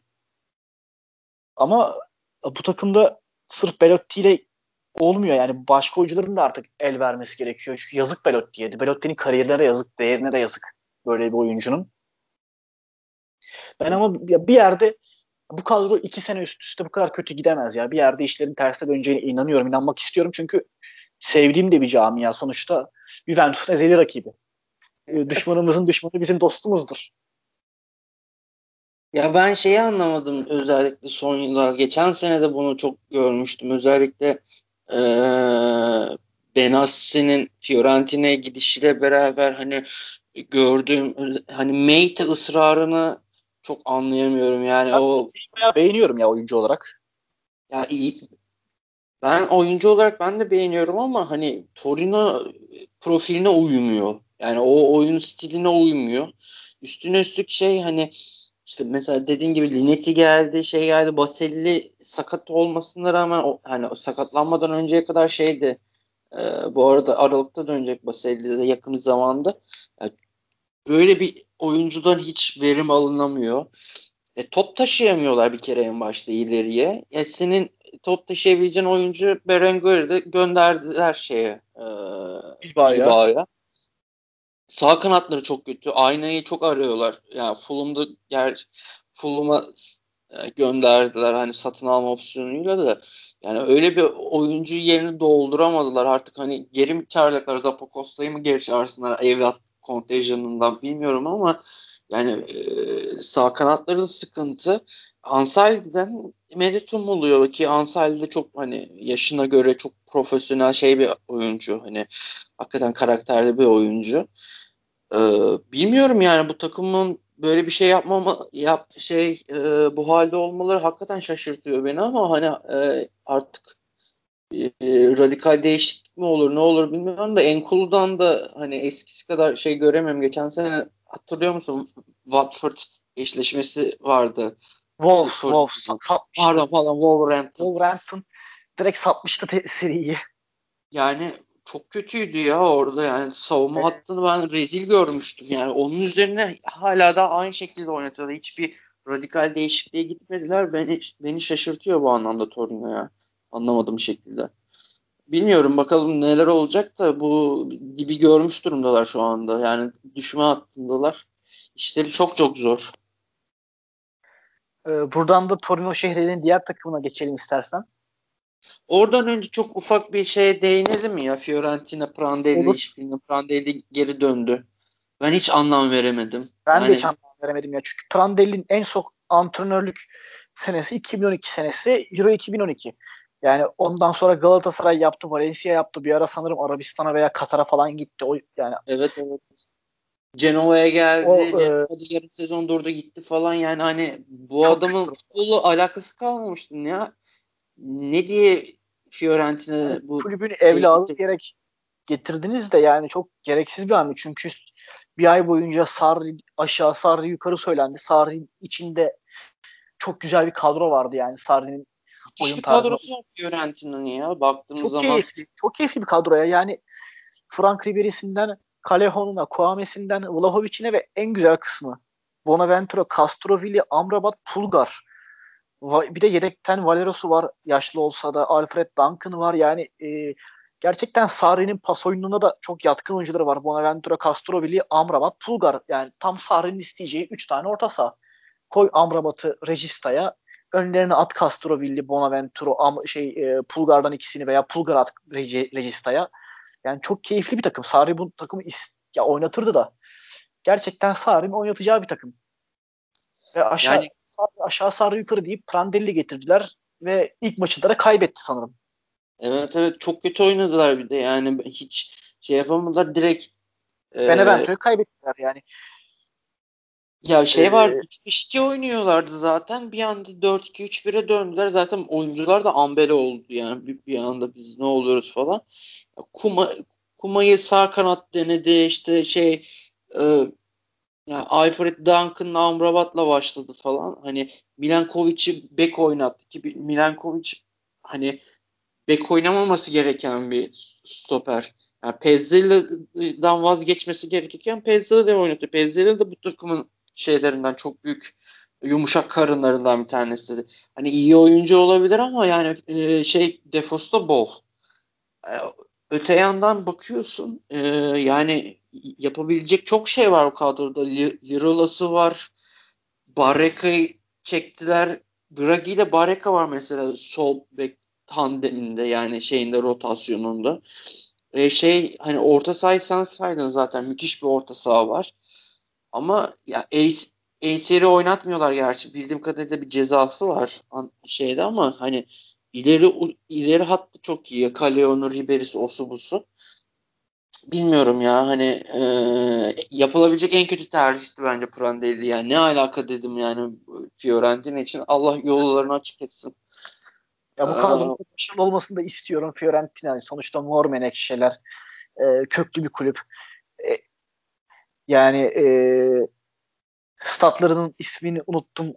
[SPEAKER 2] Ama bu takımda sırf Belotti ile olmuyor yani. Başka oyuncuların da artık el vermesi gerekiyor. Çünkü yazık Belotti'ye. Belotti'nin kariyerine de yazık, değerine de yazık böyle bir oyuncunun. Ben ama bir yerde bu kadro 2 sene üst üste bu kadar kötü gidemez ya. Bir yerde işlerin tersine döneceğine inanıyorum, inanmak istiyorum. Çünkü sevdiğim de bir camia. Sonuçta Juventus'un ezeli rakibi. Düşmanımızın düşmanı bizim dostumuzdur.
[SPEAKER 1] Ya ben anlamadım özellikle son yıllar. Geçen sene de bunu çok görmüştüm. Özellikle Benassi'nin Fiorentina'ya gidişiyle beraber hani gördüğüm hani Meite ısrarını çok anlayamıyorum. Yani
[SPEAKER 2] Ben
[SPEAKER 1] o
[SPEAKER 2] bayağı beğeniyorum ya oyuncu olarak.
[SPEAKER 1] ya iyi, ben oyuncu olarak ben de beğeniyorum ama hani Torino profiline uymuyor. Yani o oyun stiline uymuyor. üstüne üstlük şey hani işte mesela dediğin gibi Linetti geldi, şey geldi, Baselli sakat olmasına rağmen hani o sakatlanmadan önceye kadar şeydi. Bu arada Aralık'ta dönecek Baselli de yakın zamanda. Yani böyle bir oyuncudan hiç verim alınamıyor. Top taşıyamıyorlar bir kere en başta ileriye. Senin top taşıyabileceğin oyuncu Berengör'ü de gönderdiler şeye
[SPEAKER 2] Bilbao'ya.
[SPEAKER 1] Bilbao'ya. Sağ kanatları çok kötü. Aynayı çok arıyorlar. Yani Fulham'a gönderdiler hani satın alma opsiyonuyla da. Yani öyle bir oyuncu yerini dolduramadılar. Artık hani geri mi çağıracaklar? Zapakosta'yı mı geri çağırsınlar evlat kontenjanından bilmiyorum ama yani sağ kanatları da sıkıntı. Ansaldi'den medet umuluyor ki Ansaldi de çok hani yaşına göre çok profesyonel şey bir oyuncu. Hani hakikaten karakterli bir oyuncu. Ee, bilmiyorum yani bu takımın böyle bir şey bu halde olmaları hakikaten şaşırtıyor beni ama hani artık radikal değişiklik mi olur ne olur bilmiyorum da Enkudu'dan da hani eskisi kadar şey göremiyorum. Geçen sene hatırlıyor musun? Watford eşleşmesi vardı.
[SPEAKER 2] Wolves
[SPEAKER 1] Torino'da.
[SPEAKER 2] satmıştı.
[SPEAKER 1] Pardon Wolverhampton.
[SPEAKER 2] Wolverhampton direkt satmıştı seriyi.
[SPEAKER 1] Yani çok kötüydü ya orada yani savunma hattını ben rezil görmüştüm yani onun üzerine hala da aynı şekilde oynatıyorlar. Hiçbir radikal değişikliğe gitmediler. Beni şaşırtıyor bu anlamda Torino ya. Anlamadığım şekilde. Bilmiyorum bakalım neler olacak da bu gibi görmüş durumdalar şu anda. Yani düşme hattındalar. İşleri çok çok zor.
[SPEAKER 2] Buradan da Torino şehrinin diğer takımına geçelim istersen.
[SPEAKER 1] Oradan önce çok ufak bir şeye değinelim mi ya? Fiorentina Prandelli
[SPEAKER 2] Olur.
[SPEAKER 1] işbirliğine. Prandelli geri döndü. Ben hiç anlam veremedim.
[SPEAKER 2] Ben de hiç
[SPEAKER 1] Yani
[SPEAKER 2] anlam veremedim ya. Çünkü Prandelli'nin en son antrenörlük senesi 2012 senesi, Euro 2012. Yani ondan sonra Galatasaray yaptı, Valencia yaptı. Bir ara sanırım Arabistan'a veya Katar'a falan gitti. O yani
[SPEAKER 1] evet. Cenova'ya
[SPEAKER 2] o
[SPEAKER 1] geldi. Cenova'da yarım sezon durdu gitti falan. Yani hani bu
[SPEAKER 2] çok kötü
[SPEAKER 1] adamın
[SPEAKER 2] durum.
[SPEAKER 1] futbolu alakası kalmamıştı ya. Ne diye
[SPEAKER 2] Yani
[SPEAKER 1] Fiorentina bu
[SPEAKER 2] kulübün
[SPEAKER 1] şeyi
[SPEAKER 2] evladı
[SPEAKER 1] getirdi?
[SPEAKER 2] diyerek getirdiniz de yani çok gereksiz bir hamle. Çünkü bir ay boyunca Sarri aşağı Sarri yukarı söylendi. Sarri'nin içinde çok güzel bir kadro vardı yani Sarri'nin
[SPEAKER 1] Müthiş
[SPEAKER 2] oyun
[SPEAKER 1] bir
[SPEAKER 2] tarzına.
[SPEAKER 1] kadrosu var Fiorentina'nın ya baktığımız
[SPEAKER 2] Çok
[SPEAKER 1] zaman.
[SPEAKER 2] keyifli. Çok keyifli bir kadroya. Yani Frank Ribery'sinden Callejon'una, Kouamesi'nden Vlahovic'ine ve en güzel kısmı Bonaventura, Castrovilli, Amrabat, Pulgar. Bir de yedekten Valeros'u var yaşlı olsa da. Alfred Duncan var. Yani gerçekten Sarri'nin pas oyununa da çok yatkın oyuncuları var. Bonaventura, Castrovilli, Amrabat, Pulgar. Yani tam Sarri'nin isteyeceği 3 tane orta saha. Koy Amrabat'ı Regista'ya. Önlerine at Castrovilli, Bonaventura, Pulgar'dan ikisini veya Pulgar at Regista'ya. Yani çok keyifli bir takım. Sarri bu takımı ya oynatırdı da. Gerçekten Sarri'nin oynatacağı bir takım. Ve
[SPEAKER 1] Yani
[SPEAKER 2] aşağı Sarri yukarı deyip Prandelli getirdiler ve ilk maçında da kaybetti sanırım.
[SPEAKER 1] evet çok kötü oynadılar bir de yani hiç şey yapamadılar direkt e,
[SPEAKER 2] Benevento'yu kaybettiler yani.
[SPEAKER 1] ya şey var
[SPEAKER 2] E,
[SPEAKER 1] 3-5-2 oynuyorlardı zaten bir anda 4-2-3-1'e döndüler zaten oyuncular da ambele oldu yani bir anda biz ne oluyoruz falan. Kuma'yı sağ kanat denedi işte e, yani Alfred Duncan'la Amrabat'la başladı falan. Hani Milenkovic'i bek oynattı ki Milenkovic hani bek oynamaması gereken bir stoper. Yani Pezzella'dan vazgeçmesi gerekirken Pezzella de oynatıyor. Pezzella da bu takımın şeylerinden çok büyük yumuşak karınlarından bir tanesi. Hani iyi oyuncu olabilir ama yani defosu da bol. E, öte yandan bakıyorsun yani yapabilecek çok şey var o kadroda. Lirolası var. Barreka'yı çektiler. Draghi ile Barreca var mesela sol bek tandeminde yani şeyinde rotasyonunda. Hani orta sahayı sen saydın zaten müthiş bir orta saha var. Ama ya Acer'i oynatmıyorlar gerçi. Bildiğim kadarıyla bir cezası var şeyde ama hani ileri hattı çok iyi. Callejon, Ribery'si, osu busu. Bilmiyorum ya hani yapılabilecek en kötü tercihti bence Prandelli. Yani ne alaka dedim yani Fiorentina için. Allah yollarını açık etsin.
[SPEAKER 2] ya bu kadronun
[SPEAKER 1] E,
[SPEAKER 2] başarılı olmasını da istiyorum Fiorentina. Sonuçta mor menekşeler. Köklü bir kulüp. E, yani statlarının ismini unuttum.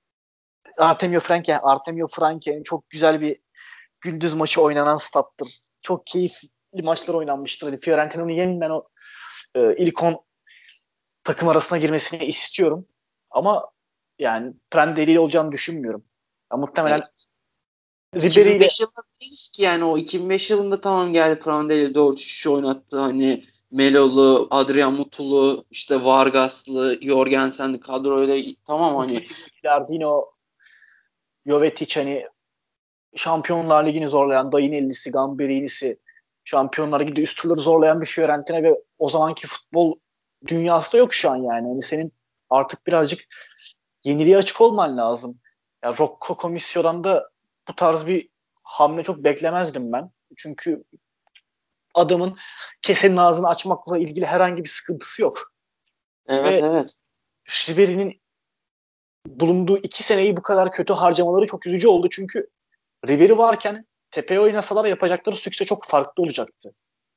[SPEAKER 2] Artemio Franke'nin çok güzel bir gündüz maçı oynanan stattır. Çok keyifli maçlar oynanmıştır. Hani Fiorentina'nın yeniden o ilk 10 takım arasına girmesini istiyorum. Ama yani Prandelli olacağını düşünmüyorum. Ya, muhtemelen
[SPEAKER 1] Evet.
[SPEAKER 2] Ribery ile
[SPEAKER 1] 2005 yılında değiliz ki yani o 2005 yılında tamam geldi Prandelli 4-3 oynattı hani Melo'lu, Adrian Mutlu'lu, işte Vargas'lı, Jorgensen'li kadroyla tamam hani
[SPEAKER 2] Gilardino, Jovetic, hani Şampiyonlar Ligi'ni zorlayan Dayinelli'si, Gamberini'si, Şampiyonlar Ligi'de üst turları zorlayan bir Fiorentina ve o zamanki futbol dünyası da yok şu an yani. Hani senin artık birazcık yeniliğe açık olman lazım. Ya Rocco Commissio'dan da bu tarz bir hamle çok beklemezdim ben. Çünkü adamın kesenin ağzını açmakla ilgili herhangi bir sıkıntısı yok.
[SPEAKER 1] evet
[SPEAKER 2] Ve
[SPEAKER 1] evet.
[SPEAKER 2] Ribery'nin bulunduğu 2 seneyi bu kadar kötü harcamaları çok üzücü oldu. Çünkü Ribery varken tepeye oynasalar yapacakları sükse çok farklı olacaktı.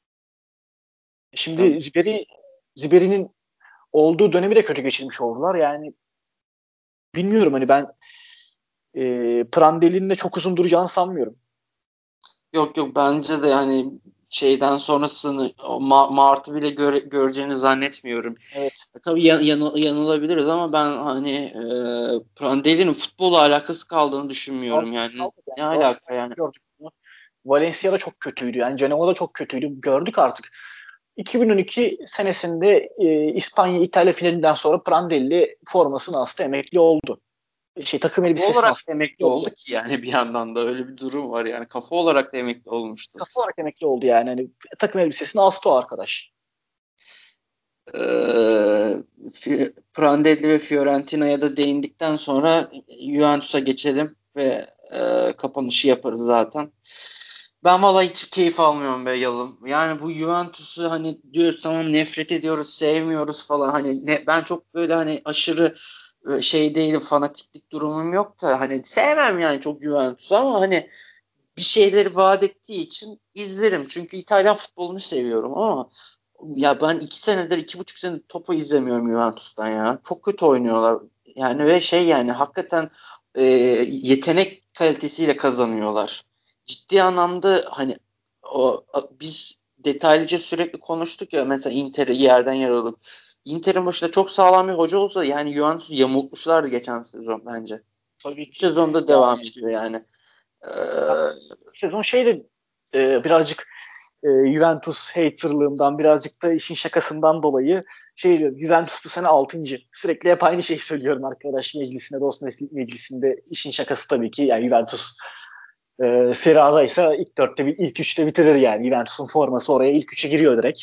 [SPEAKER 1] Ya,
[SPEAKER 2] Şimdi Ribery'nin olduğu dönemi de kötü geçirmiş oldular. Yani bilmiyorum, hani ben Prandelli'nin de çok uzun duracağını sanmıyorum.
[SPEAKER 1] yok yok bence de yani şeyden sonrasını o Mart'ı bile göreceğini zannetmiyorum.
[SPEAKER 2] Evet.
[SPEAKER 1] Tabii yanılabiliriz ama ben hani Prandelli'nin futbola alakası kaldığını düşünmüyorum yani.
[SPEAKER 2] Kaldı yani.
[SPEAKER 1] Ne alaka
[SPEAKER 2] Galatasaray'da
[SPEAKER 1] yani?
[SPEAKER 2] gördük bunu. Valencia'da çok kötüydü. Yani Cenova'da çok kötüydü. Gördük artık. 2012 senesinde İspanya İtalya finalinden sonra Prandelli formasını astı, emekli oldu. Takım
[SPEAKER 1] Kafa
[SPEAKER 2] elbisesini
[SPEAKER 1] olarak
[SPEAKER 2] astı,
[SPEAKER 1] da
[SPEAKER 2] emekli
[SPEAKER 1] emekli oldu
[SPEAKER 2] oldu.
[SPEAKER 1] ki yani bir yandan da öyle bir durum var yani. Kafa olarak da emekli olmuştu.
[SPEAKER 2] Kafa olarak emekli oldu yani. Hani takım elbisesini astı o arkadaş.
[SPEAKER 1] Prandelli ve Fiorentina'ya da değindikten sonra Juventus'a geçelim ve kapanışı yaparız zaten. Ben vallahi hiç keyif almıyorum be Yalım. Yani bu Juventus'u hani diyoruz tamam nefret ediyoruz, sevmiyoruz falan. Hani ben çok böyle hani aşırı şey değilim, fanatiklik durumum yok da hani sevmem yani çok Juventus'u ama hani bir şeyleri vaat ettiği için izlerim. Çünkü İtalyan futbolunu seviyorum ama ya ben 2 senedir, 2,5 senedir topu izlemiyorum Juventus'tan ya. Çok kötü oynuyorlar. Yani ve şey yani hakikaten yetenek kalitesiyle kazanıyorlar. Ciddi anlamda hani biz detaylıca sürekli konuştuk ya mesela Inter'i yerden yer alıp Inter'in başında çok sağlam bir hoca olsa yani Juventus'u yamultmuşlardı geçen sezon bence.
[SPEAKER 2] Tabii
[SPEAKER 1] Bu
[SPEAKER 2] ki.
[SPEAKER 1] sezonda
[SPEAKER 2] Ya
[SPEAKER 1] devam ediyor yani. Ee,
[SPEAKER 2] ben sezon birazcık Juventus haterlığımdan, birazcık da işin şakasından dolayı diyorum. Juventus bu sene 6. Sürekli hep aynı şeyi söylüyorum arkadaş meclisinde, dost meclisinde. İşin şakası tabii ki yani Juventus Serie A'da ise ilk 3'te bitirir yani. Juventus'un forması oraya ilk 3'e giriyor direkt.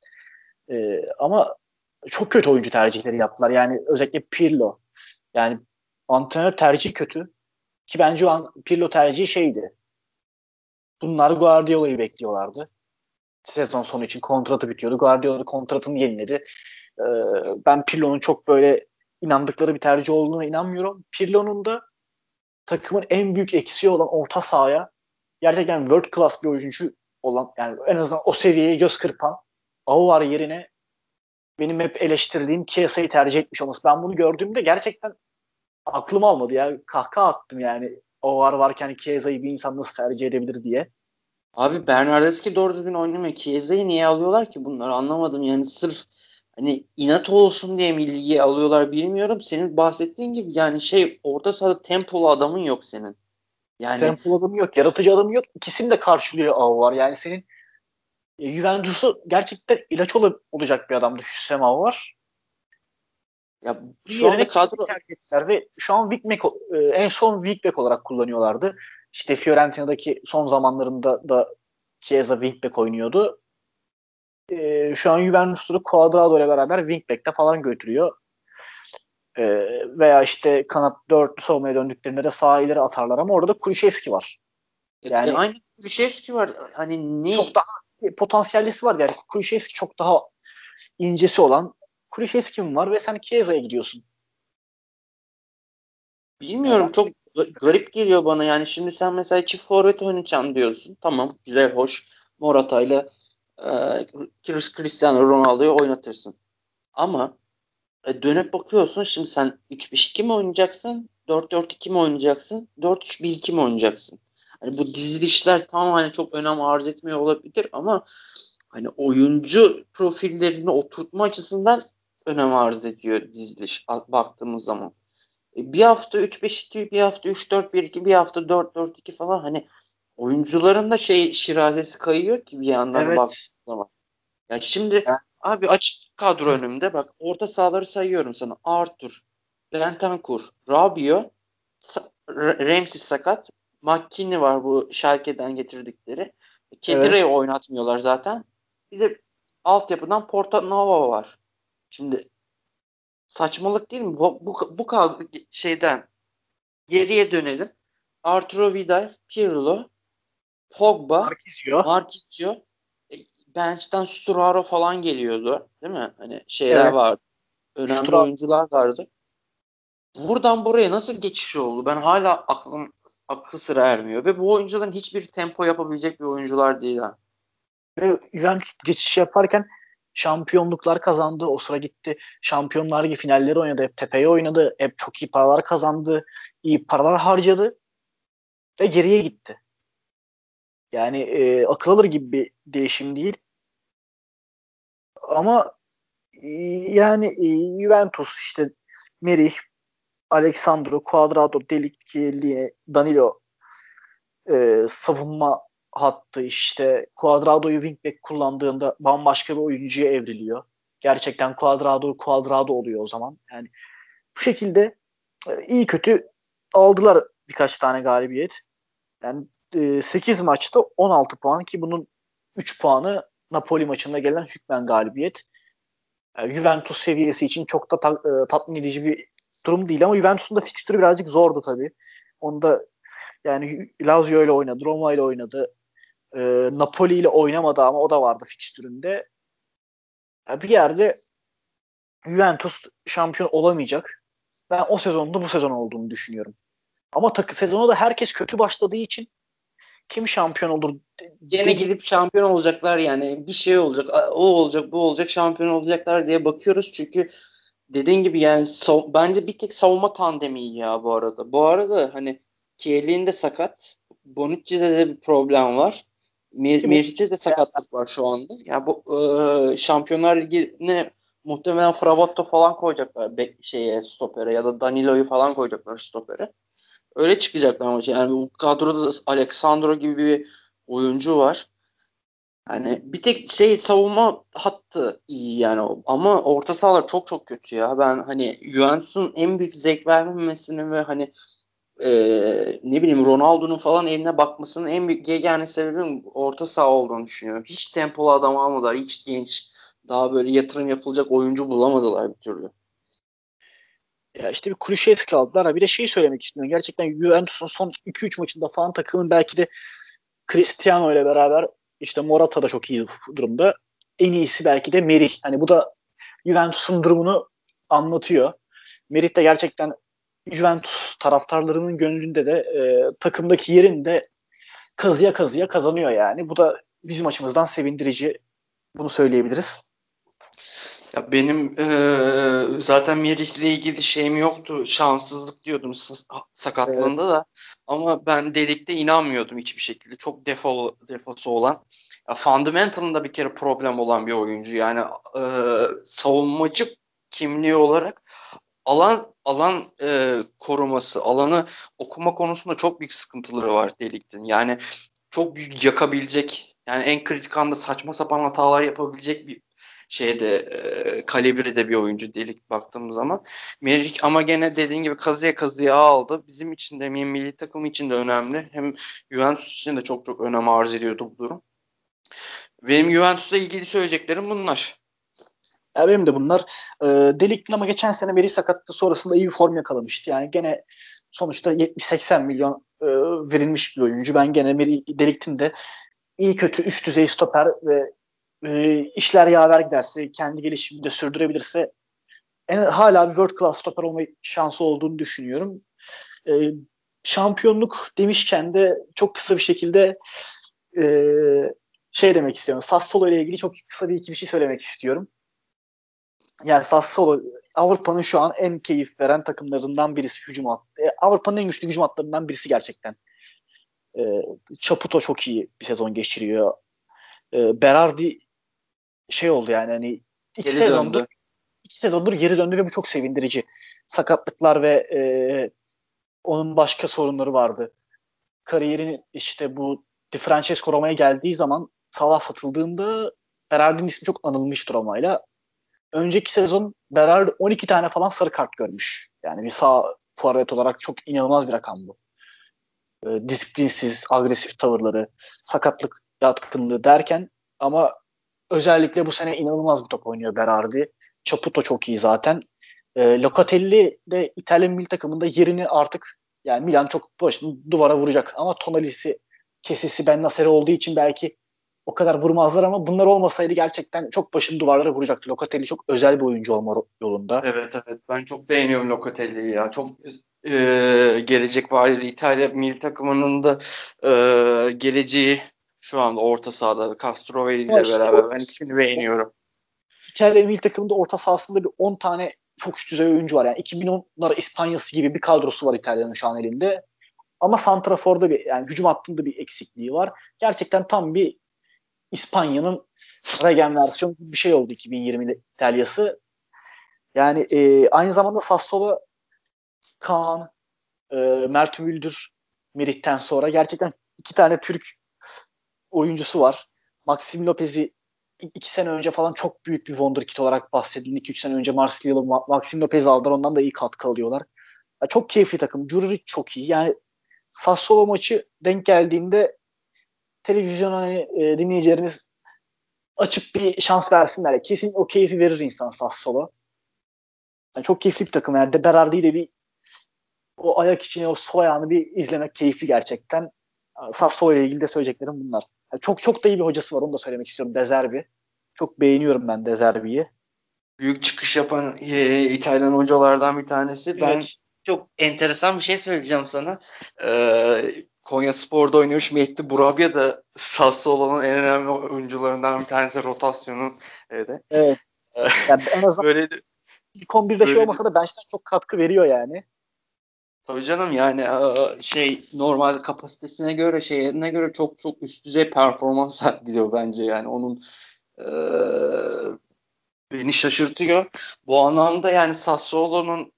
[SPEAKER 2] Ama çok kötü oyuncu tercihleri yaptılar. Yani özellikle Pirlo. Yani antrenör tercihi kötü. Ki bence o an Pirlo tercihi şeydi. Bunlar Guardiola'yı bekliyorlardı. Sezon sonu için kontratı bitiyordu. Guardiola kontratını yeniledi. Ee, Ben Pirlo'nun çok böyle inandıkları bir tercih olduğuna inanmıyorum. Pirlo'nun da takımın en büyük eksiği olan orta sahaya gerçekten world class bir oyuncu olan, yani en azından o seviyeye göz kırpan Aouar yerine benim hep eleştirdiğim Chiesa'yı tercih etmiş olması. Ben bunu gördüğümde gerçekten aklım almadı ya. Kahkaha attım yani. Aouar varken Chiesa'yı bir insan nasıl tercih edebilir diye.
[SPEAKER 1] Abi Bernardeschi doğru düzgün oynamıyor. Chiesa'yı niye alıyorlar ki bunları anlamadım. Yani sırf hani inat olsun diye mi ligi alıyorlar bilmiyorum. Senin bahsettiğin gibi yani şey orta sahada tempolu adamın yok senin. Yani
[SPEAKER 2] Tempolu adamı yok, yaratıcı adamı yok. İkisini de karşılıyor Aouar. Yani senin Juventus'u gerçekten olacak bir adamdı Hüsam Aouar.
[SPEAKER 1] ya
[SPEAKER 2] Bunun
[SPEAKER 1] şu anda
[SPEAKER 2] yerine Chiesa'yı
[SPEAKER 1] kadro
[SPEAKER 2] tercih ettiler ve şu an en son wingback olarak kullanıyorlardı. İşte Fiorentina'daki son zamanlarında da Chiesa wingback oynuyordu. Şu an Juventus'ta da Cuadrado ile beraber wingback'te falan götürüyor. Veya işte kanat dörtlü savunmaya döndüklerinde de sağ ileri atarlar ama orada Kulusevski var. Yani
[SPEAKER 1] aynı Kulusevski var. Hani ne
[SPEAKER 2] çok daha potansiyellisi var yani. Kulusevski çok daha incesi olan Kulusevski'nin var ve sen Chiesa'ya gidiyorsun. Yani
[SPEAKER 1] bilmiyorum
[SPEAKER 2] ben
[SPEAKER 1] çok garip geliyor bana. Yani şimdi sen mesela çift forvet oynayacağım diyorsun. Tamam güzel hoş. Morata'yla Cristiano Ronaldo'yu oynatırsın. Ama Dönüp bakıyorsun şimdi sen 3-5-2 mi oynayacaksın? 4-4-2 mi oynayacaksın? 4-3-1-2 mi oynayacaksın? Hani bu dizilişler tamam hani çok önem arz etmiyor olabilir ama hani oyuncu profillerini oturtma açısından önem arz ediyor diziliş baktığımız zaman. Bir hafta 3-5-2, bir hafta 3-4-1-2, bir hafta 4-4-2 falan hani oyuncuların da şirazesi kayıyor ki bir yandan baktığımız
[SPEAKER 2] Evet.
[SPEAKER 1] zaman. Ya şimdi
[SPEAKER 2] Yani,
[SPEAKER 1] abi açık kadro önümde bak orta sahaları sayıyorum sana. Arthur, Bentancur, Rabiot, Ramsey sakat. McKennie var bu Schalke'den getirdikleri. Khedire'yi
[SPEAKER 2] evet.
[SPEAKER 1] oynatmıyorlar zaten. Bir de altyapıdan Portanova var. Şimdi saçmalık değil mi? Bu kadro şeyden geriye dönelim. Arturo Vidal, Pirlo, Pogba,
[SPEAKER 2] Marquinhos.
[SPEAKER 1] Marquinhos, e, bench'ten Sturaro falan geliyordu. Değil mi? Hani şeyler
[SPEAKER 2] Evet.
[SPEAKER 1] vardı. Önemli
[SPEAKER 2] Şutra
[SPEAKER 1] oyuncular vardı. Buradan buraya nasıl geçiş oldu? Ben hala akıl sıra ermiyor. Ve bu oyuncuların hiçbir tempo yapabilecek bir oyuncular değil ha.
[SPEAKER 2] ve Juventus geçiş yaparken şampiyonluklar kazandı. O sıra gitti. Şampiyonlar Ligi finalleri oynadı. Hep tepeye oynadı. Hep çok iyi paralar kazandı. İyi paralar harcadı ve geriye gitti. Yani akıl alır gibi bir değişim değil. Ama e, yani Juventus işte Merih, Alexandro, Cuadrado, Delik, Chiellini, Danilo savunma hattı işte Cuadrado'yu wingback kullandığında bambaşka bir oyuncuya evriliyor. Gerçekten Cuadrado oluyor o zaman. Yani bu şekilde iyi kötü aldılar birkaç tane galibiyet. Yani 8 maçta 16 puan ki bunun 3 puanı Napoli maçında gelen hükmen galibiyet. Yani Juventus seviyesi için çok da tatmin edici bir durum değil ama Juventus'un da fikstürü birazcık zordu tabii. Onda yani Lazio ile oynadı, Roma ile oynadı. E, Napoli ile oynamadı ama o da vardı fikstüründe. Yani bir yerde Juventus şampiyon olamayacak. Ben o sezonda bu sezon olduğunu düşünüyorum. Ama sezonu da herkes kötü başladığı için kim şampiyon olur
[SPEAKER 1] Gene
[SPEAKER 2] dedi.
[SPEAKER 1] gidip şampiyon olacaklar yani bir şey olacak, o olacak, bu olacak, şampiyon olacaklar diye bakıyoruz çünkü dediğin gibi yani bence bir tek savunma tandemi iyi ya bu arada. Bu arada hani Chiellini de sakat. Bonucci'de de bir problem var.
[SPEAKER 2] Ki
[SPEAKER 1] Merih'te de sakatlık var şu anda. Ya bu Şampiyonlar Ligi'ne muhtemelen Fravatto falan koyacaklar şeye stopere ya da Danilo'yu falan koyacaklar stopere. Öyle çıkacaklar maçı. Yani bu kadroda da Alexandro gibi bir oyuncu var. Yani bir tek şey savunma hattı iyi yani ama orta sahalar çok çok kötü ya. Ben hani Juventus'un en büyük zevk vermemesinin ve hani ne bileyim Ronaldo'nun falan eline bakmasının en büyük yegane sebebinin orta saha olduğunu düşünüyorum. Hiç tempolu adam almadılar. Hiç genç daha böyle yatırım yapılacak oyuncu bulamadılar bir türlü.
[SPEAKER 2] ya işte bir Kulüşevski aldılar. Bir de şeyi söylemek istiyorum. Gerçekten Juventus'un son 2-3 maçında falan takımın belki de Cristiano ile beraber işte Morata da çok iyi durumda. En iyisi belki de Merih. Hani bu da Juventus'un durumunu anlatıyor. Merih de gerçekten Juventus taraftarlarının gönlünde de takımdaki yerini de kazıya kazıya kazanıyor yani. Bu da bizim açımızdan sevindirici. Bunu söyleyebiliriz.
[SPEAKER 1] Ya benim zaten Merih'le ilgili şeyim yoktu. Şanssızlık diyordum
[SPEAKER 2] Evet.
[SPEAKER 1] sakatlığında da. Ama ben dedikte inanmıyordum hiçbir şekilde. Çok defosu olan. Ya fundamental'ında bir kere problem olan bir oyuncu. Yani savunmacı kimliği olarak alan koruması, alanı okuma konusunda çok büyük sıkıntıları var Delik'tin. Yani çok büyük yakabilecek, yani en kritik anda saçma sapan hatalar yapabilecek bir kalibrede bir oyuncu Delik baktığımız zaman. Merih ama gene dediğin gibi kazıya kazıya aldı. Bizim için de hem milli takım için de önemli. Hem Juventus için de çok çok önem arz ediyordu bu durum. Benim Juventus'la ilgili söyleyeceklerim bunlar.
[SPEAKER 2] Ya benim de bunlar. Delik'in ama geçen sene Merih sakatlığı sonrasında iyi bir form yakalamıştı. Yani gene sonuçta 70-80 milyon verilmiş bir oyuncu. Ben gene Delik'in de iyi kötü üst düzey stoper ve işler yaver giderse, kendi gelişimini de sürdürebilirse hala bir world class stoper olma şansı olduğunu düşünüyorum. E, Şampiyonluk demişken de çok kısa bir şekilde e, şey demek istiyorum. Sassuolo ile ilgili çok kısa bir iki bir şey söylemek istiyorum. Yani Sassuolo Avrupa'nın şu an en keyif veren takımlarından birisi hücum hattı. Avrupa'nın en güçlü hücum hatlarından birisi gerçekten. Caputo çok iyi bir sezon geçiriyor. Berardi şey oldu yani hani iki
[SPEAKER 1] Geri
[SPEAKER 2] sezondur
[SPEAKER 1] döndü.
[SPEAKER 2] iki sezondur geri döndü ve bu çok sevindirici. Sakatlıklar ve onun başka sorunları vardı. Kariyerin işte bu Di Francesco Roma'ya geldiği zaman Salah satıldığında Berardi'nin ismi çok anılmıştır Roma'yla. Önceki sezon Berardi 12 tane falan sarı kart görmüş. Yani bir sağ forvet olarak çok inanılmaz bir rakam bu. Disiplinsiz, agresif tavırları, sakatlık yatkınlığı derken ama özellikle bu sene inanılmaz bir top oynuyor Berardi. Caputo çok iyi zaten. Locatelli de İtalyan milli takımında yerini artık yani Milan çok başını duvara vuracak ama Tonali'si, Kesisi, Bennacer olduğu için belki o kadar vurmazlar ama bunlar olmasaydı gerçekten çok başını duvarlara vuracaktı. Locatelli çok özel bir oyuncu olma yolunda.
[SPEAKER 1] Evet, evet, ben çok beğeniyorum Locatelli'yi ya. Çok gelecek vadeli İtalya milli takımının da geleceği şu anda orta sahada Castrovilli
[SPEAKER 2] Ama
[SPEAKER 1] ile
[SPEAKER 2] işte
[SPEAKER 1] beraber ben ikisini beğeniyorum.
[SPEAKER 2] İtalya milli takımında orta sahasında bir 10 tane çok üst düzey oyuncu var. Yani 2010'lar İspanyası gibi bir kadrosu var İtalya'nın şu an elinde. Ama santraforda bir yani hücum hattında bir eksikliği var. Gerçekten tam bir İspanya'nın Regen versiyonu gibi bir şey oldu 2020 İtalya'sı. Yani aynı zamanda Sassuolo, Kaan, e, Mert Müldür, Merih'ten sonra gerçekten iki tane Türk oyuncusu var. Maxim Lopez'i 2 sene önce falan çok büyük bir wonderkid olarak bahsedildi. 2-3 sene önce Marsilyalı Maxim Lopez'i aldılar. Ondan da iyi katkı alıyorlar. Ya çok keyifli takım. Djuric çok iyi. Yani Sassuolo maçı denk geldiğinde televizyona hani, dinleyicilerimiz açıp bir şans versinler. Kesin o keyfi verir insan Sassuolo. Yani çok keyifli bir takım. Yani De Berardi'yi de bir o ayak içine o sol ayağını bir izlemek keyifli gerçekten. Sassuolo ile ilgili de söyleyeceklerim bunlar. Yani çok çok da iyi bir hocası var. Onu da söylemek istiyorum. De Zerbi. Çok beğeniyorum ben De Zerbi'yi.
[SPEAKER 1] Büyük çıkış yapan İtalyan hocalardan bir tanesi. Ben
[SPEAKER 2] Evet.
[SPEAKER 1] çok enteresan bir şey söyleyeceğim sana. Konyaspor'da oynuyormuş Mehdi Burabya da Sassuolo'nun en önemli oyuncularından bir tanesi rotasyonun de.
[SPEAKER 2] Evet. Yani en azından
[SPEAKER 1] Böyle
[SPEAKER 2] ilk 11'de şey
[SPEAKER 1] böyle
[SPEAKER 2] olmasa da bench'ten çok katkı veriyor yani.
[SPEAKER 1] tabii canım yani şey normal kapasitesine göre şeyine göre çok çok üst düzey performans sergiliyor bence yani onun beni şaşırtıyor. Bu anlamda yani Sassuolo'nun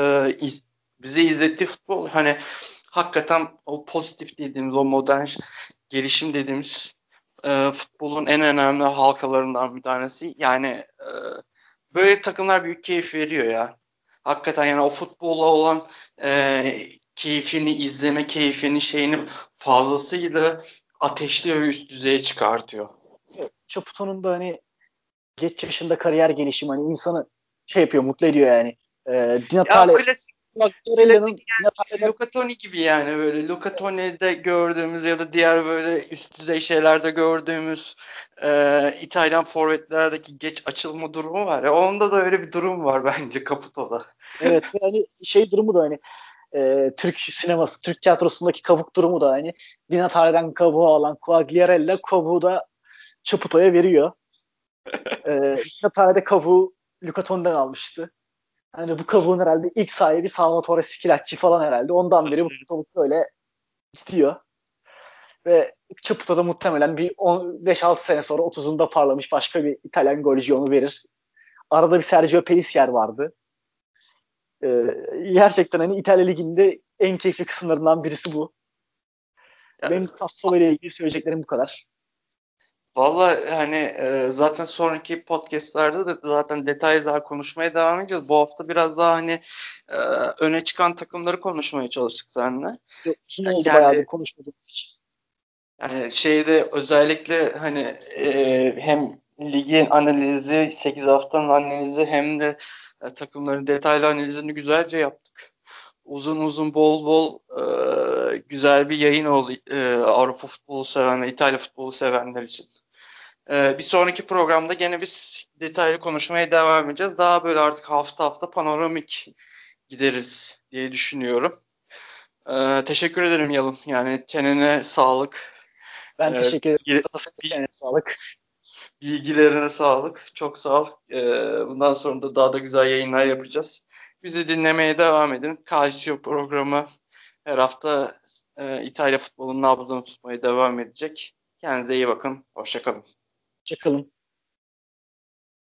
[SPEAKER 1] bize izlettiği futbol hani hakikaten o pozitif dediğimiz o modern gelişim dediğimiz futbolun en önemli halkalarından bir tanesi. Yani böyle takımlar büyük keyif veriyor ya. Hakikaten yani o futbola olan keyfini, izleme keyfini şeyini fazlasıyla ateşliyor ve üst düzeye çıkartıyor.
[SPEAKER 2] Evet. Çaputo'nun da hani geç yaşında kariyer gelişimi hani insanı şey yapıyor, mutlu ediyor yani. Di
[SPEAKER 1] Ya
[SPEAKER 2] Natale
[SPEAKER 1] klasik
[SPEAKER 2] Quagliarella'nın Di Natale'den
[SPEAKER 1] Luca Toni gibi yani böyle Luca Toni'de gördüğümüz ya da diğer böyle üst düzey şeylerde gördüğümüz İtalyan forvetlerdeki geç açılma durumu var ya onda da öyle bir durum var bence Caputo'da.
[SPEAKER 2] evet ve hani şey durumu da hani Türk sineması, Türk tiyatrosundaki kabuk durumu da hani Di Natale'den kabuğu alan Quagliarella kabuğu da Çaputo'ya veriyor. Di Natale'de kabuğu Luca Toni'den almıştı. Hani bu kabuğun herhalde ilk sahibi Salvatore Schilacci falan herhalde. Ondan beri bu kabuk böyle gidiyor. Ve Çaputo da muhtemelen bir 5-6 sene sonra 30'unda parlamış başka bir İtalyan golcü onu verir. Arada bir Sergio Pellicer vardı. Gerçekten hani İtalya Ligi'nde en keyifli kısımlarından birisi bu.
[SPEAKER 1] Ya,
[SPEAKER 2] Benim Sassuolo ile ilgili söyleyeceklerim bu kadar.
[SPEAKER 1] valla hani zaten sonraki podcastlerde de zaten detaylı daha konuşmaya devam edeceğiz. Bu hafta biraz daha hani e, öne çıkan takımları konuşmaya çalıştık seninle.
[SPEAKER 2] Uzun oldu bayağıdır
[SPEAKER 1] Kendi
[SPEAKER 2] konuşmadığımız için.
[SPEAKER 1] yani şeyde özellikle hani hem ligin analizi, 8 haftanın analizi hem de takımların detaylı analizini güzelce yaptık. Uzun uzun bol bol güzel bir yayın oldu Avrupa futbolu sevenler, İtalya futbolu sevenler için. Bir sonraki programda gene biz detaylı konuşmaya devam edeceğiz. Daha böyle artık hafta hafta panoramik gideriz diye düşünüyorum. Teşekkür ederim Yalın. Yani çenene sağlık.
[SPEAKER 2] Ben
[SPEAKER 1] Ee,
[SPEAKER 2] teşekkür ederim.
[SPEAKER 1] bir,
[SPEAKER 2] Mustafa senin de
[SPEAKER 1] bir,
[SPEAKER 2] çenene sağlık.
[SPEAKER 1] Bilgilerine sağlık. Çok sağ ol. Bundan sonra da daha da güzel yayınlar yapacağız. Bizi dinlemeye devam edin. Calcio programı her hafta İtalya futbolunun nabzını tutmaya devam edecek. Kendinize iyi bakın. Hoşça kalın.
[SPEAKER 2] Çakalım.